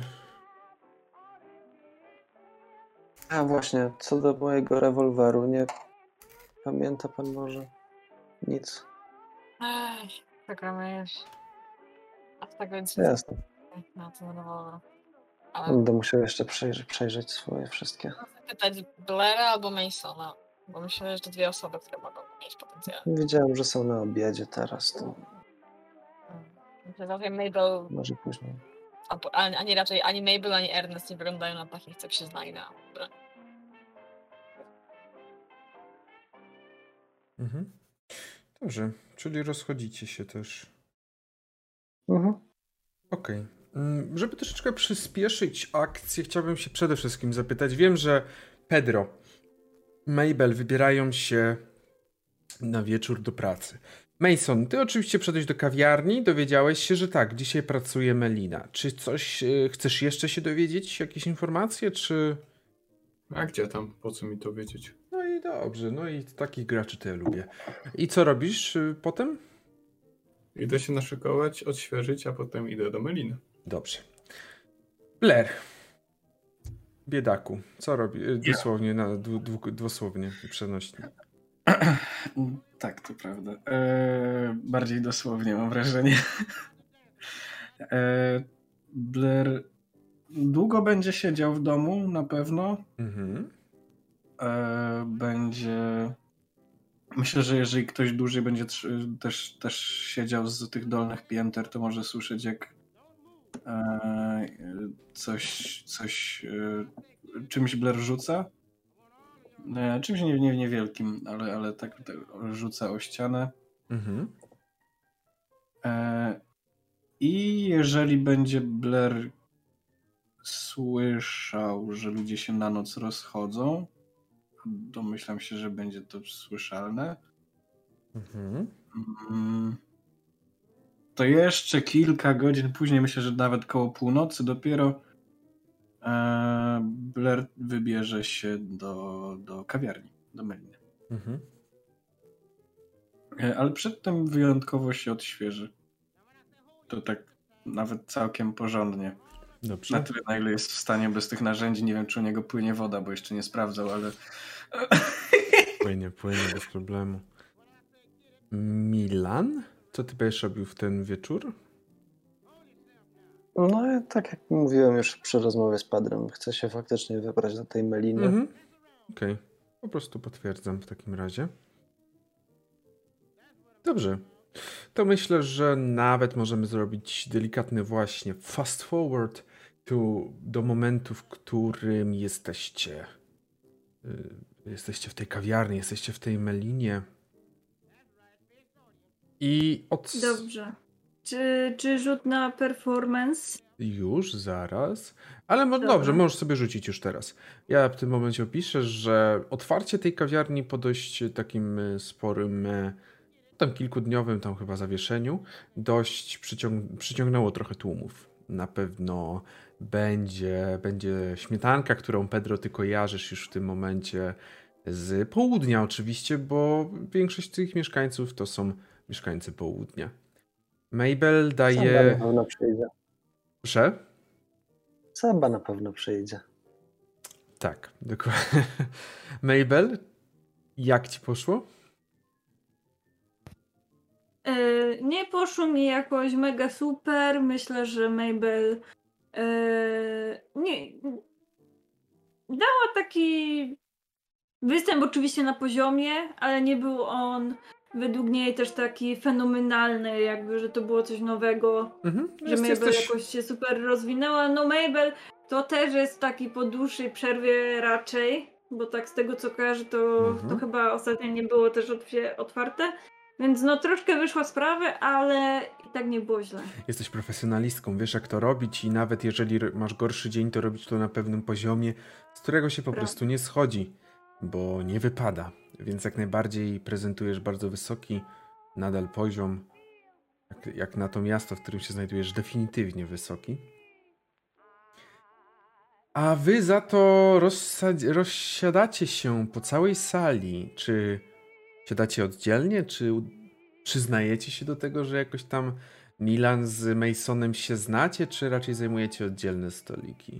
A właśnie, co do mojego rewolweru, nie pamięta pan może nic? Programy już. A z tego nic Jasne. na tym rewolwer. Będę musiał jeszcze przejrzeć swoje wszystkie. Pytać Blaira albo Masona, bo myślę, że to dwie osoby, które mogą mieć potencjał. Widziałem, że są na obiedzie teraz, to Myślę, że Mabel, może później. ani raczej ani Mabel, ani Ernest nie wyglądają na takich, co się znali na broń. Dobrze, czyli rozchodzicie się też. Okej. Żeby troszeczkę przyspieszyć akcję, chciałbym się przede wszystkim zapytać. Wiem, że Pedro, Mabel wybierają się na wieczór do pracy. Mason, ty oczywiście wszedłeś do kawiarni, dowiedziałeś się, że tak, dzisiaj pracuje Melina. Czy coś chcesz jeszcze się dowiedzieć? Jakieś informacje, czy... A gdzie tam? Po co mi to wiedzieć? No i dobrze, no i takich graczy to ja lubię. I co robisz potem? Idę się naszykować, odświeżyć, a potem idę do Meliny. Dobrze. Blair. Biedaku. Co robi? Dosłownie, dosłownie, przenośnie. Tak, to prawda. Bardziej dosłownie mam wrażenie. Blair długo będzie siedział w domu, na pewno. Mhm. Będzie... Myślę, że jeżeli ktoś dłużej będzie też siedział z tych dolnych pięter, to może słyszeć, jak coś czymś Blair rzuca. Czymś niewielkim, ale tak rzuca o ścianę. Mhm. I jeżeli będzie Blair słyszał, że ludzie się na noc rozchodzą, domyślam się, że będzie to słyszalne, to jeszcze kilka godzin później, myślę, że nawet koło północy dopiero Blair wybierze się do kawiarni, do Meliny. Mhm. Ale przedtem wyjątkowo się odświeży. To tak nawet całkiem porządnie. Dobrze. Na tyle, na ile jest w stanie bez tych narzędzi. Nie wiem, czy u niego płynie woda, bo jeszcze nie sprawdzał, ale... Płynie, bez problemu. Milan? Co ty będziesz robił w ten wieczór? No tak jak mówiłem już przy rozmowie z Padrem, chcę się faktycznie wybrać do tej Meliny. Mhm. Okej. Po prostu potwierdzam w takim razie. Dobrze. To myślę, że nawet możemy zrobić delikatny właśnie fast forward do momentu, w którym jesteście w tej kawiarni, jesteście w tej Melinie. I Dobrze. Czy rzut na performance? Już, zaraz. Ale Dobra. dobrze, możesz sobie rzucić już teraz. Ja w tym momencie opiszę, że otwarcie tej kawiarni po dość takim sporym, tam kilkudniowym tam chyba zawieszeniu, dość przyciągnęło trochę tłumów. Na pewno będzie śmietanka, którą Pedro ty kojarzysz już w tym momencie z południa oczywiście, bo większość tych mieszkańców to są mieszkańcy południa. Mabel Seba daje... na pewno przyjdzie. Że? Seba na pewno przyjdzie. Tak, dokładnie. Mabel, jak ci poszło? Nie poszło mi jakoś mega super. Myślę, że Mabel nie dała taki występ oczywiście na poziomie, ale nie był on według niej też taki fenomenalny, jakby, że to było coś nowego, że Mabel jakoś się super rozwinęła. No Mabel to też jest taki po dłuższej przerwie raczej, bo tak z tego co kojarzę, to chyba ostatnio nie było też otwarte. Więc no troszkę wyszła sprawy, ale i tak nie było źle. Jesteś profesjonalistką, wiesz jak to robić i nawet jeżeli masz gorszy dzień, to robić to na pewnym poziomie, z którego się po prostu nie schodzi, bo nie wypada. Więc jak najbardziej prezentujesz bardzo wysoki nadal poziom, jak na to miasto, w którym się znajdujesz, definitywnie wysoki. A wy za to rozsiadacie się po całej sali. Czy siadacie oddzielnie, czy przyznajecie się do tego, że jakoś tam Milan z Masonem się znacie, czy raczej zajmujecie oddzielne stoliki?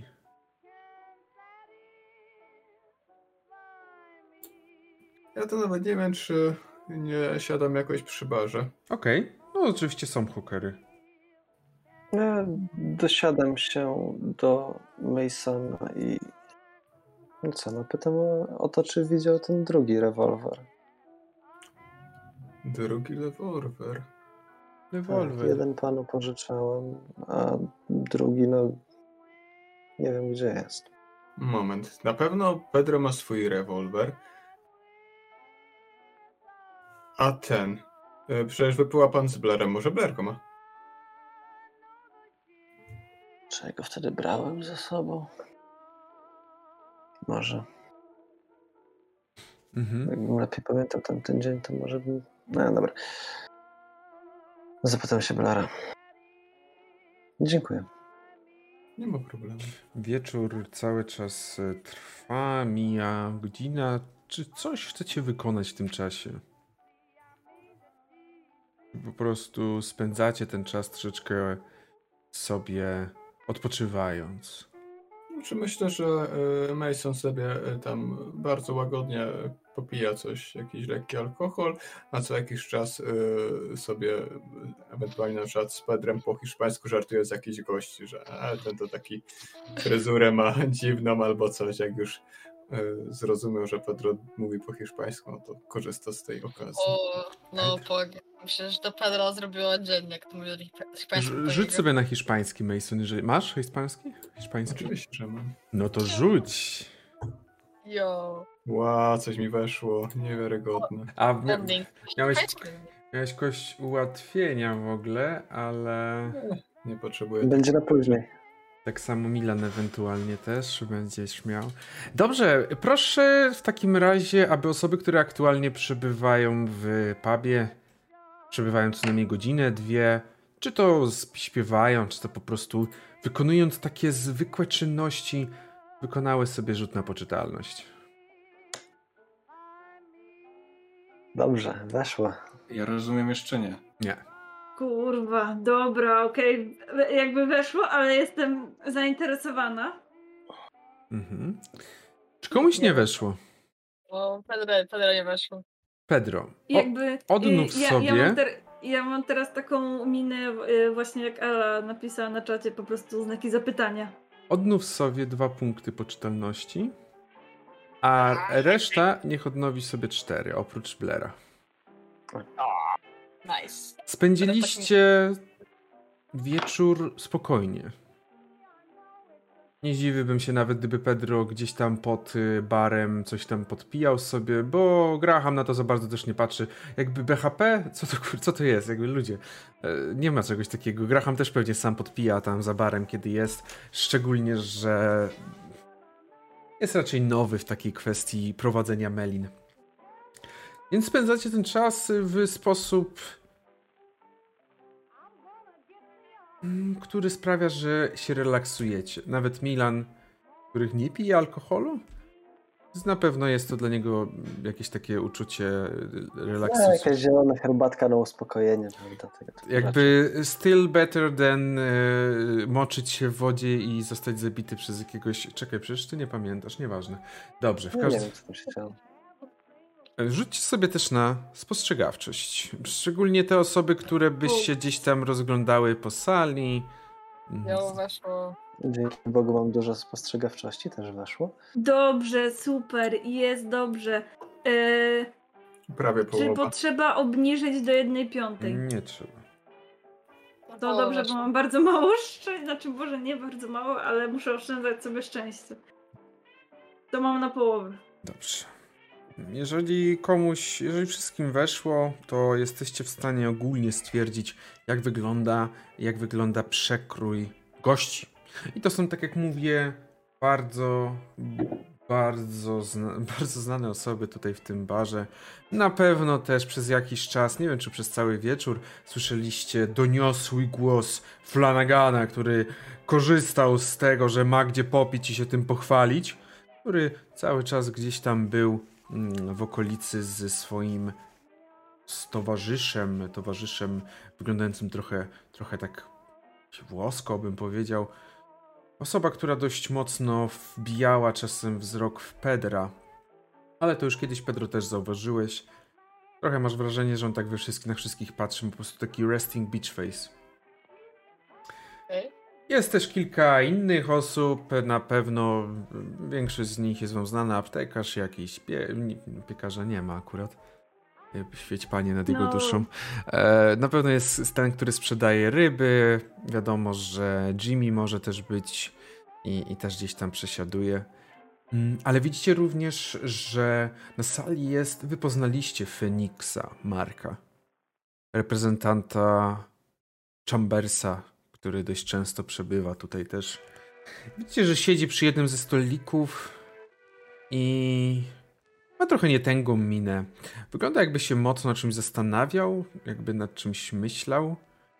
Ja to nawet nie wiem, czy nie siadam jakoś przy barze. Okej. No oczywiście są hookery. Ja dosiadam się do Masona i no co, no pytam o to, czy widział ten drugi rewolwer. Drugi rewolwer. Tak, jeden panu pożyczałem, a drugi, no nie wiem gdzie jest. Moment. Na pewno Pedro ma swój rewolwer. A ten. Przecież wypływa pan z Blairem. Może Blair go ma? Czy ja go wtedy brałem ze sobą? Może. Jakbym lepiej pamiętał ten dzień, to może bym... No dobra. Zapytam się Belara. Dziękuję. Nie ma problemu. Wieczór cały czas trwa, mija godzina. Czy coś chcecie wykonać w tym czasie? Po prostu spędzacie ten czas troszeczkę sobie odpoczywając. Czy myślę, że Mason sobie tam bardzo łagodnie popija coś, jakiś lekki alkohol, a co jakiś czas sobie ewentualnie na przykład z Pedrem po hiszpańsku żartuje z jakichś gości, że ten to taki fryzurę ma dziwną albo coś, jak już zrozumiał, że Pedro mówi po hiszpańsku, no to korzysta z tej okazji. O, no myślę, że to Pedro zrobiło dzień, jak to mówili hiszpański. Rzuć sobie na hiszpański, Mason, jeżeli masz hiszpański? Oczywiście, że mam. No to rzuć. Jo. Wow, coś mi weszło, niewiarygodne. A Ending. miałeś kość ułatwienia w ogóle, ale Nie potrzebuję. Będzie na później. tak samo Milan ewentualnie też będziesz miał. Dobrze, proszę w takim razie, aby osoby, które aktualnie przebywają w pubie, przebywają co najmniej godzinę, dwie, czy to śpiewają, czy to po prostu wykonując takie zwykłe czynności, wykonały sobie rzut na poczytalność. Dobrze, weszło. Ja rozumiem jeszcze nie. Nie. Kurwa, dobra, okej. Jakby weszło, ale jestem zainteresowana. Mhm. Czy komuś nie weszło? O, Pedro nie weszło. Pedro, Jakby, odnów sobie. Ja mam teraz taką minę, właśnie jak Ala napisała na czacie, po prostu znaki zapytania. Odnów sobie 2 punkty poczytalności, a reszta niech odnowi sobie 4, oprócz Blaira. Nice. Spędziliście wieczór spokojnie. Nie dziwiłbym się nawet, gdyby Pedro gdzieś tam pod barem coś tam podpijał sobie, bo Graham na to za bardzo też nie patrzy. Jakby BHP? Co to jest? Jakby ludzie. Nie ma czegoś takiego. Graham też pewnie sam podpija tam za barem, kiedy jest. Szczególnie, że jest raczej nowy w takiej kwestii prowadzenia melin. Więc spędzacie ten czas w sposób, który sprawia, że się relaksujecie. Nawet Milan, których nie pije alkoholu, na pewno jest to dla niego jakieś takie uczucie relaksu. Jakaś zielona herbatka na uspokojenie. Prawda? Jakby still better than moczyć się w wodzie i zostać zabity przez jakiegoś... Czekaj, przecież ty nie pamiętasz, nieważne. Dobrze, w Nie każdym... wiem, co tam się działo. Rzućcie sobie też na spostrzegawczość. Szczególnie te osoby, które by się gdzieś tam rozglądały po sali. Jo, weszło. Dzięki Bogu mam dużo spostrzegawczości, też weszło. Dobrze, super, jest dobrze. Prawie Czy połowa. potrzeba obniżyć do 1/5? Nie trzeba. To dobrze, bo mam bardzo mało szczęścia. Znaczy, może nie bardzo mało, ale muszę oszczędzać sobie szczęście. To mam na połowę. Dobrze. Jeżeli wszystkim weszło, to jesteście w stanie ogólnie stwierdzić, jak wygląda przekrój gości. I to są, tak jak mówię, bardzo znane osoby tutaj w tym barze. Na pewno też przez jakiś czas, nie wiem czy przez cały wieczór, słyszeliście doniosły głos Flanagana, który korzystał z tego, że ma gdzie popić i się tym pochwalić, który cały czas gdzieś tam był w okolicy ze swoim towarzyszem wyglądającym trochę tak włosko, bym powiedział. Osoba, która dość mocno wbijała czasem wzrok w Pedra. Ale to już kiedyś, Pedro, też zauważyłeś. Trochę masz wrażenie, że on tak na wszystkich patrzy, po prostu taki resting bitch face. Okay. Jest też kilka innych osób, na pewno większość z nich jest wam znana, aptekarz jakiś, piekarza nie ma akurat. Świeć Panie nad jego duszą. Na pewno jest ten, który sprzedaje ryby. Wiadomo, że Jimmy może też być i też gdzieś tam przesiaduje. Ale widzicie również, że na sali jest, wy poznaliście Feniksa, Marka. Reprezentanta Chambersa, który dość często przebywa tutaj też. Widzicie, że siedzi przy jednym ze stolików i Ma trochę nietęgą minę. Wygląda jakby się mocno nad czymś zastanawiał, jakby nad czymś myślał.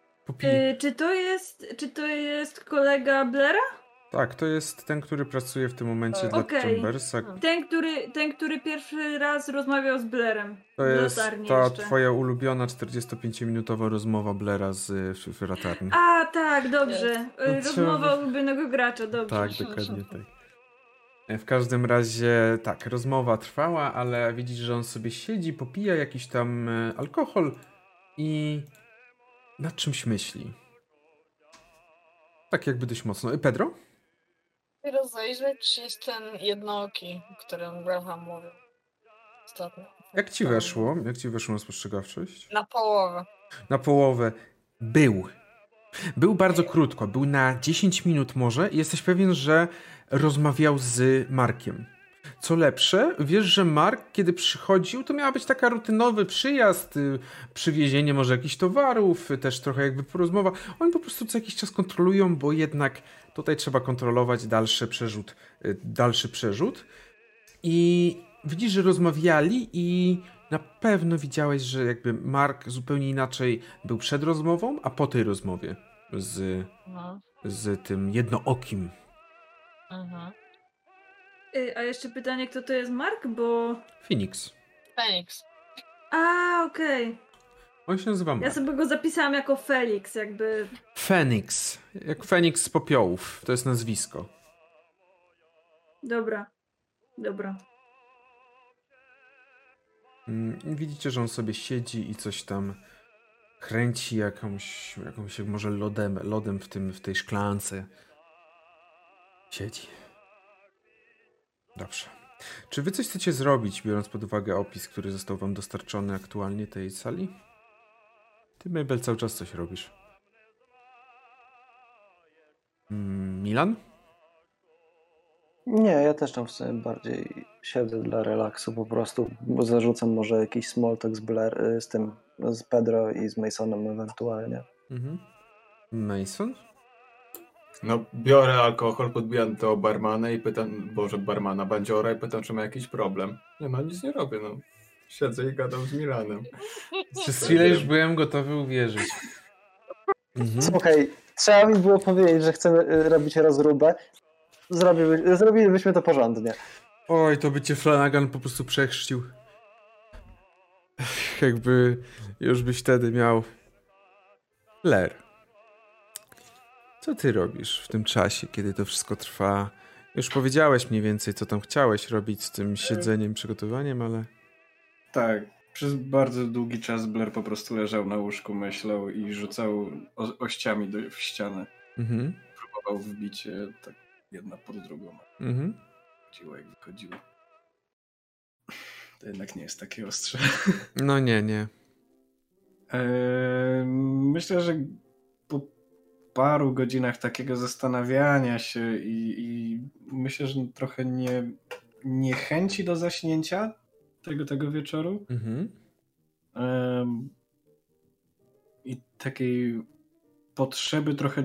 Czy to jest kolega Blaira? Tak, to jest ten, który pracuje w tym momencie dla Okej. Chambersa. Ten, który pierwszy raz rozmawiał z Blairem. To w jest latarni ta jeszcze. twoja ulubiona 45-minutowa rozmowa Blaira w latarni. A, tak, dobrze. No Rozmowa ulubionego gracza, dobrze. Tak, dokładnie tak. W każdym razie, tak, rozmowa trwała, ale widzisz, że on sobie siedzi, popija jakiś tam alkohol i nad czymś myśli. Tak jakby dość mocno. Pedro? I rozejrzeć, czy jest ten jednooki, o którym Graham mówił ostatnio. Jak ci weszło? Jak ci weszło na spostrzegawczość? Na połowę. Na połowę. Był bardzo krótko, był na 10 minut może i jesteś pewien, że rozmawiał z Markiem. Co lepsze, wiesz, że Mark, kiedy przychodził, to miała być taka rutynowy przyjazd, przywiezienie może jakichś towarów, też trochę jakby porozmowa. Oni po prostu co jakiś czas kontrolują, bo jednak tutaj trzeba kontrolować dalszy przerzut. I widzisz, że rozmawiali i na pewno widziałeś, że jakby Mark zupełnie inaczej był przed rozmową, a po tej rozmowie z tym jednookim. Mhm. A jeszcze pytanie, kto to jest Mark, bo... Phoenix. Feniks. A, okej. On się nazywa Ja Mark. sobie go zapisałam jako Felix, jakby... Feniks. Jak Feniks z popiołów. To jest nazwisko. Dobra. Widzicie, że on sobie siedzi i coś tam kręci jakąś może lodem w tej szklance. Siedzi. Dobrze. Czy wy coś chcecie zrobić, biorąc pod uwagę opis, który został wam dostarczony aktualnie tej sali? Ty, Mabel, cały czas coś robisz. Milan? Nie, ja też tam w sumie bardziej siedzę dla relaksu po prostu, bo zarzucam może jakiś small talk z Pedro i z Masonem ewentualnie. Mhm. Mason? No, biorę alkohol, podbijam to barmana i pytam, barmana, bandziora i pytam, czy ma jakiś problem. Nie ma, nic nie robię, no. Siedzę i gadam z Milanem. Przez chwilę już byłem gotowy uwierzyć. Słuchaj, trzeba mi było powiedzieć, że chcemy robić rozróbę. Zrobilibyśmy to porządnie. Oj, to by cię Flanagan po prostu przechrzcił. Jakby już byś wtedy miał... Blair. Co ty robisz w tym czasie, kiedy to wszystko trwa? Już powiedziałeś mniej więcej, co tam chciałeś robić z tym siedzeniem, przygotowaniem, ale... Tak, przez bardzo długi czas Blair po prostu leżał na łóżku, myślał i rzucał ościami w ścianę. Mhm. Próbował wbić je tak jedna pod drugą. Mhm. Chodziło jak wychodziło. To jednak nie jest takie ostrze. No nie. Myślę, że po paru godzinach takiego zastanawiania się i myślę, że trochę niechęci do zaśnięcia tego wieczoru i takiej potrzeby trochę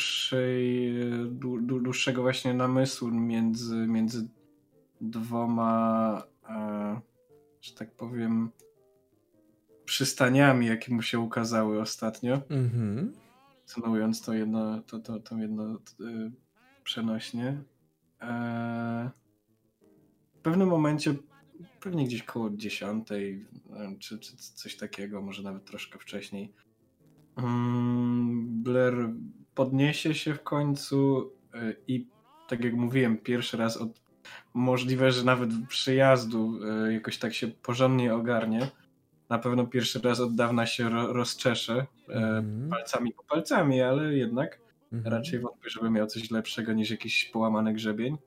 dłuższego właśnie namysłu między dwoma, że tak powiem, przystaniami, jakie mu się ukazały ostatnio. Kontynuując to jedno przenośnie. W pewnym momencie, pewnie gdzieś koło 10, czy coś takiego, może nawet troszkę wcześniej, Blair podniesie się w końcu i tak jak mówiłem, pierwszy raz od możliwe, że nawet przyjazdu jakoś tak się porządnie ogarnie. Na pewno pierwszy raz od dawna się rozczesze palcami, ale jednak raczej wątpię, żeby miał coś lepszego niż jakiś połamany grzebień.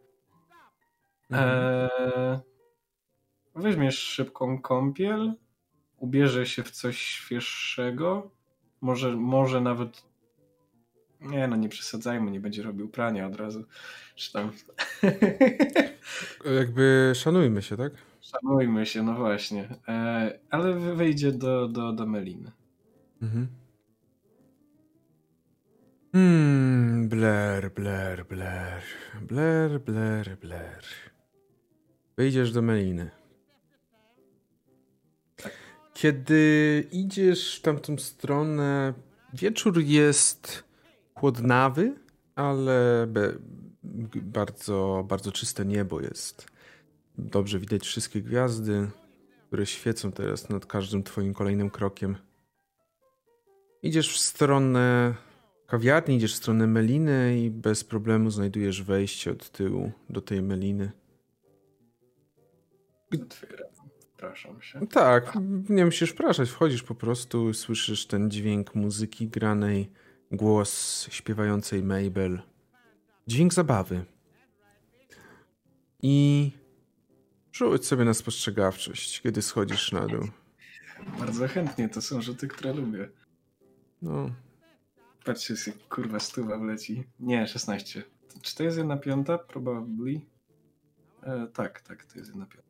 Weźmiesz szybką kąpiel, ubierze się w coś świeższego, może nawet nie przesadzajmy, nie będzie robił prania od razu. Czy tam... Jakby szanujmy się, tak? Szanujmy się, no właśnie. Ale wyjdzie do Meliny. Blair. Wyjdziesz do Meliny. Kiedy idziesz w tamtą stronę, wieczór jest chłodnawy, ale bardzo, bardzo czyste niebo jest. Dobrze widać wszystkie gwiazdy, które świecą teraz nad każdym twoim kolejnym krokiem. Idziesz w stronę kawiarni, idziesz w stronę meliny i bez problemu znajdujesz wejście od tyłu do tej meliny. Otwieram. Przepraszam się. Tak, nie musisz praszać, wchodzisz po prostu, słyszysz ten dźwięk muzyki granej, głos śpiewającej Mabel, dźwięk zabawy. I rzuć sobie na spostrzegawczość, kiedy schodzisz na dół. Bardzo chętnie, to są rzuty, które lubię. No, Patrzcie, jak kurwa stuwa wleci. Nie, 16. Czy to jest 1/5? Probably. Tak, to jest 1/5.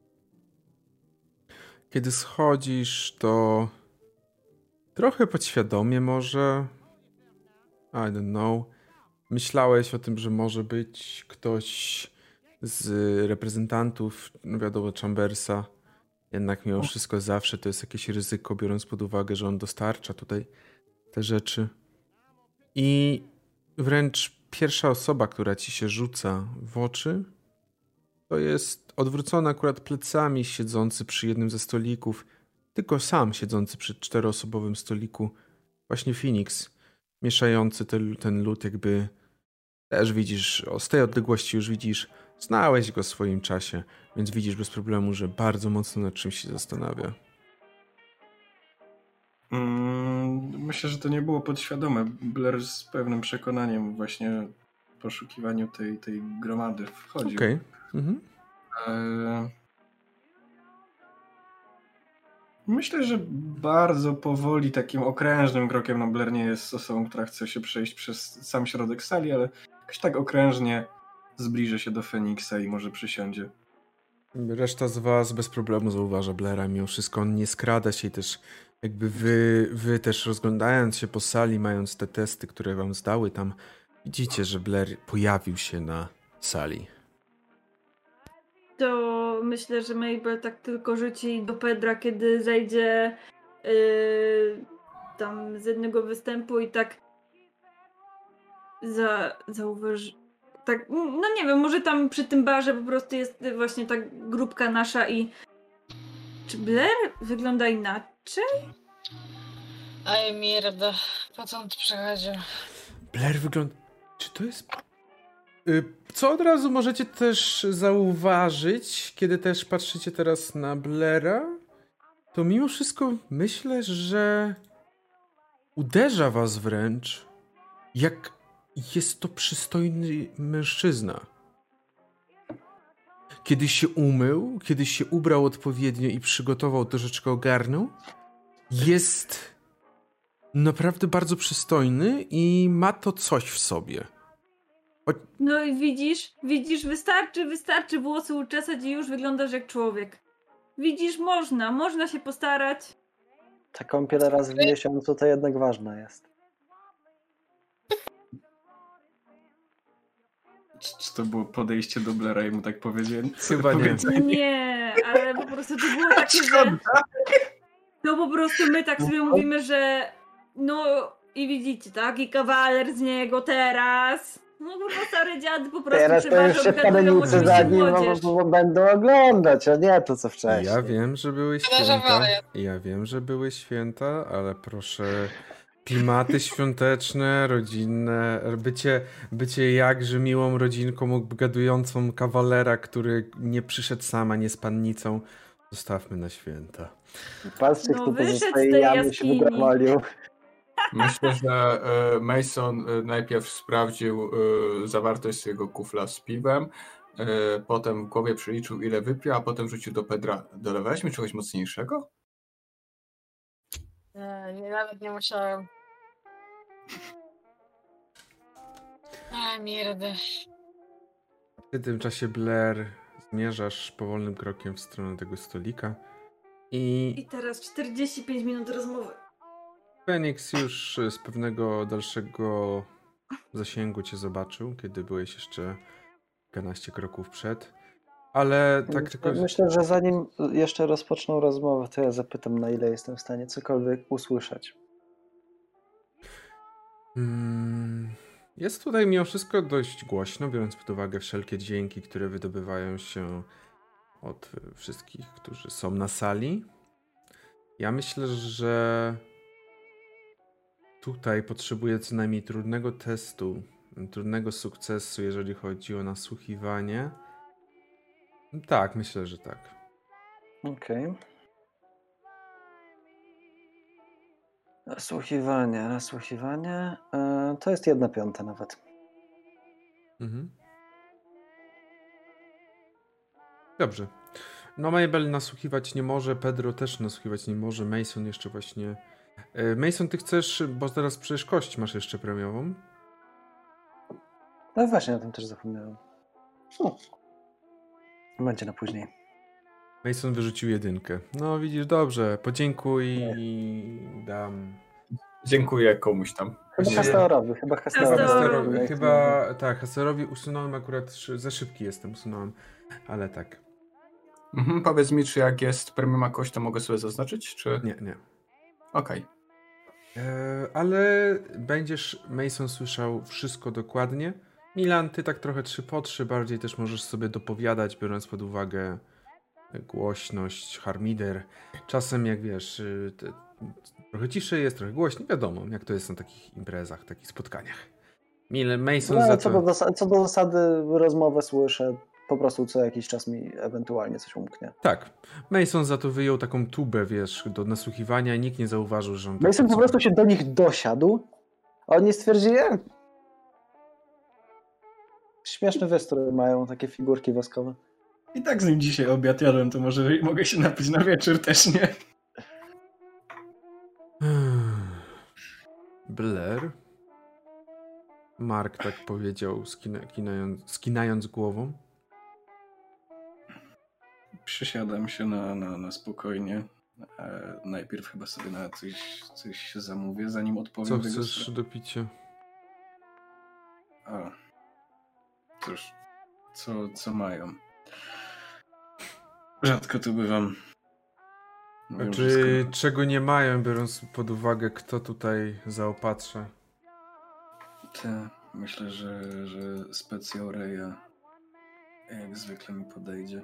kiedy schodzisz, to trochę podświadomie może, I don't know, myślałeś o tym, że może być ktoś z reprezentantów, no wiadomo, Chambersa. Jednak mimo wszystko zawsze to jest jakieś ryzyko, biorąc pod uwagę, że on dostarcza tutaj te rzeczy. I wręcz pierwsza osoba, która ci się rzuca w oczy, to jest odwrócony akurat plecami, siedzący przy jednym ze stolików, tylko sam siedzący przy 4-osobowym stoliku, właśnie Phoenix, mieszający ten lód, jakby też widzisz, z tej odległości już widzisz, znałeś go w swoim czasie, więc widzisz bez problemu, że bardzo mocno nad czymś się zastanawia. Myślę, że to nie było podświadome. Blair z pewnym przekonaniem właśnie w poszukiwaniu tej gromady wchodził. Okej. Mhm. Myślę, że bardzo powoli, takim okrężnym krokiem, no Blair nie jest osobą, która chce się przejść przez sam środek sali, ale jakoś tak okrężnie zbliży się do Feniksa i może przysiądzie. Reszta z was bez problemu zauważa Blaira, mimo wszystko on nie skrada się i też jakby wy też rozglądając się po sali, mając te testy, które wam zdały tam, widzicie, że Blair pojawił się na sali. To myślę, że Mabel tak tylko rzuci do Pedra, kiedy zejdzie tam z jednego występu i tak zauważy. Tak, no nie wiem, może tam przy tym barze po prostu jest właśnie ta grupka nasza i czy Blair wygląda inaczej? Aj, mierda. Po co on tu przechodził? Blair wygląda... Czy to jest... Co od razu możecie też zauważyć, kiedy też patrzycie teraz na Blaira, to mimo wszystko myślę, że uderza was wręcz, jak jest to przystojny mężczyzna. Kiedy się umył, kiedy się ubrał odpowiednio i przygotował, troszeczkę ogarnął, jest naprawdę bardzo przystojny i ma to coś w sobie. No i widzisz, wystarczy włosy uczesać i już wyglądasz jak człowiek. Widzisz, można się postarać. Ta kąpiel raz w miesiącu to jednak ważna jest. Czy to było podejście do Blaira i mu tak powiedziałem? Chyba nie. Nie, ale po prostu to było takie, że... No po prostu my tak sobie mówimy, że no i widzicie, tak? I kawaler z niego teraz. No kurwa, stary dziad po prostu Teraz to już się przeważą, wpadnicy za nim bo będą oglądać, a nie to co wcześniej. Ja wiem, że były święta. Ja wiem, że były święta, ale proszę, klimaty świąteczne, rodzinne, bycie jakże miłą rodzinką obgadującą kawalera, który nie przyszedł sam, a nie z pannicą. Zostawmy na święta. Patrzcie, No, kto wyszedł pozostaje z tej jamy się jaskini. wygromolił. Myślę, że Mason najpierw sprawdził zawartość swojego kufla z piwem, potem w głowie przeliczył, ile wypił, a potem rzucił do Pedra. Dolewałeś mi czegoś mocniejszego? Nie, nawet nie musiałem. Aj, mierda. W tym czasie, Blair, zmierzasz powolnym krokiem w stronę tego stolika I teraz 45 minut rozmowy. Phoenix już z pewnego dalszego zasięgu cię zobaczył, kiedy byłeś jeszcze kilkanaście kroków przed. Ale tak tylko... Myślę, że zanim jeszcze rozpoczną rozmowę, to ja zapytam, na ile jestem w stanie cokolwiek usłyszeć. Jest tutaj mimo wszystko dość głośno, biorąc pod uwagę wszelkie dźwięki, które wydobywają się od wszystkich, którzy są na sali. Ja myślę, że tutaj potrzebuję co najmniej trudnego testu, trudnego sukcesu, jeżeli chodzi o nasłuchiwanie. Tak, myślę, że tak. Okej. Nasłuchiwanie. To jest 1/5 nawet. Mhm. Dobrze. No Mabel nasłuchiwać nie może, Pedro też nasłuchiwać nie może, Mason jeszcze właśnie... Mason, ty chcesz, bo teraz przecież kość masz jeszcze premiową. No właśnie, o tym też zapomniałem. Będzie na później. Mason wyrzucił 1. No widzisz, dobrze, podziękuj i dam... Dziękuję komuś tam. Chyba Hasteorowi. Tak, Hasteorowi usunąłem akurat, za szybki jestem, usunąłem, ale tak. Powiedz mi, czy jak jest premiuma kość, to mogę sobie zaznaczyć, czy... Nie. Okej. Ale będziesz, Mason, słyszał wszystko dokładnie. Milan, ty tak trochę 3/3, bardziej też możesz sobie dopowiadać, biorąc pod uwagę głośność, harmider. Czasem, jak wiesz, trochę ciszej jest, trochę głośniej. Wiadomo, jak to jest na takich imprezach, takich spotkaniach. Mason No, za co do zasady rozmowę słyszę, po prostu co jakiś czas mi ewentualnie coś umknie. Tak. Mason za to wyjął taką tubę, wiesz, do nasłuchiwania i nikt nie zauważył, że on... Mason po prostu się do nich dosiadł. Oni stwierdzili, śmieszny wystrój mają, takie figurki woskowe. I tak z nim dzisiaj obiad jadłem, to może mogę się napić na wieczór też, nie? Blair? Mark tak powiedział, skinając głową. Przysiadam się na spokojnie. Najpierw chyba sobie na coś zamówię, zanim odpowiem. Co chcesz do picia? Cóż, co mają? Rzadko tu bywam. Znaczy, czego nie mają, biorąc pod uwagę, kto tutaj zaopatrza? Myślę, że specjał Reja jak zwykle mi podejdzie.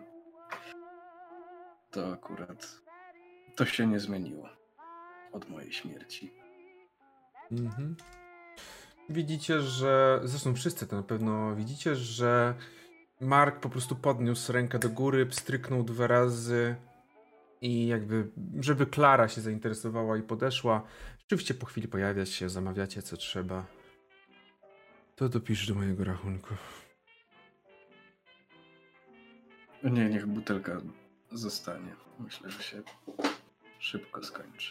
To akurat to się nie zmieniło od mojej śmierci. Mhm. Widzicie, że... Zresztą wszyscy to na pewno widzicie, że Mark po prostu podniósł rękę do góry, pstryknął 2 razy i jakby, żeby Klara się zainteresowała i podeszła. Rzeczywiście po chwili pojawia się, zamawiacie co trzeba. To dopisz do mojego rachunku. Nie, niech butelka zostanie. Myślę, że się szybko skończy.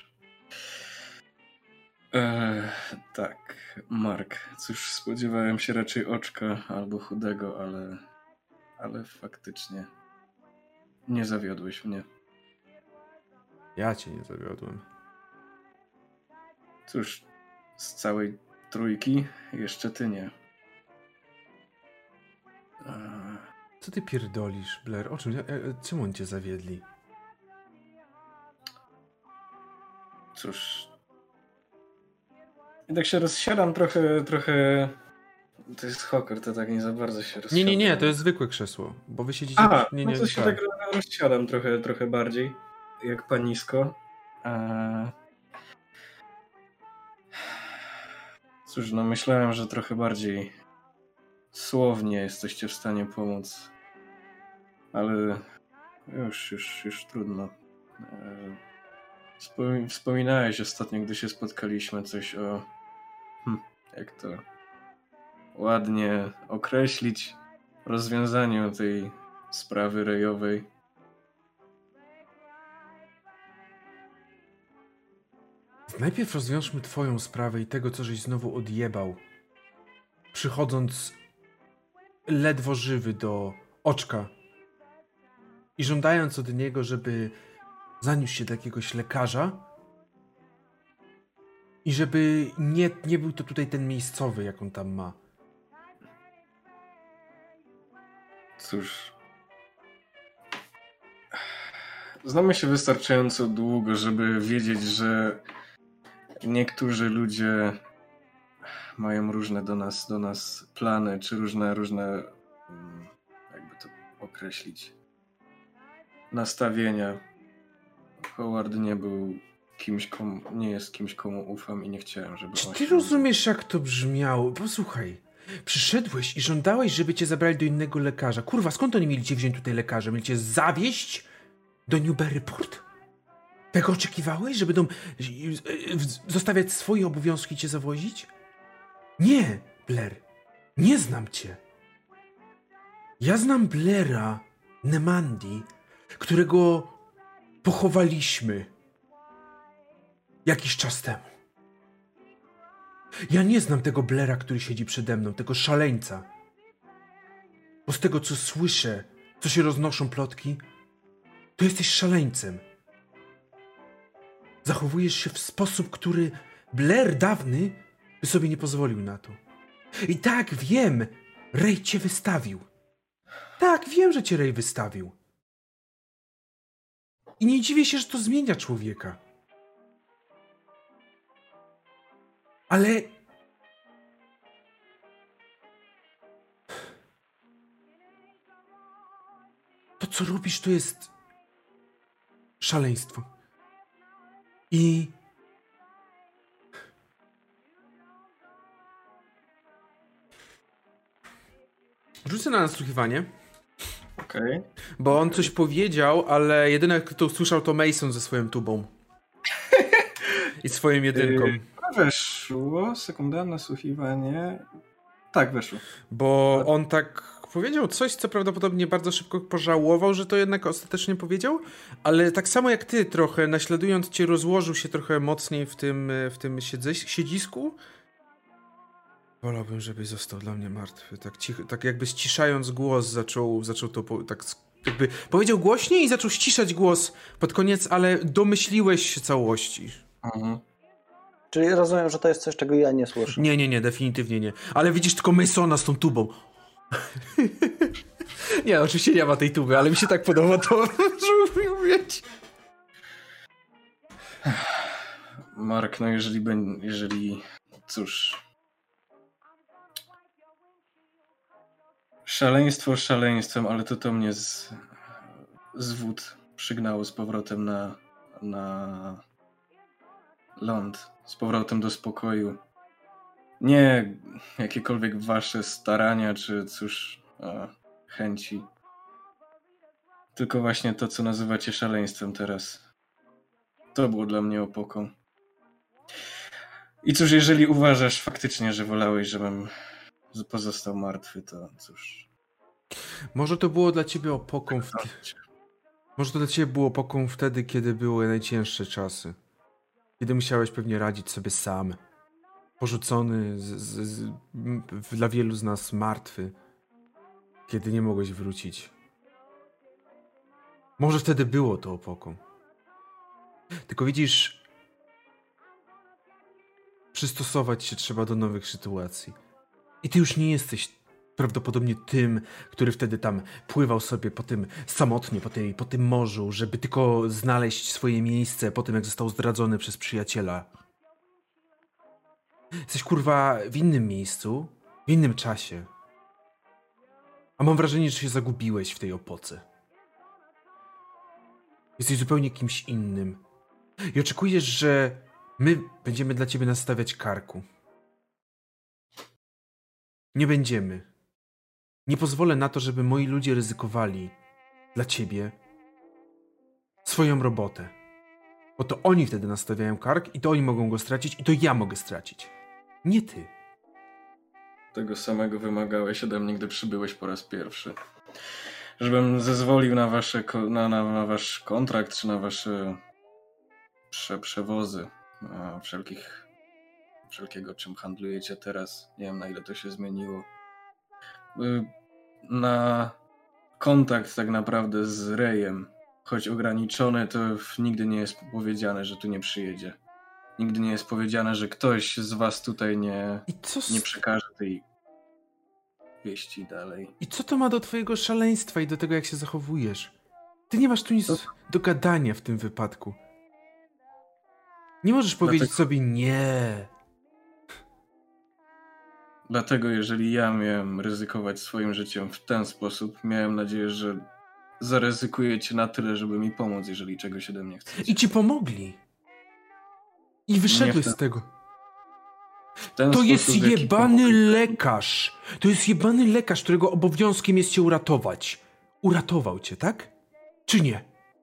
Tak, Mark. Cóż, spodziewałem się raczej oczka albo chudego, ale faktycznie nie zawiodłeś mnie. Ja cię nie zawiodłem. Cóż, z całej trójki jeszcze ty nie. Co ty pierdolisz, Blair? O czym? Czym on cię zawiedli? Cóż... I tak się rozsiadam trochę... To jest hoker, to tak nie za bardzo się rozsiadam. Nie, to jest zwykłe krzesło, bo wy siedzicie... No to się tak rozsiadam trochę bardziej, jak panisko. Cóż, no myślałem, że trochę bardziej słownie jesteście w stanie pomóc. Ale już trudno. Wspominałeś ostatnio, gdy się spotkaliśmy, coś o... jak to ładnie określić, rozwiązaniu tej sprawy rejowej. Najpierw rozwiążmy twoją sprawę i tego, co żeś znowu odjebał. Przychodząc ledwo żywy do oczka i żądając od niego, żeby zaniósł się do jakiegoś lekarza i żeby nie był to tutaj ten miejscowy, jak on tam ma. Cóż, znamy się wystarczająco długo, żeby wiedzieć, że niektórzy ludzie mają różne do nas plany, czy różne, jakby to określić, nastawienia. Howard nie jest kimś, komu ufam i nie chciałem, żeby... Czy ty rozumiesz, jak to brzmiało? Posłuchaj, przyszedłeś i żądałeś, żeby cię zabrali do innego lekarza. Kurwa, skąd oni mieli cię wziąć tutaj lekarza? Mieli cię zawieźć do Newburyport? Tego oczekiwałeś, żeby zostawiać swoje obowiązki i cię zawozić? Nie, Blair. Nie znam cię. Ja znam Blaira Nemandi, którego pochowaliśmy jakiś czas temu. Ja nie znam tego Blaira, który siedzi przede mną, tego szaleńca. Bo z tego, co słyszę, co się roznoszą plotki, to jesteś szaleńcem. Zachowujesz się w sposób, który Blair dawny by sobie nie pozwolił na to. I tak, wiem, Ray cię wystawił. Tak, wiem, że cię Ray wystawił. I nie dziwię się, że to zmienia człowieka. Ale... to, co robisz, to jest szaleństwo. I... rzucę na nasłuchiwanie. Okej. Bo on coś powiedział, ale jedyny, kto usłyszał, to Mason ze swoją tubą. I swoją jedynką. Weszło, sekunda, nasłuchiwanie. Tak, weszło. Bo on tak powiedział coś, co prawdopodobnie bardzo szybko pożałował, że to jednak ostatecznie powiedział, ale tak samo jak ty trochę, naśladując cię, rozłożył się trochę mocniej w tym siedzisku. Wolałbym, żebyś został dla mnie martwy. Tak cicho, tak jakby ściszając głos zaczął to tak jakby powiedział głośniej i zaczął ściszać głos pod koniec, ale domyśliłeś się całości. Mhm. Czyli rozumiem, że to jest coś, czego ja nie słyszę. Nie, definitywnie nie. Ale widzisz tylko Masona z tą tubą. Nie, oczywiście nie ma tej tuby, ale mi się tak podoba to, żeby mówić. Mark, no jeżeli... cóż... Szaleństwo szaleństwem, ale to mnie z wód przygnało z powrotem na ląd, z powrotem do spokoju. Nie jakiekolwiek wasze starania, czy cóż, chęci. Tylko właśnie to, co nazywacie szaleństwem teraz. To było dla mnie opoką. I cóż, jeżeli uważasz faktycznie, że wolałeś, żebym pozostał martwy, to cóż... Może to było dla ciebie opoką Może to dla ciebie było opoką wtedy, kiedy były najcięższe czasy. Kiedy musiałeś pewnie radzić sobie sam. Porzucony, dla wielu z nas martwy. Kiedy nie mogłeś wrócić. Może wtedy było to opoką. Tylko widzisz, przystosować się trzeba do nowych sytuacji. I ty już nie jesteś prawdopodobnie tym, który wtedy tam pływał sobie po tym samotnie, po tym morzu, żeby tylko znaleźć swoje miejsce po tym, jak został zdradzony przez przyjaciela. Jesteś kurwa w innym miejscu, w innym czasie. A mam wrażenie, że się zagubiłeś w tej opoce. Jesteś zupełnie kimś innym. I oczekujesz, że my będziemy dla ciebie nastawiać karku. Nie będziemy. Nie pozwolę na to, żeby moi ludzie ryzykowali dla ciebie swoją robotę. Bo to oni wtedy nastawiają kark i to oni mogą go stracić i to ja mogę stracić. Nie ty. Tego samego wymagałeś ode mnie, gdy przybyłeś po raz pierwszy. Żebym zezwolił na wasz kontrakt, czy na wasze przewozy wszelkiego, czym handlujecie teraz. Nie wiem, na ile to się zmieniło. Na kontakt tak naprawdę z Rayem, choć ograniczony, to nigdy nie jest powiedziane, że tu nie przyjedzie. Nigdy nie jest powiedziane, że ktoś z was tutaj nie przekaże tej wieści dalej. I co to ma do twojego szaleństwa i do tego, jak się zachowujesz? Ty nie masz tu nic do gadania w tym wypadku. Nie możesz powiedzieć sobie nie. Dlatego jeżeli ja miałem ryzykować swoim życiem w ten sposób, miałem nadzieję, że zaryzykujecie na tyle, żeby mi pomóc, jeżeli czegoś ode mnie chcecie. I ci pomogli. I wyszedłeś z tego. To jest jebany lekarz. To jest jebany lekarz, którego obowiązkiem jest cię uratować. Uratował cię, tak? Czy nie?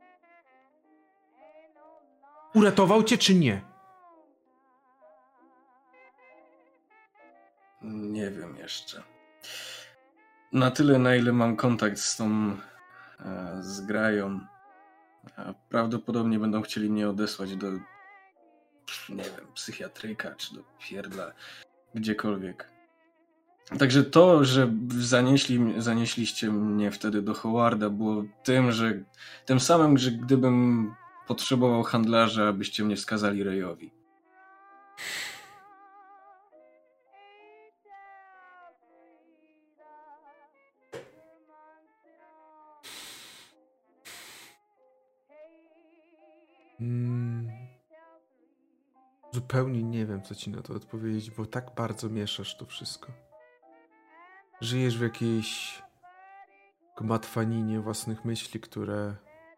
Uratował cię, czy nie? Nie wiem jeszcze. Na tyle, na ile mam kontakt z tą zgrają, prawdopodobnie będą chcieli mnie odesłać do, nie wiem, psychiatryka, czy do pierdla, gdziekolwiek. Także to, że zanieśliście mnie wtedy do Howarda, było tym samym, że gdybym potrzebował handlarza, abyście mnie wskazali Rayowi. Zupełnie nie wiem, co ci na to odpowiedzieć, bo tak bardzo mieszasz to wszystko. Żyjesz w jakiejś gmatwaninie własnych myśli, które...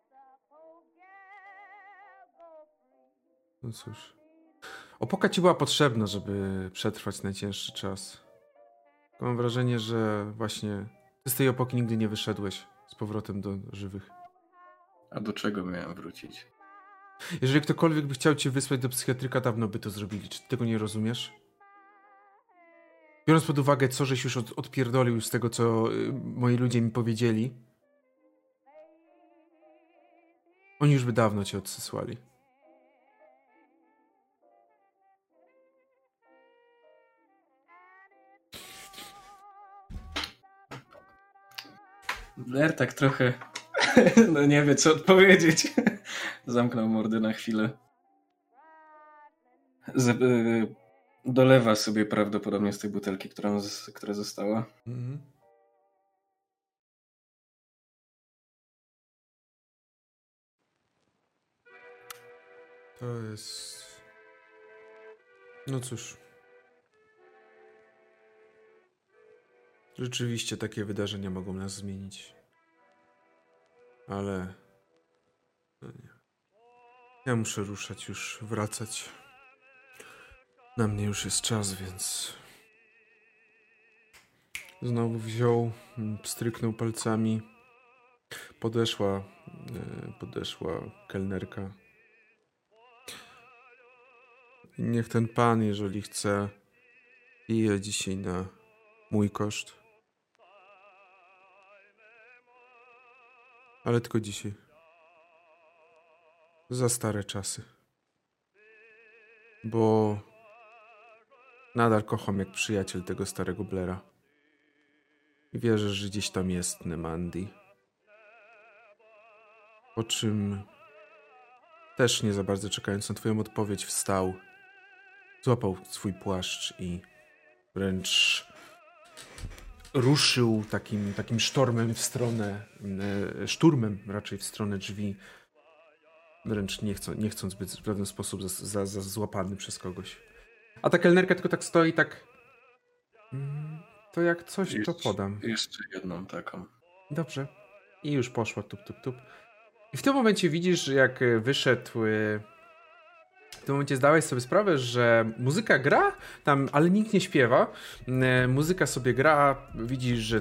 No cóż. Opoka ci była potrzebna, żeby przetrwać najcięższy czas. Mam wrażenie, że właśnie ty z tej opoki nigdy nie wyszedłeś z powrotem do żywych. A do czego miałem wrócić? Jeżeli ktokolwiek by chciał cię wysłać do psychiatryka, dawno by to zrobili. Czy ty tego nie rozumiesz? Biorąc pod uwagę, co żeś już odpierdolił z tego, co moi ludzie mi powiedzieli, oni już by dawno cię odsysłali. Blair tak trochę no nie wie, co odpowiedzieć. Zamknął mordę na chwilę. Dolewa sobie prawdopodobnie z tej butelki, która została. Mhm. To jest... No cóż. Rzeczywiście takie wydarzenia mogą nas zmienić. Ale... No nie. Ja muszę ruszać już, wracać. Na mnie już jest czas, więc... Znowu wziął, pstryknął palcami. Podeszła kelnerka. Niech ten pan, jeżeli chce, pije dzisiaj na mój koszt. Ale tylko dzisiaj. Za stare czasy. Bo nadal kocham jak przyjaciel tego starego Blaira. I wierzę, że gdzieś tam jest Nemandi. Po czym też nie za bardzo czekając na twoją odpowiedź wstał, złapał swój płaszcz i wręcz ruszył takim sztormem w stronę, szturmem raczej w stronę drzwi, wręcz nie chcąc być w żaden sposób złapany przez kogoś. A ta kelnerka tylko tak stoi, tak... To jak coś, to podam. Jeszcze jedną taką. Dobrze. I już poszła tup. I w tym momencie widzisz, jak wyszedł... W tym momencie zdałeś sobie sprawę, że muzyka gra tam, ale nikt nie śpiewa. Muzyka sobie gra. Widzisz, że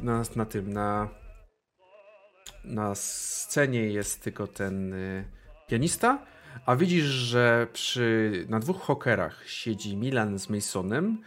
na scenie jest tylko ten pianista, a widzisz, że na dwóch hokerach siedzi Milan z Masonem.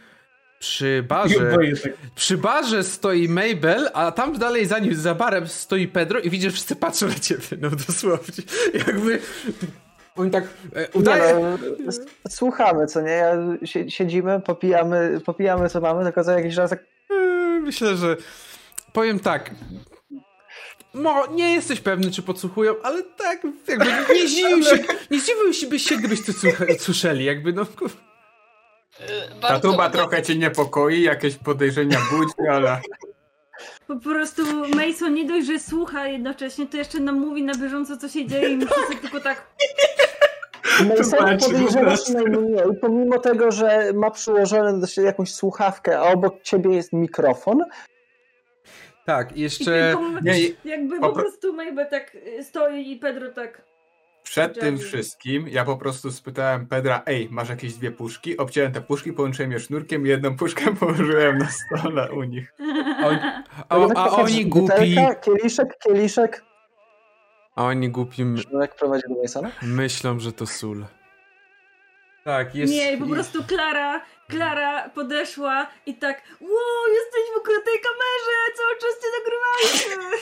Przy barze stoi Mabel, a tam dalej za barem stoi Pedro i widzisz, że wszyscy patrzą na ciebie. No dosłownie. Jakby... Oni tak udaje... No, słuchamy, co nie? Siedzimy, popijamy co mamy, tylko co jakiś raz tak... Myślę, że powiem tak. Nie jesteś pewny, czy podsłuchują, ale tak jakby nie zdziwiłbyś się, gdybyś to słyszeli, jakby no... Ta tuba trochę cię niepokoi, jakieś podejrzenia budzi, ale... Po prostu Mason nie dość, że słucha jednocześnie, to jeszcze nam mówi na bieżąco, co się dzieje i my wszyscy tylko tak... Mason podejrzewasz najmniej, pomimo tego, że ma przyłożone do siebie jakąś słuchawkę, a obok ciebie jest mikrofon. Tak, I jeszcze... tylko jakby po prostu Mabel tak stoi i Pedro tak... Przed tym Dziadzie. wszystkim ja po prostu spytałem Pedra, ej, masz jakieś 2 puszki? Obciąłem te puszki, połączyłem je sznurkiem i jedną puszkę położyłem na stole u nich. A oni głupi... Butelka, kieliszek. A oni głupi Sznurek prowadzi do Masona? myślą, że to sól. Tak, jest... Nie, i po prostu Klara podeszła i tak wow, jesteśmy w tej kamerze, cały czas cię nagrywaliśmy.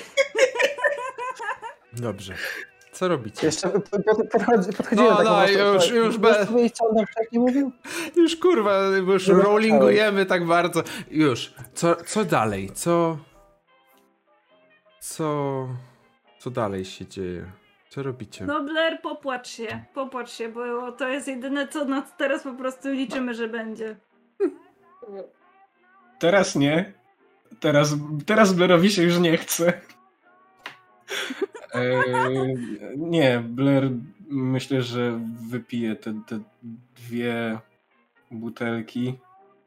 Dobrze. Co robicie? Jeszcze podchodziłem No, tak już powiedzieć, co on nam wcześniej mówił? Już kurwa, już Nie rollingujemy tak bardzo. Już. Co dalej? Co dalej się dzieje? Co robicie? No Blair, popłacz się, bo to jest jedyne, co nas teraz po prostu liczymy, że będzie. Teraz nie. Teraz Blairowi się już nie chce. Nie, Blair myślę, że wypije te 2 butelki.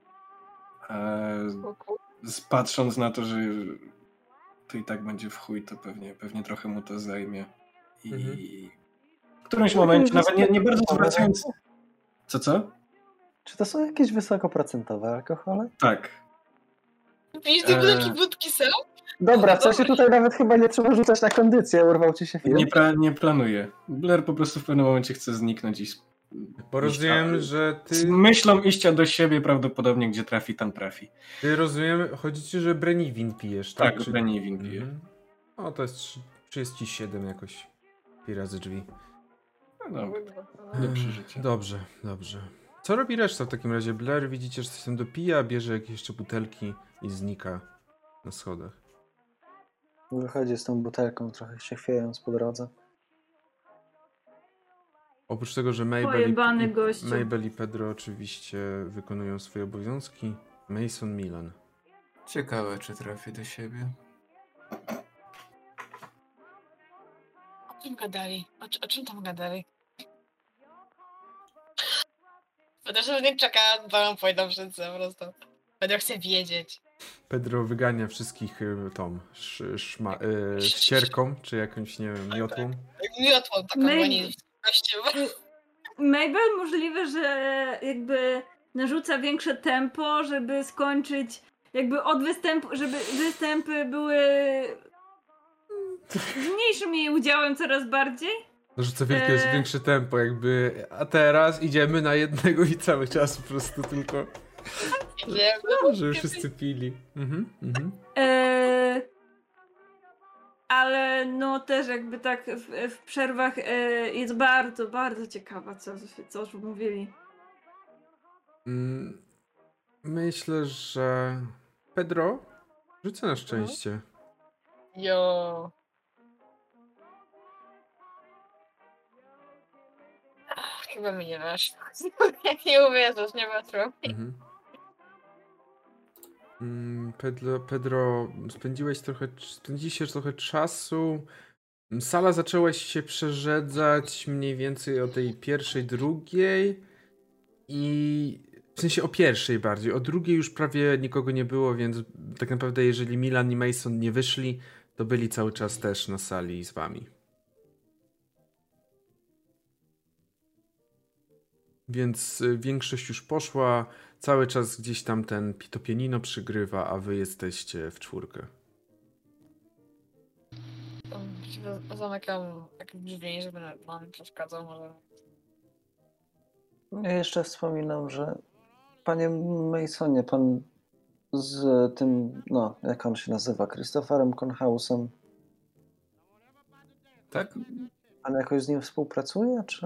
Patrząc na to, że to i tak będzie w chuj, to pewnie trochę mu to zajmie. I w którymś momencie, nawet nie bardzo zwracając... Co? Czy to są jakieś wysokoprocentowe alkohole? Tak. Widzisz, te butelki wódki są? Dobra, w sensie tutaj nawet chyba nie trzeba rzucać na kondycję, urwał ci się film. Nie planuję. Blair po prostu w pewnym momencie chce zniknąć i... Bo rozumiem, że Z ty... myślą iścia do siebie prawdopodobnie, gdzie trafi, tam trafi. Ty rozumiem, chodzi ci, że Breniwin pijesz, tak? Tak, Breniwin pije. O, to jest 37 jakoś. 3 razy drzwi. No, do przeżycia. Dobrze. Co robi reszta w takim razie? Blair, widzicie, że coś tam dopija, bierze jakieś jeszcze butelki i znika na schodach. Wychodzi z tą butelką, trochę się chwiejąc po drodze. Oprócz tego, że Pojebany gościu. Mabel i Pedro oczywiście wykonują swoje obowiązki. Mason, Milan. Ciekawe, czy trafi do siebie. O czym gadali? O czym tam gadali? Pedro nie czeka, bo on pójdą wszyscy po prostu. Pedro chce wiedzieć. Pedro wygania wszystkich ścierką, czy jakąś, nie wiem, miotłą. Miotłą taką Mabel możliwe, że jakby narzuca większe tempo, żeby skończyć jakby od występu, żeby występy były z mniejszym jej udziałem coraz bardziej. Narzuca większe tempo, jakby, a teraz idziemy na jednego i cały czas po prostu tylko, żeby wszyscy pili. Ale no też jakby tak w przerwach jest bardzo, bardzo ciekawa, co już mówili. Myślę, że Pedro rzucę na szczęście. Jo. Chyba mi nie masz. Jak nie uwierzysz, nie ma trochę. Pedro, spędziliście trochę czasu. Sala zaczęła się przerzedzać mniej więcej o tej pierwszej, drugiej i w sensie o pierwszej bardziej. O drugiej już prawie nikogo nie było, więc tak naprawdę jeżeli Milan i Mason nie wyszli, to byli cały czas też na sali z wami. Więc większość już poszła, cały czas gdzieś tam to pianino przygrywa, a wy jesteście w 4. Zamykam jakieś drzwi, żeby nam nie przeszkadzał może. Ja jeszcze wspominam, że panie Masonie, pan z tym, no, jak on się nazywa, Christopherem Conhausem. Tak? Pan jakoś z nim współpracuje, czy...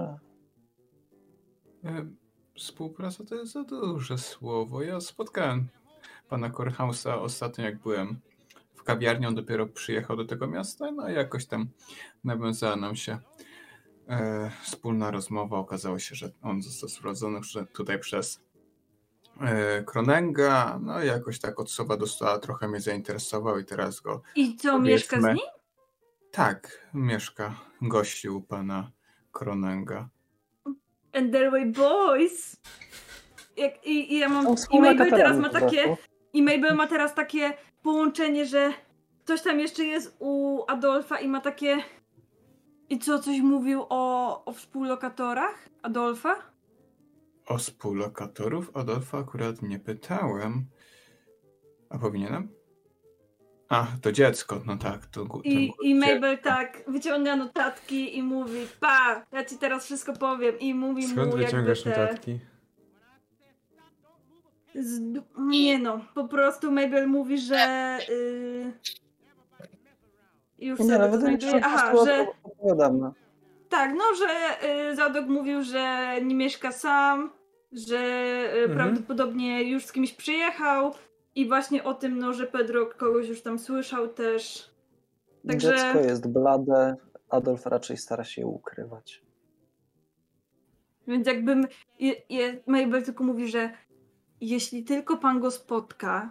Współpraca to jest za duże słowo. Ja spotkałem pana Cornhausa ostatnio, jak byłem w kawiarni. On dopiero przyjechał do tego miasta, no i jakoś tam nawiązała nam się wspólna rozmowa. Okazało się, że on został sprowadzony tutaj przez Kronenga, no i jakoś tak od słowa do słowa trochę mnie zainteresował i teraz go I co, mieszka z powiedzmy- nim? Tak, mieszka, gości u pana Kronenga. Enderway Boys! I ja mam... Są I wspólnokatorami Mabel teraz ma po prostu. takie... I Mabel ma teraz takie połączenie, że ktoś tam jeszcze jest u Adolfa i ma takie... I co, coś mówił o współlokatorach Adolfa? O współlokatorów Adolfa akurat nie pytałem. A powinienem? A, to dziecko, no tak. I Mabel tak wyciąga notatki i mówi: pa, ja ci teraz wszystko powiem. I mówi Skąd mu jakby wyciągasz te... notatki? Nie no, po prostu Mabel mówi, że... Już Nie, sobie nawet to wydaje mi się, że znajduję. po Aha, prostu że... opowiadam. No. Tak, no, że Zadok mówił, że nie mieszka sam, że prawdopodobnie już z kimś przyjechał i właśnie o tym, no, że Pedro kogoś już tam słyszał też. Także... Dziecko jest blade, Adolf raczej stara się je ukrywać. Więc jakbym... Mabel tylko mówi, że jeśli tylko pan go spotka,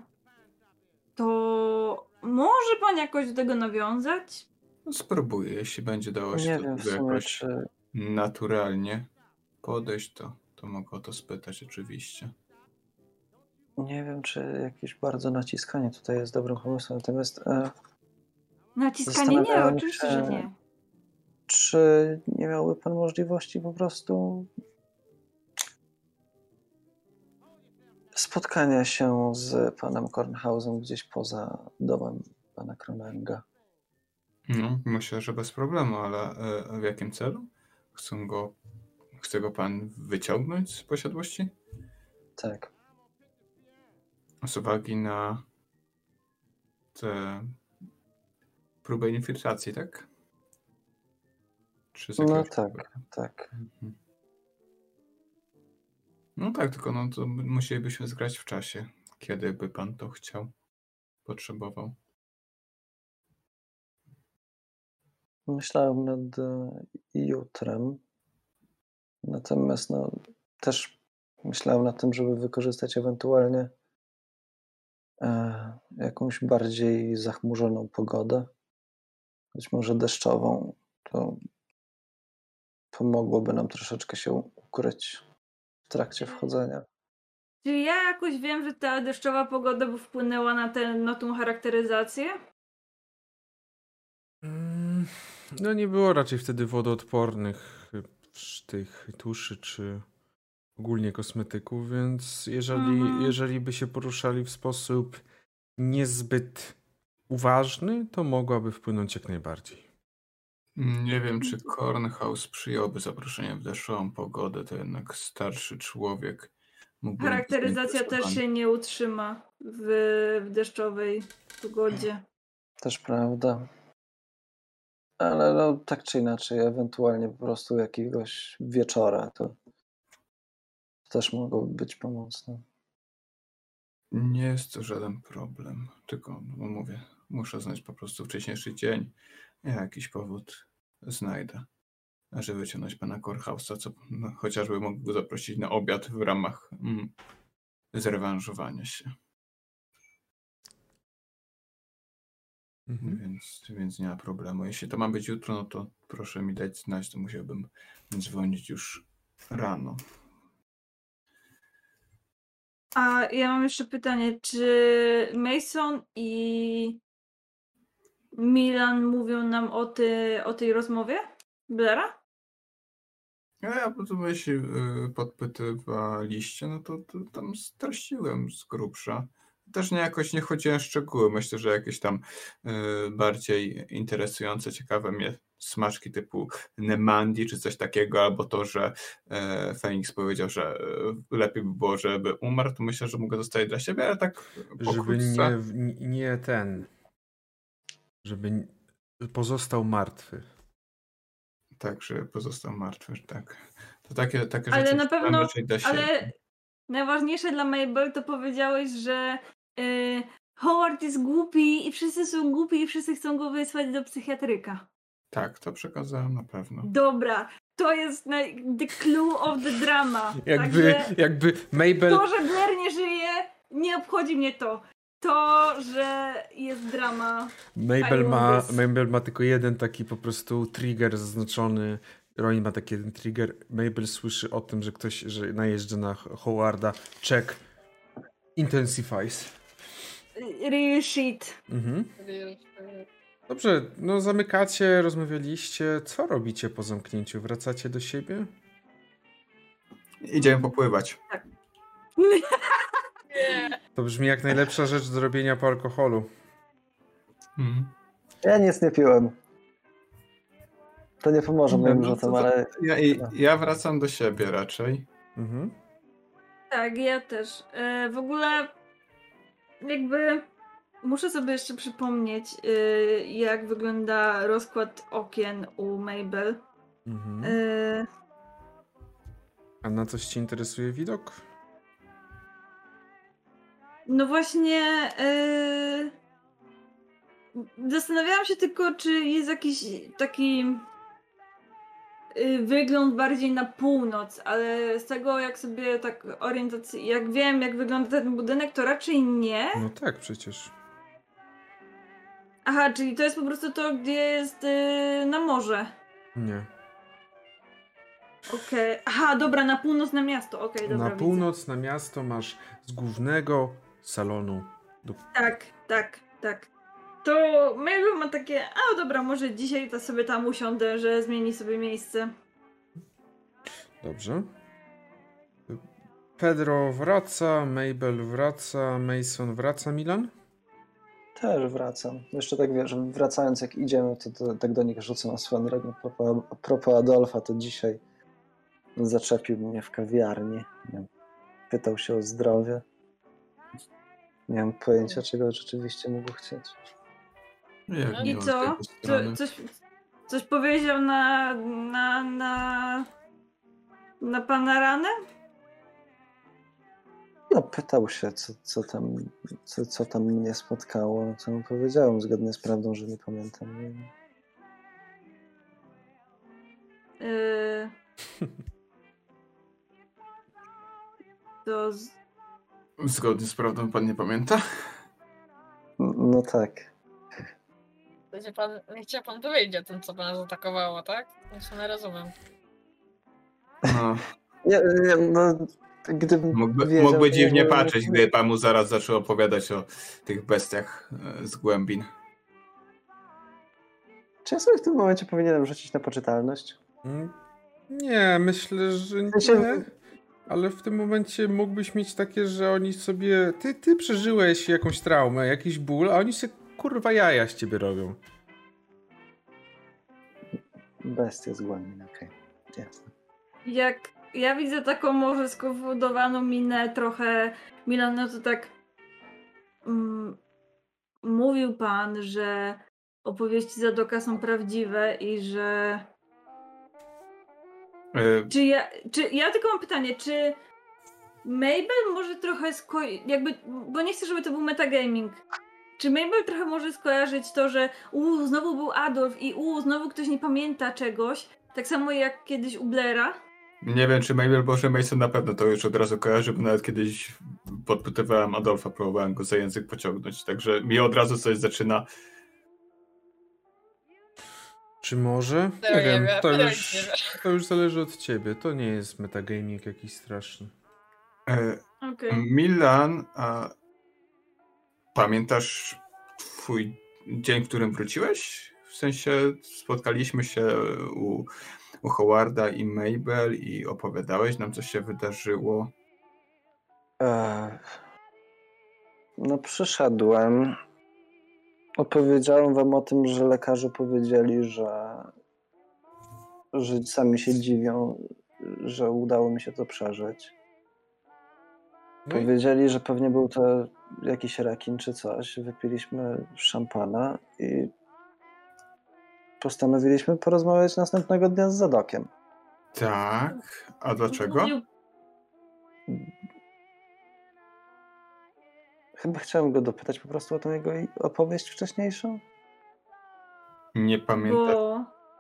to może pan jakoś do tego nawiązać? No, spróbuję, jeśli będzie dało się Nie do wiem w tego sumie, jakoś czy... naturalnie podejść, to mogę o to spytać oczywiście. Nie wiem, czy jakieś bardzo naciskanie tutaj jest dobrym pomysłem, natomiast Naciskanie nie, Zastanawiałem oczywiście, się- że nie. czy nie miałby pan możliwości po prostu spotkania się z panem Kornhausem gdzieś poza domem pana Kronenga? No, myślę, że bez problemu, ale w jakim celu? Chce go pan wyciągnąć z posiadłości? Tak. Z uwagi na tę próbę infiltracji, tak? Czy z No jakiegoś tak, powodu? tak. Mhm. No tak, tylko no to musielibyśmy zgrać w czasie, kiedy by pan to chciał, potrzebował. Myślałem nad jutrem, natomiast no, też myślałem nad tym, żeby wykorzystać ewentualnie jakąś bardziej zachmurzoną pogodę, być może deszczową. To pomogłoby nam troszeczkę się ukryć w trakcie wchodzenia. Czy ja jakoś wiem, że ta deszczowa pogoda by wpłynęła na tą charakteryzację? No nie było raczej wtedy wodoodpornych tych tuszy czy ogólnie kosmetyków, więc jeżeli by się poruszali w sposób niezbyt uważny, to mogłaby wpłynąć jak najbardziej. Nie wiem, czy Kornhaus przyjąłby zaproszenie w deszczową pogodę, to jednak starszy człowiek. Mógłby być Charakteryzacja też zainteresowany. się nie utrzyma w deszczowej pogodzie. Też prawda. Ale no, tak czy inaczej, ewentualnie po prostu jakiegoś wieczora, to też mogłoby być pomocne. Nie jest to żaden problem, tylko no mówię, muszę znać po prostu wcześniejszy dzień. Ja jakiś powód znajdę, żeby wyciągnąć pana Kornhausa, co no, chociażby mógł go zaprosić na obiad w ramach zrewanżowania się. Więc nie ma problemu. Jeśli to ma być jutro, no to proszę mi dać znać, to musiałbym dzwonić już rano. A ja mam jeszcze pytanie, czy Mason i Milan mówią nam o tej rozmowie Blaira? Ja potem jeśli podpytywaliście, no to tam streściłem z grubsza. Też jakoś nie chodziłem w szczegóły. Myślę, że jakieś tam bardziej interesujące, ciekawe mnie smaczki typu Nemandi czy coś takiego, albo to, że Feniks powiedział, że lepiej by było, żeby umarł, to myślę, że mogę zostawić dla siebie, ale tak Żeby pokrótce. żeby pozostał martwy. Tak, że pozostał martwy, tak. To takie Ale rzeczy na pewno, raczej dla siebie. ale najważniejsze dla Mabel to powiedziałeś, że Howard jest głupi i wszyscy są głupi i wszyscy chcą go wysłać do psychiatryka. Tak, to przekazałem na pewno. Dobra, to jest the clue of the drama. Jakby Mabel... To, że Blair nie żyje, nie obchodzi mnie to. To, że jest drama. Mabel ma tylko jeden taki po prostu trigger zaznaczony. Ronin ma taki jeden trigger. Mabel słyszy o tym, że ktoś najeżdża na Howarda. Check. Intensifies. Real shit. Mhm. Dobrze, no zamykacie, rozmawialiście. Co robicie po zamknięciu? Wracacie do siebie? Idziemy popływać. Nie. To brzmi jak najlepsza rzecz do robienia po alkoholu. Mhm. Ja nic nie piłem. To nie pomoże moim No, rzutom, ale... Ja wracam do siebie raczej. Mhm. Tak, ja też. W ogóle jakby muszę sobie jeszcze przypomnieć, jak wygląda rozkład okien u Mabel. Mhm. A na coś cię interesuje widok? No właśnie zastanawiałam się tylko, czy jest jakiś taki wygląd bardziej na północ, ale z tego jak sobie tak orientacji, jak wiem jak wygląda ten budynek, to raczej nie. No tak, przecież. Aha, czyli to jest po prostu to, gdzie jest na morze. Nie. Okej. Aha, dobra, na północ na miasto. Okej, dobra, Na widzę. północ, na miasto masz z głównego salonu. Tak. To Mabel ma takie, a dobra, może dzisiaj to sobie tam usiądę, że zmieni sobie miejsce. Dobrze. Pedro wraca, Mabel wraca, Mason wraca, Milan? Też wracam. Jeszcze tak wiesz, wracając jak idziemy, to tak do nich rzucę na swoją drogę. A propos Adolfa, to dzisiaj zaczepił mnie w kawiarni. Nie wiem, pytał się o zdrowie. Nie mam pojęcia, czego rzeczywiście mógł chcieć. Jak I miło z co? jego strony. Coś powiedział na pana ranę? No, pytał się, co tam mnie spotkało. No, co mu powiedziałem, zgodnie z prawdą, że nie pamiętam. Nie. To Zgodnie z prawdą pan nie pamięta? No tak. Nie chciał pan powiedzieć o tym, co pana zaatakowało, tak? Jeszcze nie rozumiem. No. Nie, no, gdybym Mógłby to dziwnie nie patrzeć, mówił. gdy pan mu zaraz zaczął opowiadać o tych bestiach z głębin. Czy ja sobie w tym momencie powinienem rzucić na poczytalność? Nie, myślę, że nie. Ale w tym momencie mógłbyś mieć takie, że oni sobie... Ty przeżyłeś jakąś traumę, jakiś ból, a oni się kurwa jaja z ciebie robią. Bestie z głębin, okej. Jasne. jak ja widzę taką może skowodowaną minę trochę, Milan, no to tak mówił pan, że opowieści Zadoka są prawdziwe i że... Czy ja tylko mam pytanie, czy Mabel może trochę bo nie chcę, żeby to był metagaming. Czy Mabel trochę może skojarzyć to, że znowu był Adolf i znowu ktoś nie pamięta czegoś, tak samo jak kiedyś u Blaira? Nie wiem, czy Mabel, Boże Mason na pewno to już od razu kojarzy, bo nawet kiedyś podpytywałem Adolfa, próbowałem go za język pociągnąć, także mi od razu coś zaczyna. Czy może? To Nie wiem, to już zależy od ciebie. To nie jest metagaming jakiś straszny. Okej. Milan, a pamiętasz twój dzień, w którym wróciłeś? W sensie spotkaliśmy się u Howarda i Mabel i opowiadałeś nam, co się wydarzyło. No przyszedłem. Opowiedziałem wam o tym, że lekarze powiedzieli, że sami się dziwią, że udało mi się to przeżyć. No i Powiedzieli, że pewnie był to jakiś rekin czy coś. Wypiliśmy szampana i postanowiliśmy porozmawiać następnego dnia z Zadokiem. Tak, a dlaczego? Chyba chciałem go dopytać po prostu o tą jego opowieść wcześniejszą. Nie pamiętam.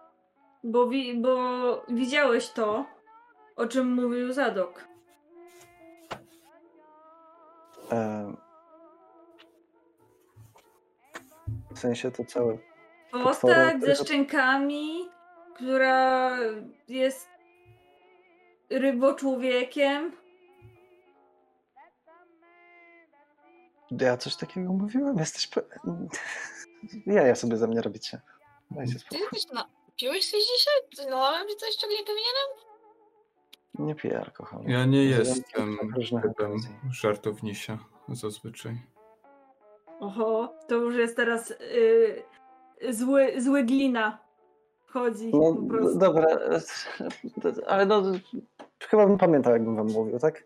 bo widziałeś to, o czym mówił Zadok. W sensie to całe... Postać ze szczękami, która jest ryboczłowiekiem. Ja coś takiego mówiłem? Jesteś... Ja sobie ze mnie robicie. Dajcie Ty spokój. jesteś piłeś coś dzisiaj? Nalałem ci coś, czego nie powinienem? Nie piję alkoholu. Ja nie Używam jestem tak różnych typem okazji. żartownisia zazwyczaj. Oho, to już jest teraz zły glina. Chodzi No po prostu. dobra, ale no chyba bym pamiętał, jakbym wam mówił, tak?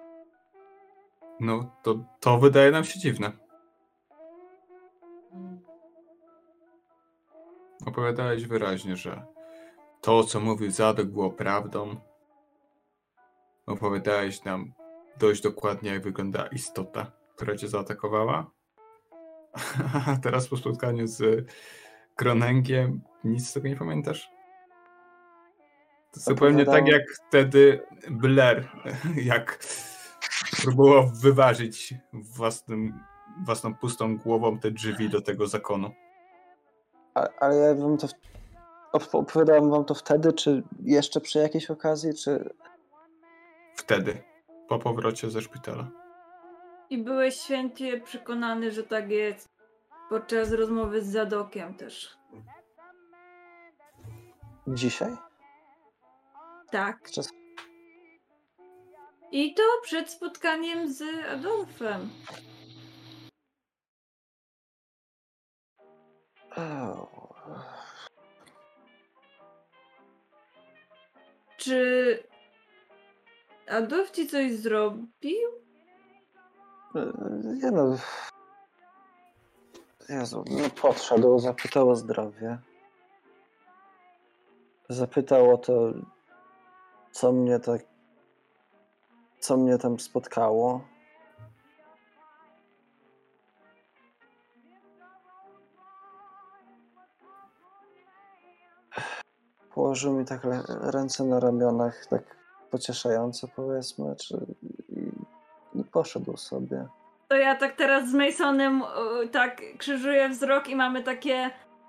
No, to wydaje nam się dziwne. Opowiadałeś wyraźnie, że to, co mówił Zadok, było prawdą. Opowiadałeś nam dość dokładnie, jak wygląda istota, która cię zaatakowała. A teraz po spotkaniu z Kronęgiem nic z tego nie pamiętasz? To zupełnie tak jak wtedy Blair, jak próbował wyważyć własną pustą głową te drzwi do tego zakonu. Ale ja wam to opowiadałem wam to wtedy, czy jeszcze przy jakiejś okazji, czy... Wtedy, po powrocie ze szpitala. I byłeś święcie przekonany, że tak jest podczas rozmowy z Zadokiem też. Dzisiaj? Tak. Czas... I to przed spotkaniem z Adolfem. Czy Adolf ci coś zrobił? Nie no... Jezu, no podszedł, zapytał o zdrowie. Zapytał o to, co mnie tam spotkało. Położył mi tak ręce na ramionach, tak pocieszająco powiedzmy, i poszedł sobie. To ja tak teraz z Masonem tak krzyżuję wzrok i mamy takie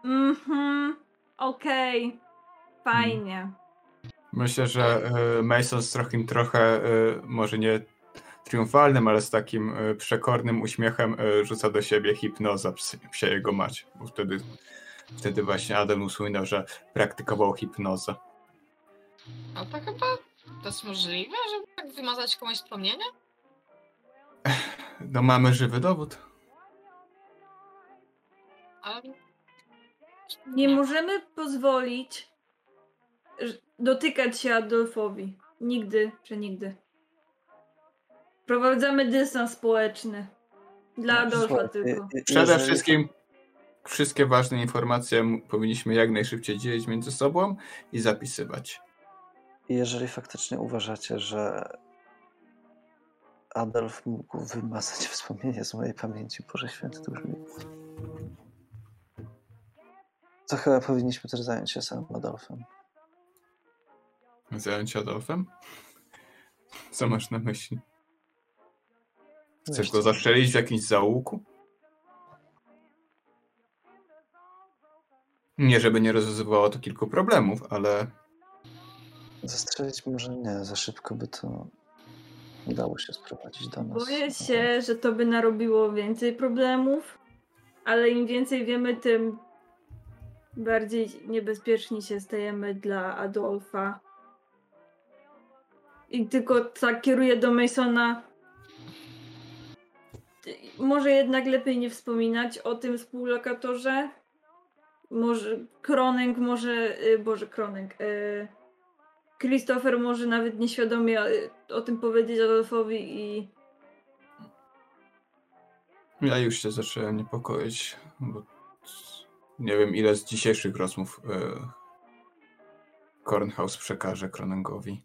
okej, fajnie. Myślę, że Mason z trochę może nie triumfalnym, ale z takim przekornym uśmiechem rzuca do siebie hipnoza psia jego mać. Bo wtedy właśnie Adam usłynął, że praktykował hipnozę. A to chyba to jest możliwe, żeby tak wymazać komuś wspomnienie? No mamy żywy dowód. Ale... Nie możemy pozwolić dotykać się Adolfowi. Nigdy, przenigdy. Wprowadzamy dystans społeczny. Dla Adolfa tylko. Przede wszystkim wszystkie ważne informacje powinniśmy jak najszybciej dzielić między sobą i zapisywać. Jeżeli faktycznie uważacie, że Adolf mógł wymazać wspomnienie z mojej pamięci, Boże Święty, to brzmi... To chyba powinniśmy też zająć się samym Adolfem. Zająć się Adolfem? Co masz na myśli? Chcesz go zastrzelić w jakimś zaułku? Nie, żeby nie rozwiązywało to kilku problemów, ale... Zastrzelić może nie, za szybko by to udało się sprowadzić do nas. Boję się, że to by narobiło więcej problemów, ale im więcej wiemy, tym bardziej niebezpieczni się stajemy dla Adolfa. I tylko tak kieruję do Masona. Może jednak lepiej nie wspominać o tym współlokatorze. Może Kronęg, Christopher może nawet nieświadomie o tym powiedzieć Adolfowi i... Ja już się zacząłem niepokoić, bo nie wiem ile z dzisiejszych rozmów Kornhaus przekaże Kronęgowi.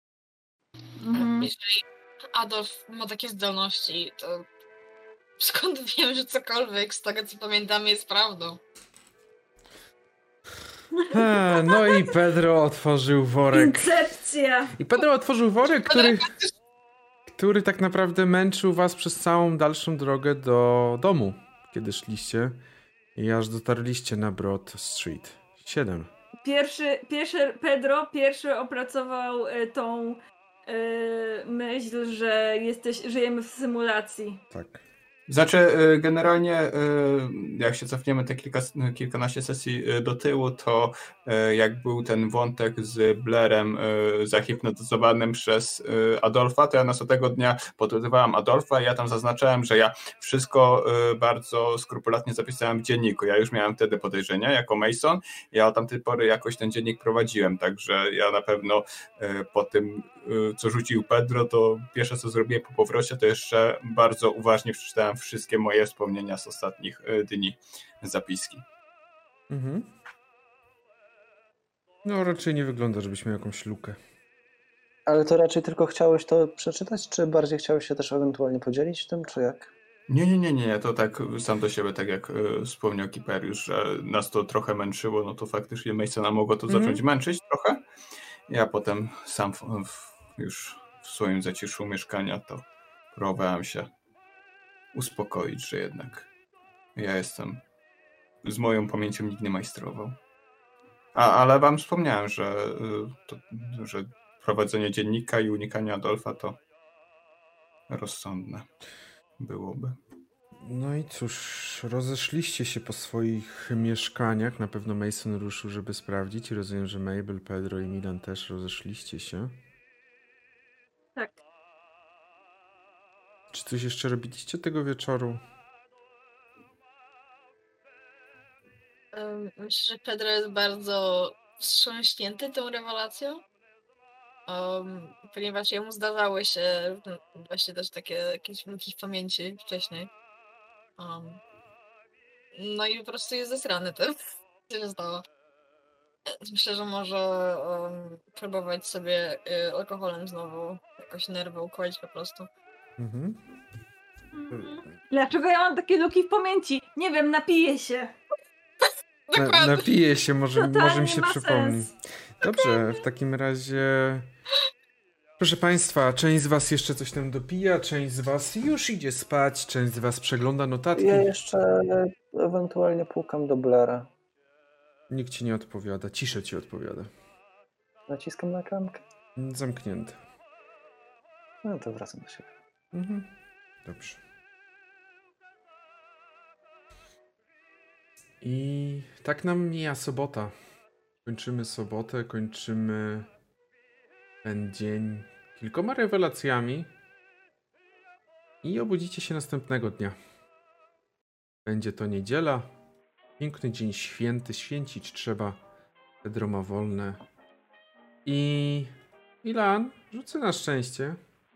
Jeżeli Adolf ma takie zdolności, to skąd wiem, że cokolwiek z tego, co pamiętamy, jest prawdą? No i Pedro otworzył worek. Incepcja! I Pedro otworzył worek, który tak naprawdę męczył was przez całą dalszą drogę do domu, kiedy szliście i aż dotarliście na Broad Street 7. Pedro pierwszy opracował tą myśl, że żyjemy w symulacji. Tak. Znaczy, generalnie, jak się cofniemy te kilkanaście sesji do tyłu, to jak był ten wątek z Blairem zahipnotyzowanym przez Adolfa, to ja następnego dnia podpytywałem Adolfa i ja tam zaznaczałem, że ja wszystko bardzo skrupulatnie zapisałem w dzienniku. Ja już miałem wtedy podejrzenia jako Mason. Ja od tamtej pory jakoś ten dziennik prowadziłem, także ja na pewno po tym, co rzucił Pedro, to pierwsze, co zrobiłem po powrocie, to jeszcze bardzo uważnie przeczytałem wszystkie moje wspomnienia z ostatnich dni, zapiski. Mhm. No raczej nie wygląda, żebyś miał jakąś lukę. Ale to raczej tylko chciałeś to przeczytać, czy bardziej chciałeś się też ewentualnie podzielić tym, czy jak? Nie, to tak sam do siebie, tak jak wspomniał Kiperiusz, że nas to trochę męczyło, no to faktycznie Masona mogło to zacząć męczyć trochę. Ja potem sam już w swoim zaciszu mieszkania to próbowałem się uspokoić, że jednak ja jestem, z moją pamięcią nikt nie majstrował. Ale wam wspomniałem, że prowadzenie dziennika i unikanie Adolfa to rozsądne byłoby. No i cóż, rozeszliście się po swoich mieszkaniach. Na pewno Mason ruszył, żeby sprawdzić. Rozumiem, że Mabel, Pedro i Milan też rozeszliście się. Tak. Czy coś jeszcze robiliście tego wieczoru? Myślę, że Pedro jest bardzo wstrząśnięty tą rewelacją, ponieważ jemu zdarzały się właśnie też takie jakieś luki w pamięci wcześniej. No i po prostu jest zesrany tym, co się stało. Myślę, że może próbować sobie alkoholem znowu jakoś nerwy układać po prostu. Mhm. Dlaczego ja mam takie luki w pamięci? Nie wiem, napiję się. Napiję się, może mi się ma przypomni. sens. Dobrze, w takim razie... Proszę Państwa, część z Was jeszcze coś tam dopija, część z Was już idzie spać, część z Was przegląda notatki. Ja jeszcze ewentualnie pukam do Blaira. Nikt Ci nie odpowiada, cisza Ci odpowiada. Naciskam na klamkę. Zamknięte. No to wracam do siebie. Mhm. Dobrze. I tak nam mija sobota. Kończymy sobotę, kończymy ten dzień kilkoma rewelacjami i obudzicie się następnego dnia. Będzie to niedziela. Piękny dzień święty, święcić trzeba. Pedro ma wolne. I Milan, rzucę na szczęście.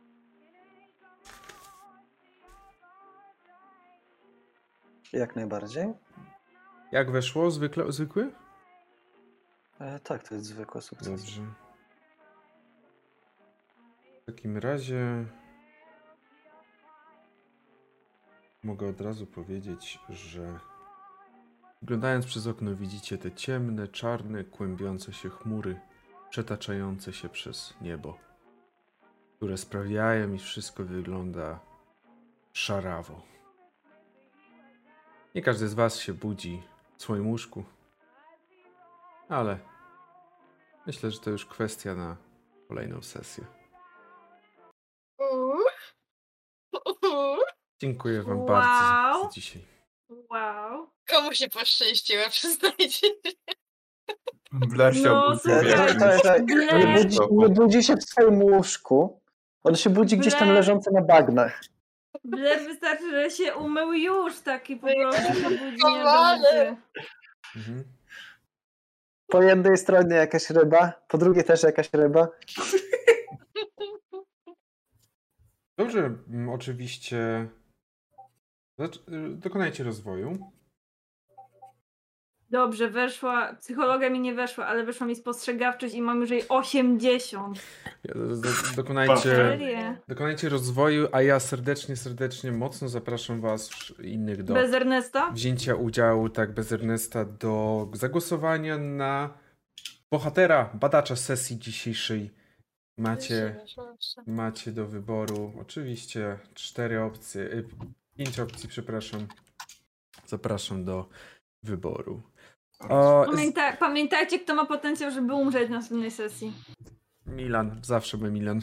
Jak najbardziej. Jak weszło? Zwykły? Tak, to jest zwykły sukces. Dobrze. W takim razie mogę od razu powiedzieć, że oglądając przez okno widzicie te ciemne, czarne, kłębiące się chmury przetaczające się przez niebo, które sprawiają, iż wszystko wygląda szarawo. Nie każdy z Was się budzi w swoim łóżku, ale myślę, że to już kwestia na kolejną sesję. Dziękuję Wam bardzo za dzisiaj. Wow. Komu się poszczęściło, przyznajcie. Blair się No, obudził. słuchaj, Nie budzi się w swoim łóżku. On się budzi gdzieś tam leżący na bagnach. Blair wystarczy, że się umył już taki po prostu się budzi nie Kochany. będzie. Mhm. Po jednej stronie jakaś ryba, po drugiej też jakaś ryba. Dobrze, oczywiście dokonajcie rozwoju. Dobrze, weszła, psychologia mi nie weszła, ale weszła mi spostrzegawczość i mam już jej 80. Dokonajcie rozwoju, a ja serdecznie mocno zapraszam was innych do Bez Ernesta? wzięcia udziału, tak, bez Ernesta, do zagłosowania na bohatera, badacza sesji dzisiejszej. Macie do wyboru oczywiście 5 opcji, przepraszam. Zapraszam do wyboru. Pamiętajcie, kto ma potencjał, żeby umrzeć na następnej sesji. Milan, zawsze by Milan.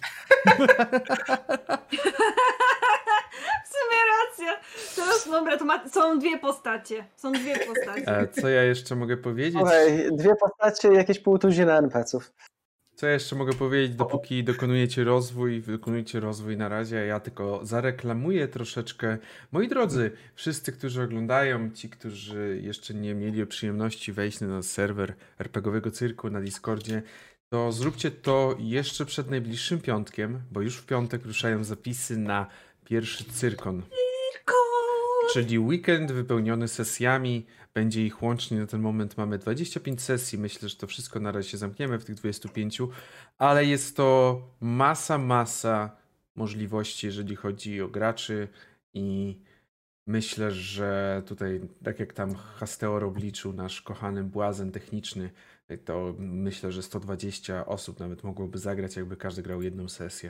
W sumie racja. Teraz dobra, to są dwie postacie. Co ja jeszcze mogę powiedzieć? Okej, 2 postacie i jakieś półtuzina NPC-ów. Co ja jeszcze mogę powiedzieć, dopóki dokonujecie rozwój na razie, ja tylko zareklamuję troszeczkę. Moi drodzy, wszyscy, którzy oglądają, ci, którzy jeszcze nie mieli przyjemności wejść na serwer RPGowego Cyrku na Discordzie, to zróbcie to jeszcze przed najbliższym piątkiem, bo już w piątek ruszają zapisy na pierwszy Cyrkon. Czyli weekend wypełniony sesjami. Będzie ich łącznie na ten moment mamy 25 sesji. Myślę, że to wszystko na razie zamkniemy w tych 25, ale jest to masa możliwości, jeżeli chodzi o graczy i myślę, że tutaj, tak jak tam Hasteor obliczył, nasz kochany błazen techniczny, to myślę, że 120 osób nawet mogłoby zagrać, jakby każdy grał jedną sesję.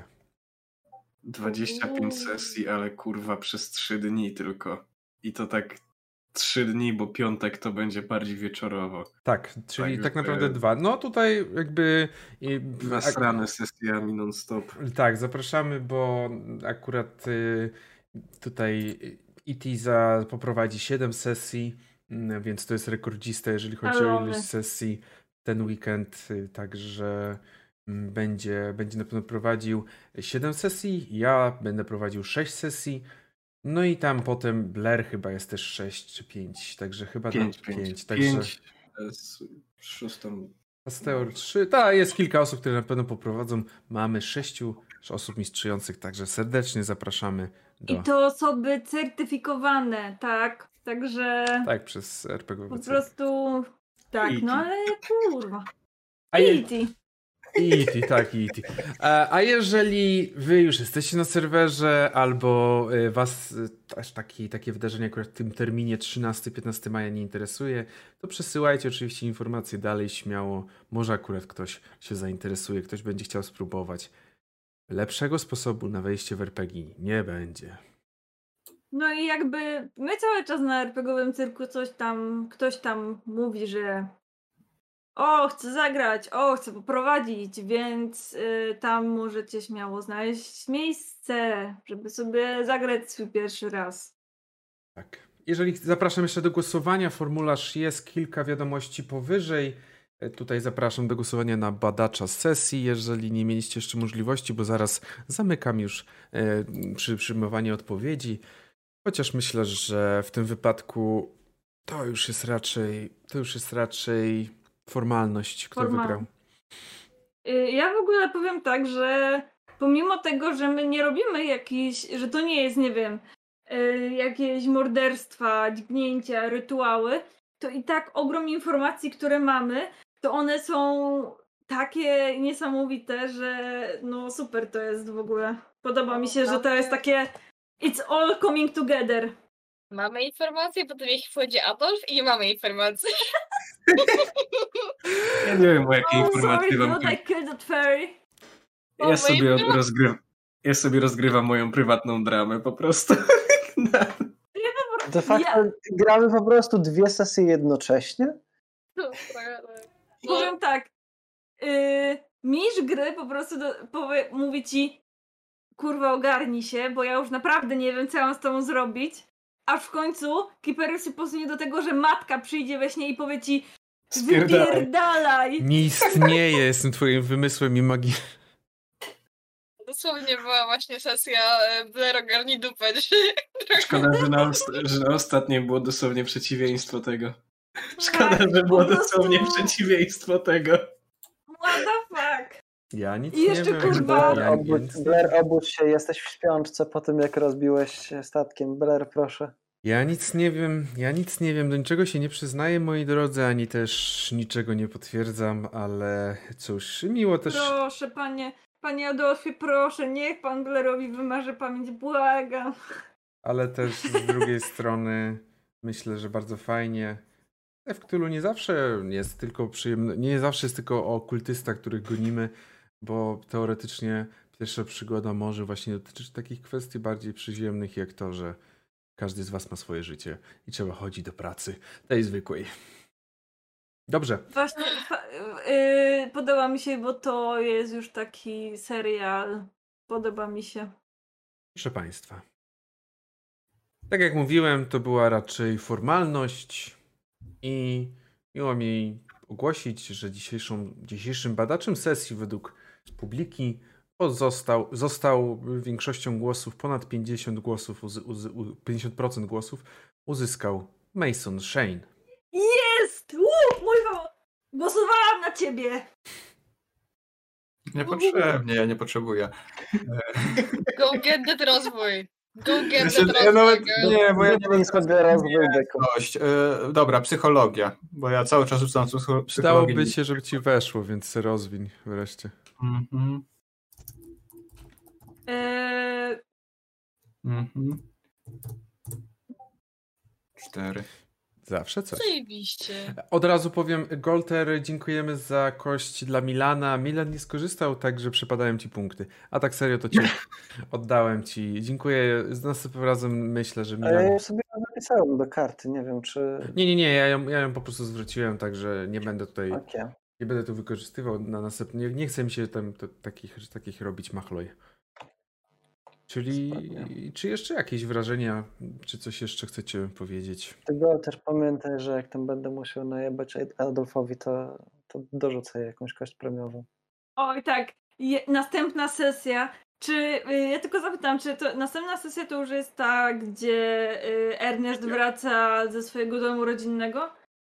25 sesji, ale kurwa przez 3 dni tylko. I to tak 3 dni, bo piątek to będzie bardziej wieczorowo. Tak, czyli tak naprawdę 2. No tutaj jakby... Nasrane sesjami non-stop. Tak, zapraszamy, bo akurat tutaj poprowadzi 7 sesji, więc to jest rekordzista, jeżeli chodzi o ilość sesji ten weekend, także będzie na pewno prowadził 7 sesji, ja będę prowadził 6 sesji, no i tam potem Blair chyba jest też 6 czy 5, także chyba 5. Także 5 z 6. Pasteur 3, tak, jest kilka osób, które na pewno poprowadzą. Mamy 6 osób mistrzujących, także serdecznie zapraszamy do... I to osoby certyfikowane, tak? Także... Tak, przez RPG. Po prostu... Tak, no ale kurwa. E.T. A jeżeli wy już jesteście na serwerze, albo was aż takie wydarzenie akurat w tym terminie 13-15 maja nie interesuje, to przesyłajcie oczywiście informacje dalej śmiało. Może akurat ktoś się zainteresuje, ktoś będzie chciał spróbować. Lepszego sposobu na wejście w RPG nie będzie. No i jakby my cały czas na RPGowym Cyrku ktoś tam mówi, że chcę zagrać, chcę poprowadzić, więc tam możecie śmiało znaleźć miejsce, żeby sobie zagrać swój pierwszy raz. Tak. Jeżeli zapraszam jeszcze do głosowania, formularz jest, kilka wiadomości powyżej. Tutaj zapraszam do głosowania na badacza sesji, jeżeli nie mieliście jeszcze możliwości, bo zaraz zamykam już przyjmowanie odpowiedzi. Chociaż myślę, że w tym wypadku to już jest raczej formalność, kto wygrał. Ja w ogóle powiem tak, że pomimo tego, że my nie robimy że to nie jest, nie wiem, jakieś morderstwa, dźgnięcia, rytuały, to i tak ogrom informacji, które mamy, to one są takie niesamowite, że no super to jest w ogóle. Podoba mi się, że to jest takie it's all coming together. Mamy informacje, potem jak wchodzi Adolf i nie mamy informacji. Ja nie wiem, o jakie informacje wam Ja sobie rozgrywam moją prywatną dramę po prostu. De facto gramy po prostu 2 sesje jednocześnie? Powiem tak. Mistrz gry po prostu mówi ci kurwa ogarnij się, bo ja już naprawdę nie wiem, co ja mam z tobą zrobić. Aż w końcu Kiperu się posunie do tego, że matka przyjdzie we śnie i powie ci wypierdalaj! Nie istnieje, jestem twoim wymysłem i magią. Dosłownie była właśnie sesja Blair ogarnij dupę. Szkoda, że na ostatnim było dosłownie przeciwieństwo tego. Szkoda, że było dosłownie przeciwieństwo tego. What the fuck? Ja nic I jeszcze nie wiem. kurwa. Blair, obudź się, jesteś w śpiączce po tym, jak rozbiłeś statkiem. Blair, proszę. Ja nic nie wiem, do niczego się nie przyznaję, moi drodzy, ani też niczego nie potwierdzam, ale cóż, miło też... Proszę, panie Adolfie, proszę, niech pan Blairowi wymarzy pamięć, błagam. Ale też z drugiej strony myślę, że bardzo fajnie. W Cthulhu nie zawsze jest tylko przyjemne, nie zawsze jest tylko o okultystach, których gonimy, bo teoretycznie pierwsza przygoda może właśnie dotyczyć takich kwestii bardziej przyziemnych, jak to, że każdy z was ma swoje życie i trzeba chodzić do pracy, tej zwykłej. Dobrze. Właśnie podoba mi się, bo to jest już taki serial. Podoba mi się. Proszę państwa. Tak jak mówiłem, to była raczej formalność i miło mi ogłosić, że dzisiejszym badaczem sesji według publiki został większością głosów, ponad 50% głosów uzyskał Mason Shane. Jest! Mój głosowałam na ciebie! Niepotrzebnie, ja nie potrzebuję. Go get that rozwój. Go get Znaczy, that ja nawet rozwój. nie, bo ja Nie sobie rozwój byku. dość. Dobra, psychologia, bo ja cały czas rzucam psychologię. Przydałoby się, żeby ci weszło, więc se rozwiń wreszcie. Mhm. 4. Zawsze coś. Zajebiście. Od razu powiem, Golter, dziękujemy za kość dla Milana. Milan nie skorzystał, także przypadają ci punkty. A tak serio, to cię oddałem ci. Dziękuję. Następnym razem myślę, że Ale ja Milan... ją sobie zapisałem do karty, nie wiem czy... Nie, ja ją po prostu zwróciłem, także nie będę tutaj... Okay. Nie będę tu wykorzystywał na następny... Nie chcę mi się tam takich robić machloj. Czyli czy jeszcze jakieś wrażenia, czy coś jeszcze chcecie powiedzieć? Tylko też pamiętaj, że jak tam będę musiał najebać Adolfowi, to dorzucę jakąś kość premiową. Oj tak, następna sesja. Ja tylko zapytam, czy to następna sesja to już jest ta, gdzie Ernest wraca ze swojego domu rodzinnego?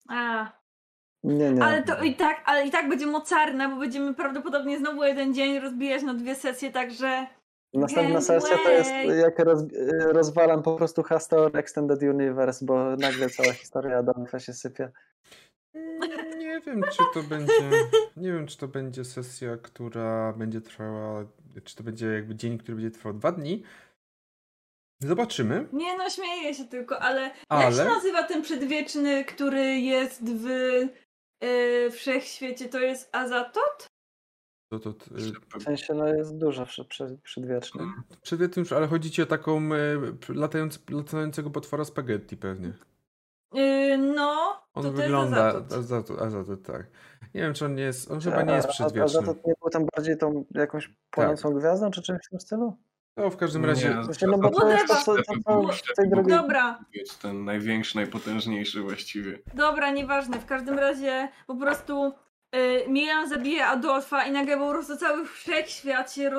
Nie. Ale i tak będzie mocarna, bo będziemy prawdopodobnie znowu jeden dzień rozbijać na 2 sesje, także... Następna sesja to jest jak rozwalam po prostu Hastor Extended Universe, bo nagle cała historia Adolfa się sypie. Nie wiem, czy to będzie sesja, która będzie trwała, czy to będzie jakby dzień, który będzie trwał 2 dni. Zobaczymy. Nie no, śmieję się tylko, ale jak się nazywa ten przedwieczny, który jest w wszechświecie? To jest Azatot? W sensie jest dużo przedwieczny. Przedwieczny, ale chodzi ci o taką latającego potwora spaghetti pewnie. No, on to wygląda jest Azatot, tak. Nie wiem, czy on nie jest, on chyba nie jest przedwieczny. Azatot nie był tam bardziej tą jakąś płonącą gwiazdą, czy czymś w tym stylu? No, w każdym razie... No bo to jest to, w tej drugiej... Dobra. Jest ten największy, najpotężniejszy właściwie. Dobra, nieważne. W każdym razie po prostu Milan zabija Adolfa i nagle po prostu cały wszechświat się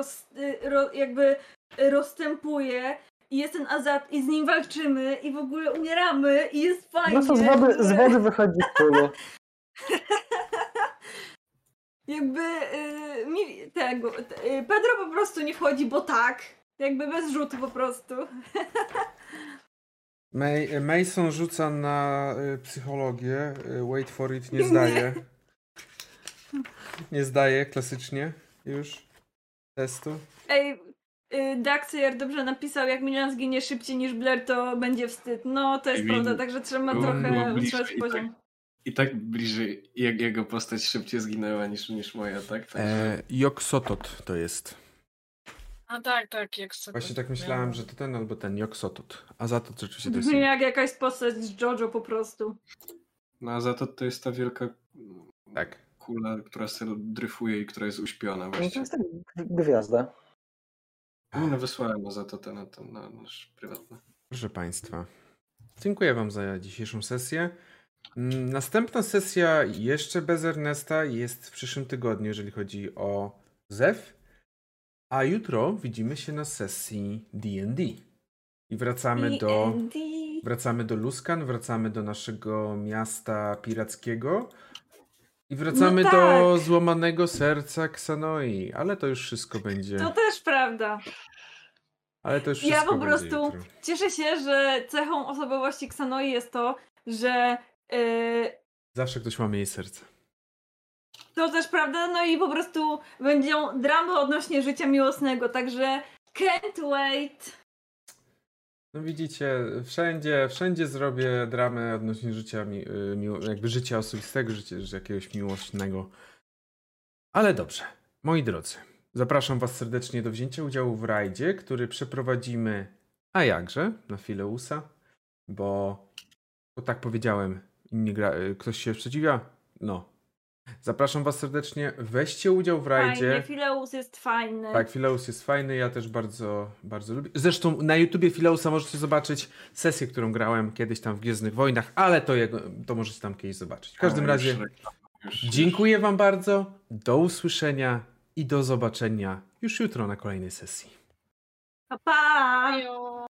rozstępuje i jest ten Azat i z nim walczymy i w ogóle umieramy i jest fajnie. No to z wody wychodzi w kulu. Pedro po prostu nie wchodzi, bo tak. Jakby bez rzutu po prostu. Mason rzuca na psychologię. Wait for it, nie zdaje. Nie zdaje klasycznie już testu. Daxer dobrze napisał, jak Milan zginie szybciej niż Blair, to będzie wstyd. No, to jest prawda, także trzeba trochę utrzymać poziom. I tak bliżej, jak jego postać szybciej zginęła niż moja, tak? Joksotot to jest. A tak, Joksotot. Właśnie tak myślałem, że to ten albo ten Joksotot. A za to rzeczywiście to jest... Brzmi jak jakaś postać z JoJo po prostu. No a za to jest ta wielka tak. Kula, która sobie dryfuje i która jest uśpiona No właściwie. to jest tak gwiazda. No wysłałem za to na nasz prywatny. Proszę Państwa, dziękuję Wam za dzisiejszą sesję. Następna sesja jeszcze bez Ernesta jest w przyszłym tygodniu, jeżeli chodzi o Zew. A jutro widzimy się na sesji D&D. I wracamy do Luskan, wracamy do naszego miasta pirackiego i wracamy do złamanego serca Xanoi. Ale to już wszystko będzie... To też prawda. Ale to już Ja wszystko po będzie prostu jutro. cieszę się, że cechą osobowości Xanoi jest to, że Zawsze ktoś ma jej serce. to też prawda, no i po prostu będą dramy odnośnie życia miłosnego, także can't wait. No widzicie, wszędzie zrobię dramę odnośnie życia, jakby życia osobistego, życia jakiegoś miłosnego. Ale dobrze, moi drodzy, zapraszam was serdecznie do wzięcia udziału w rajdzie, który przeprowadzimy, a jakże, na Fileusa, bo tak powiedziałem, ktoś się sprzeciwia? No. Zapraszam was serdecznie, weźcie udział w rajdzie. Fajnie, Fileus jest fajny. Tak, Fileus jest fajny, ja też bardzo, bardzo lubię. Zresztą na YouTubie Fileusa możecie zobaczyć sesję, którą grałem kiedyś tam w Gwiezdnych Wojnach, ale to możecie tam kiedyś zobaczyć. W każdym razie dziękuję wam bardzo, do usłyszenia i do zobaczenia już jutro na kolejnej sesji. Pa, pa! Ajo.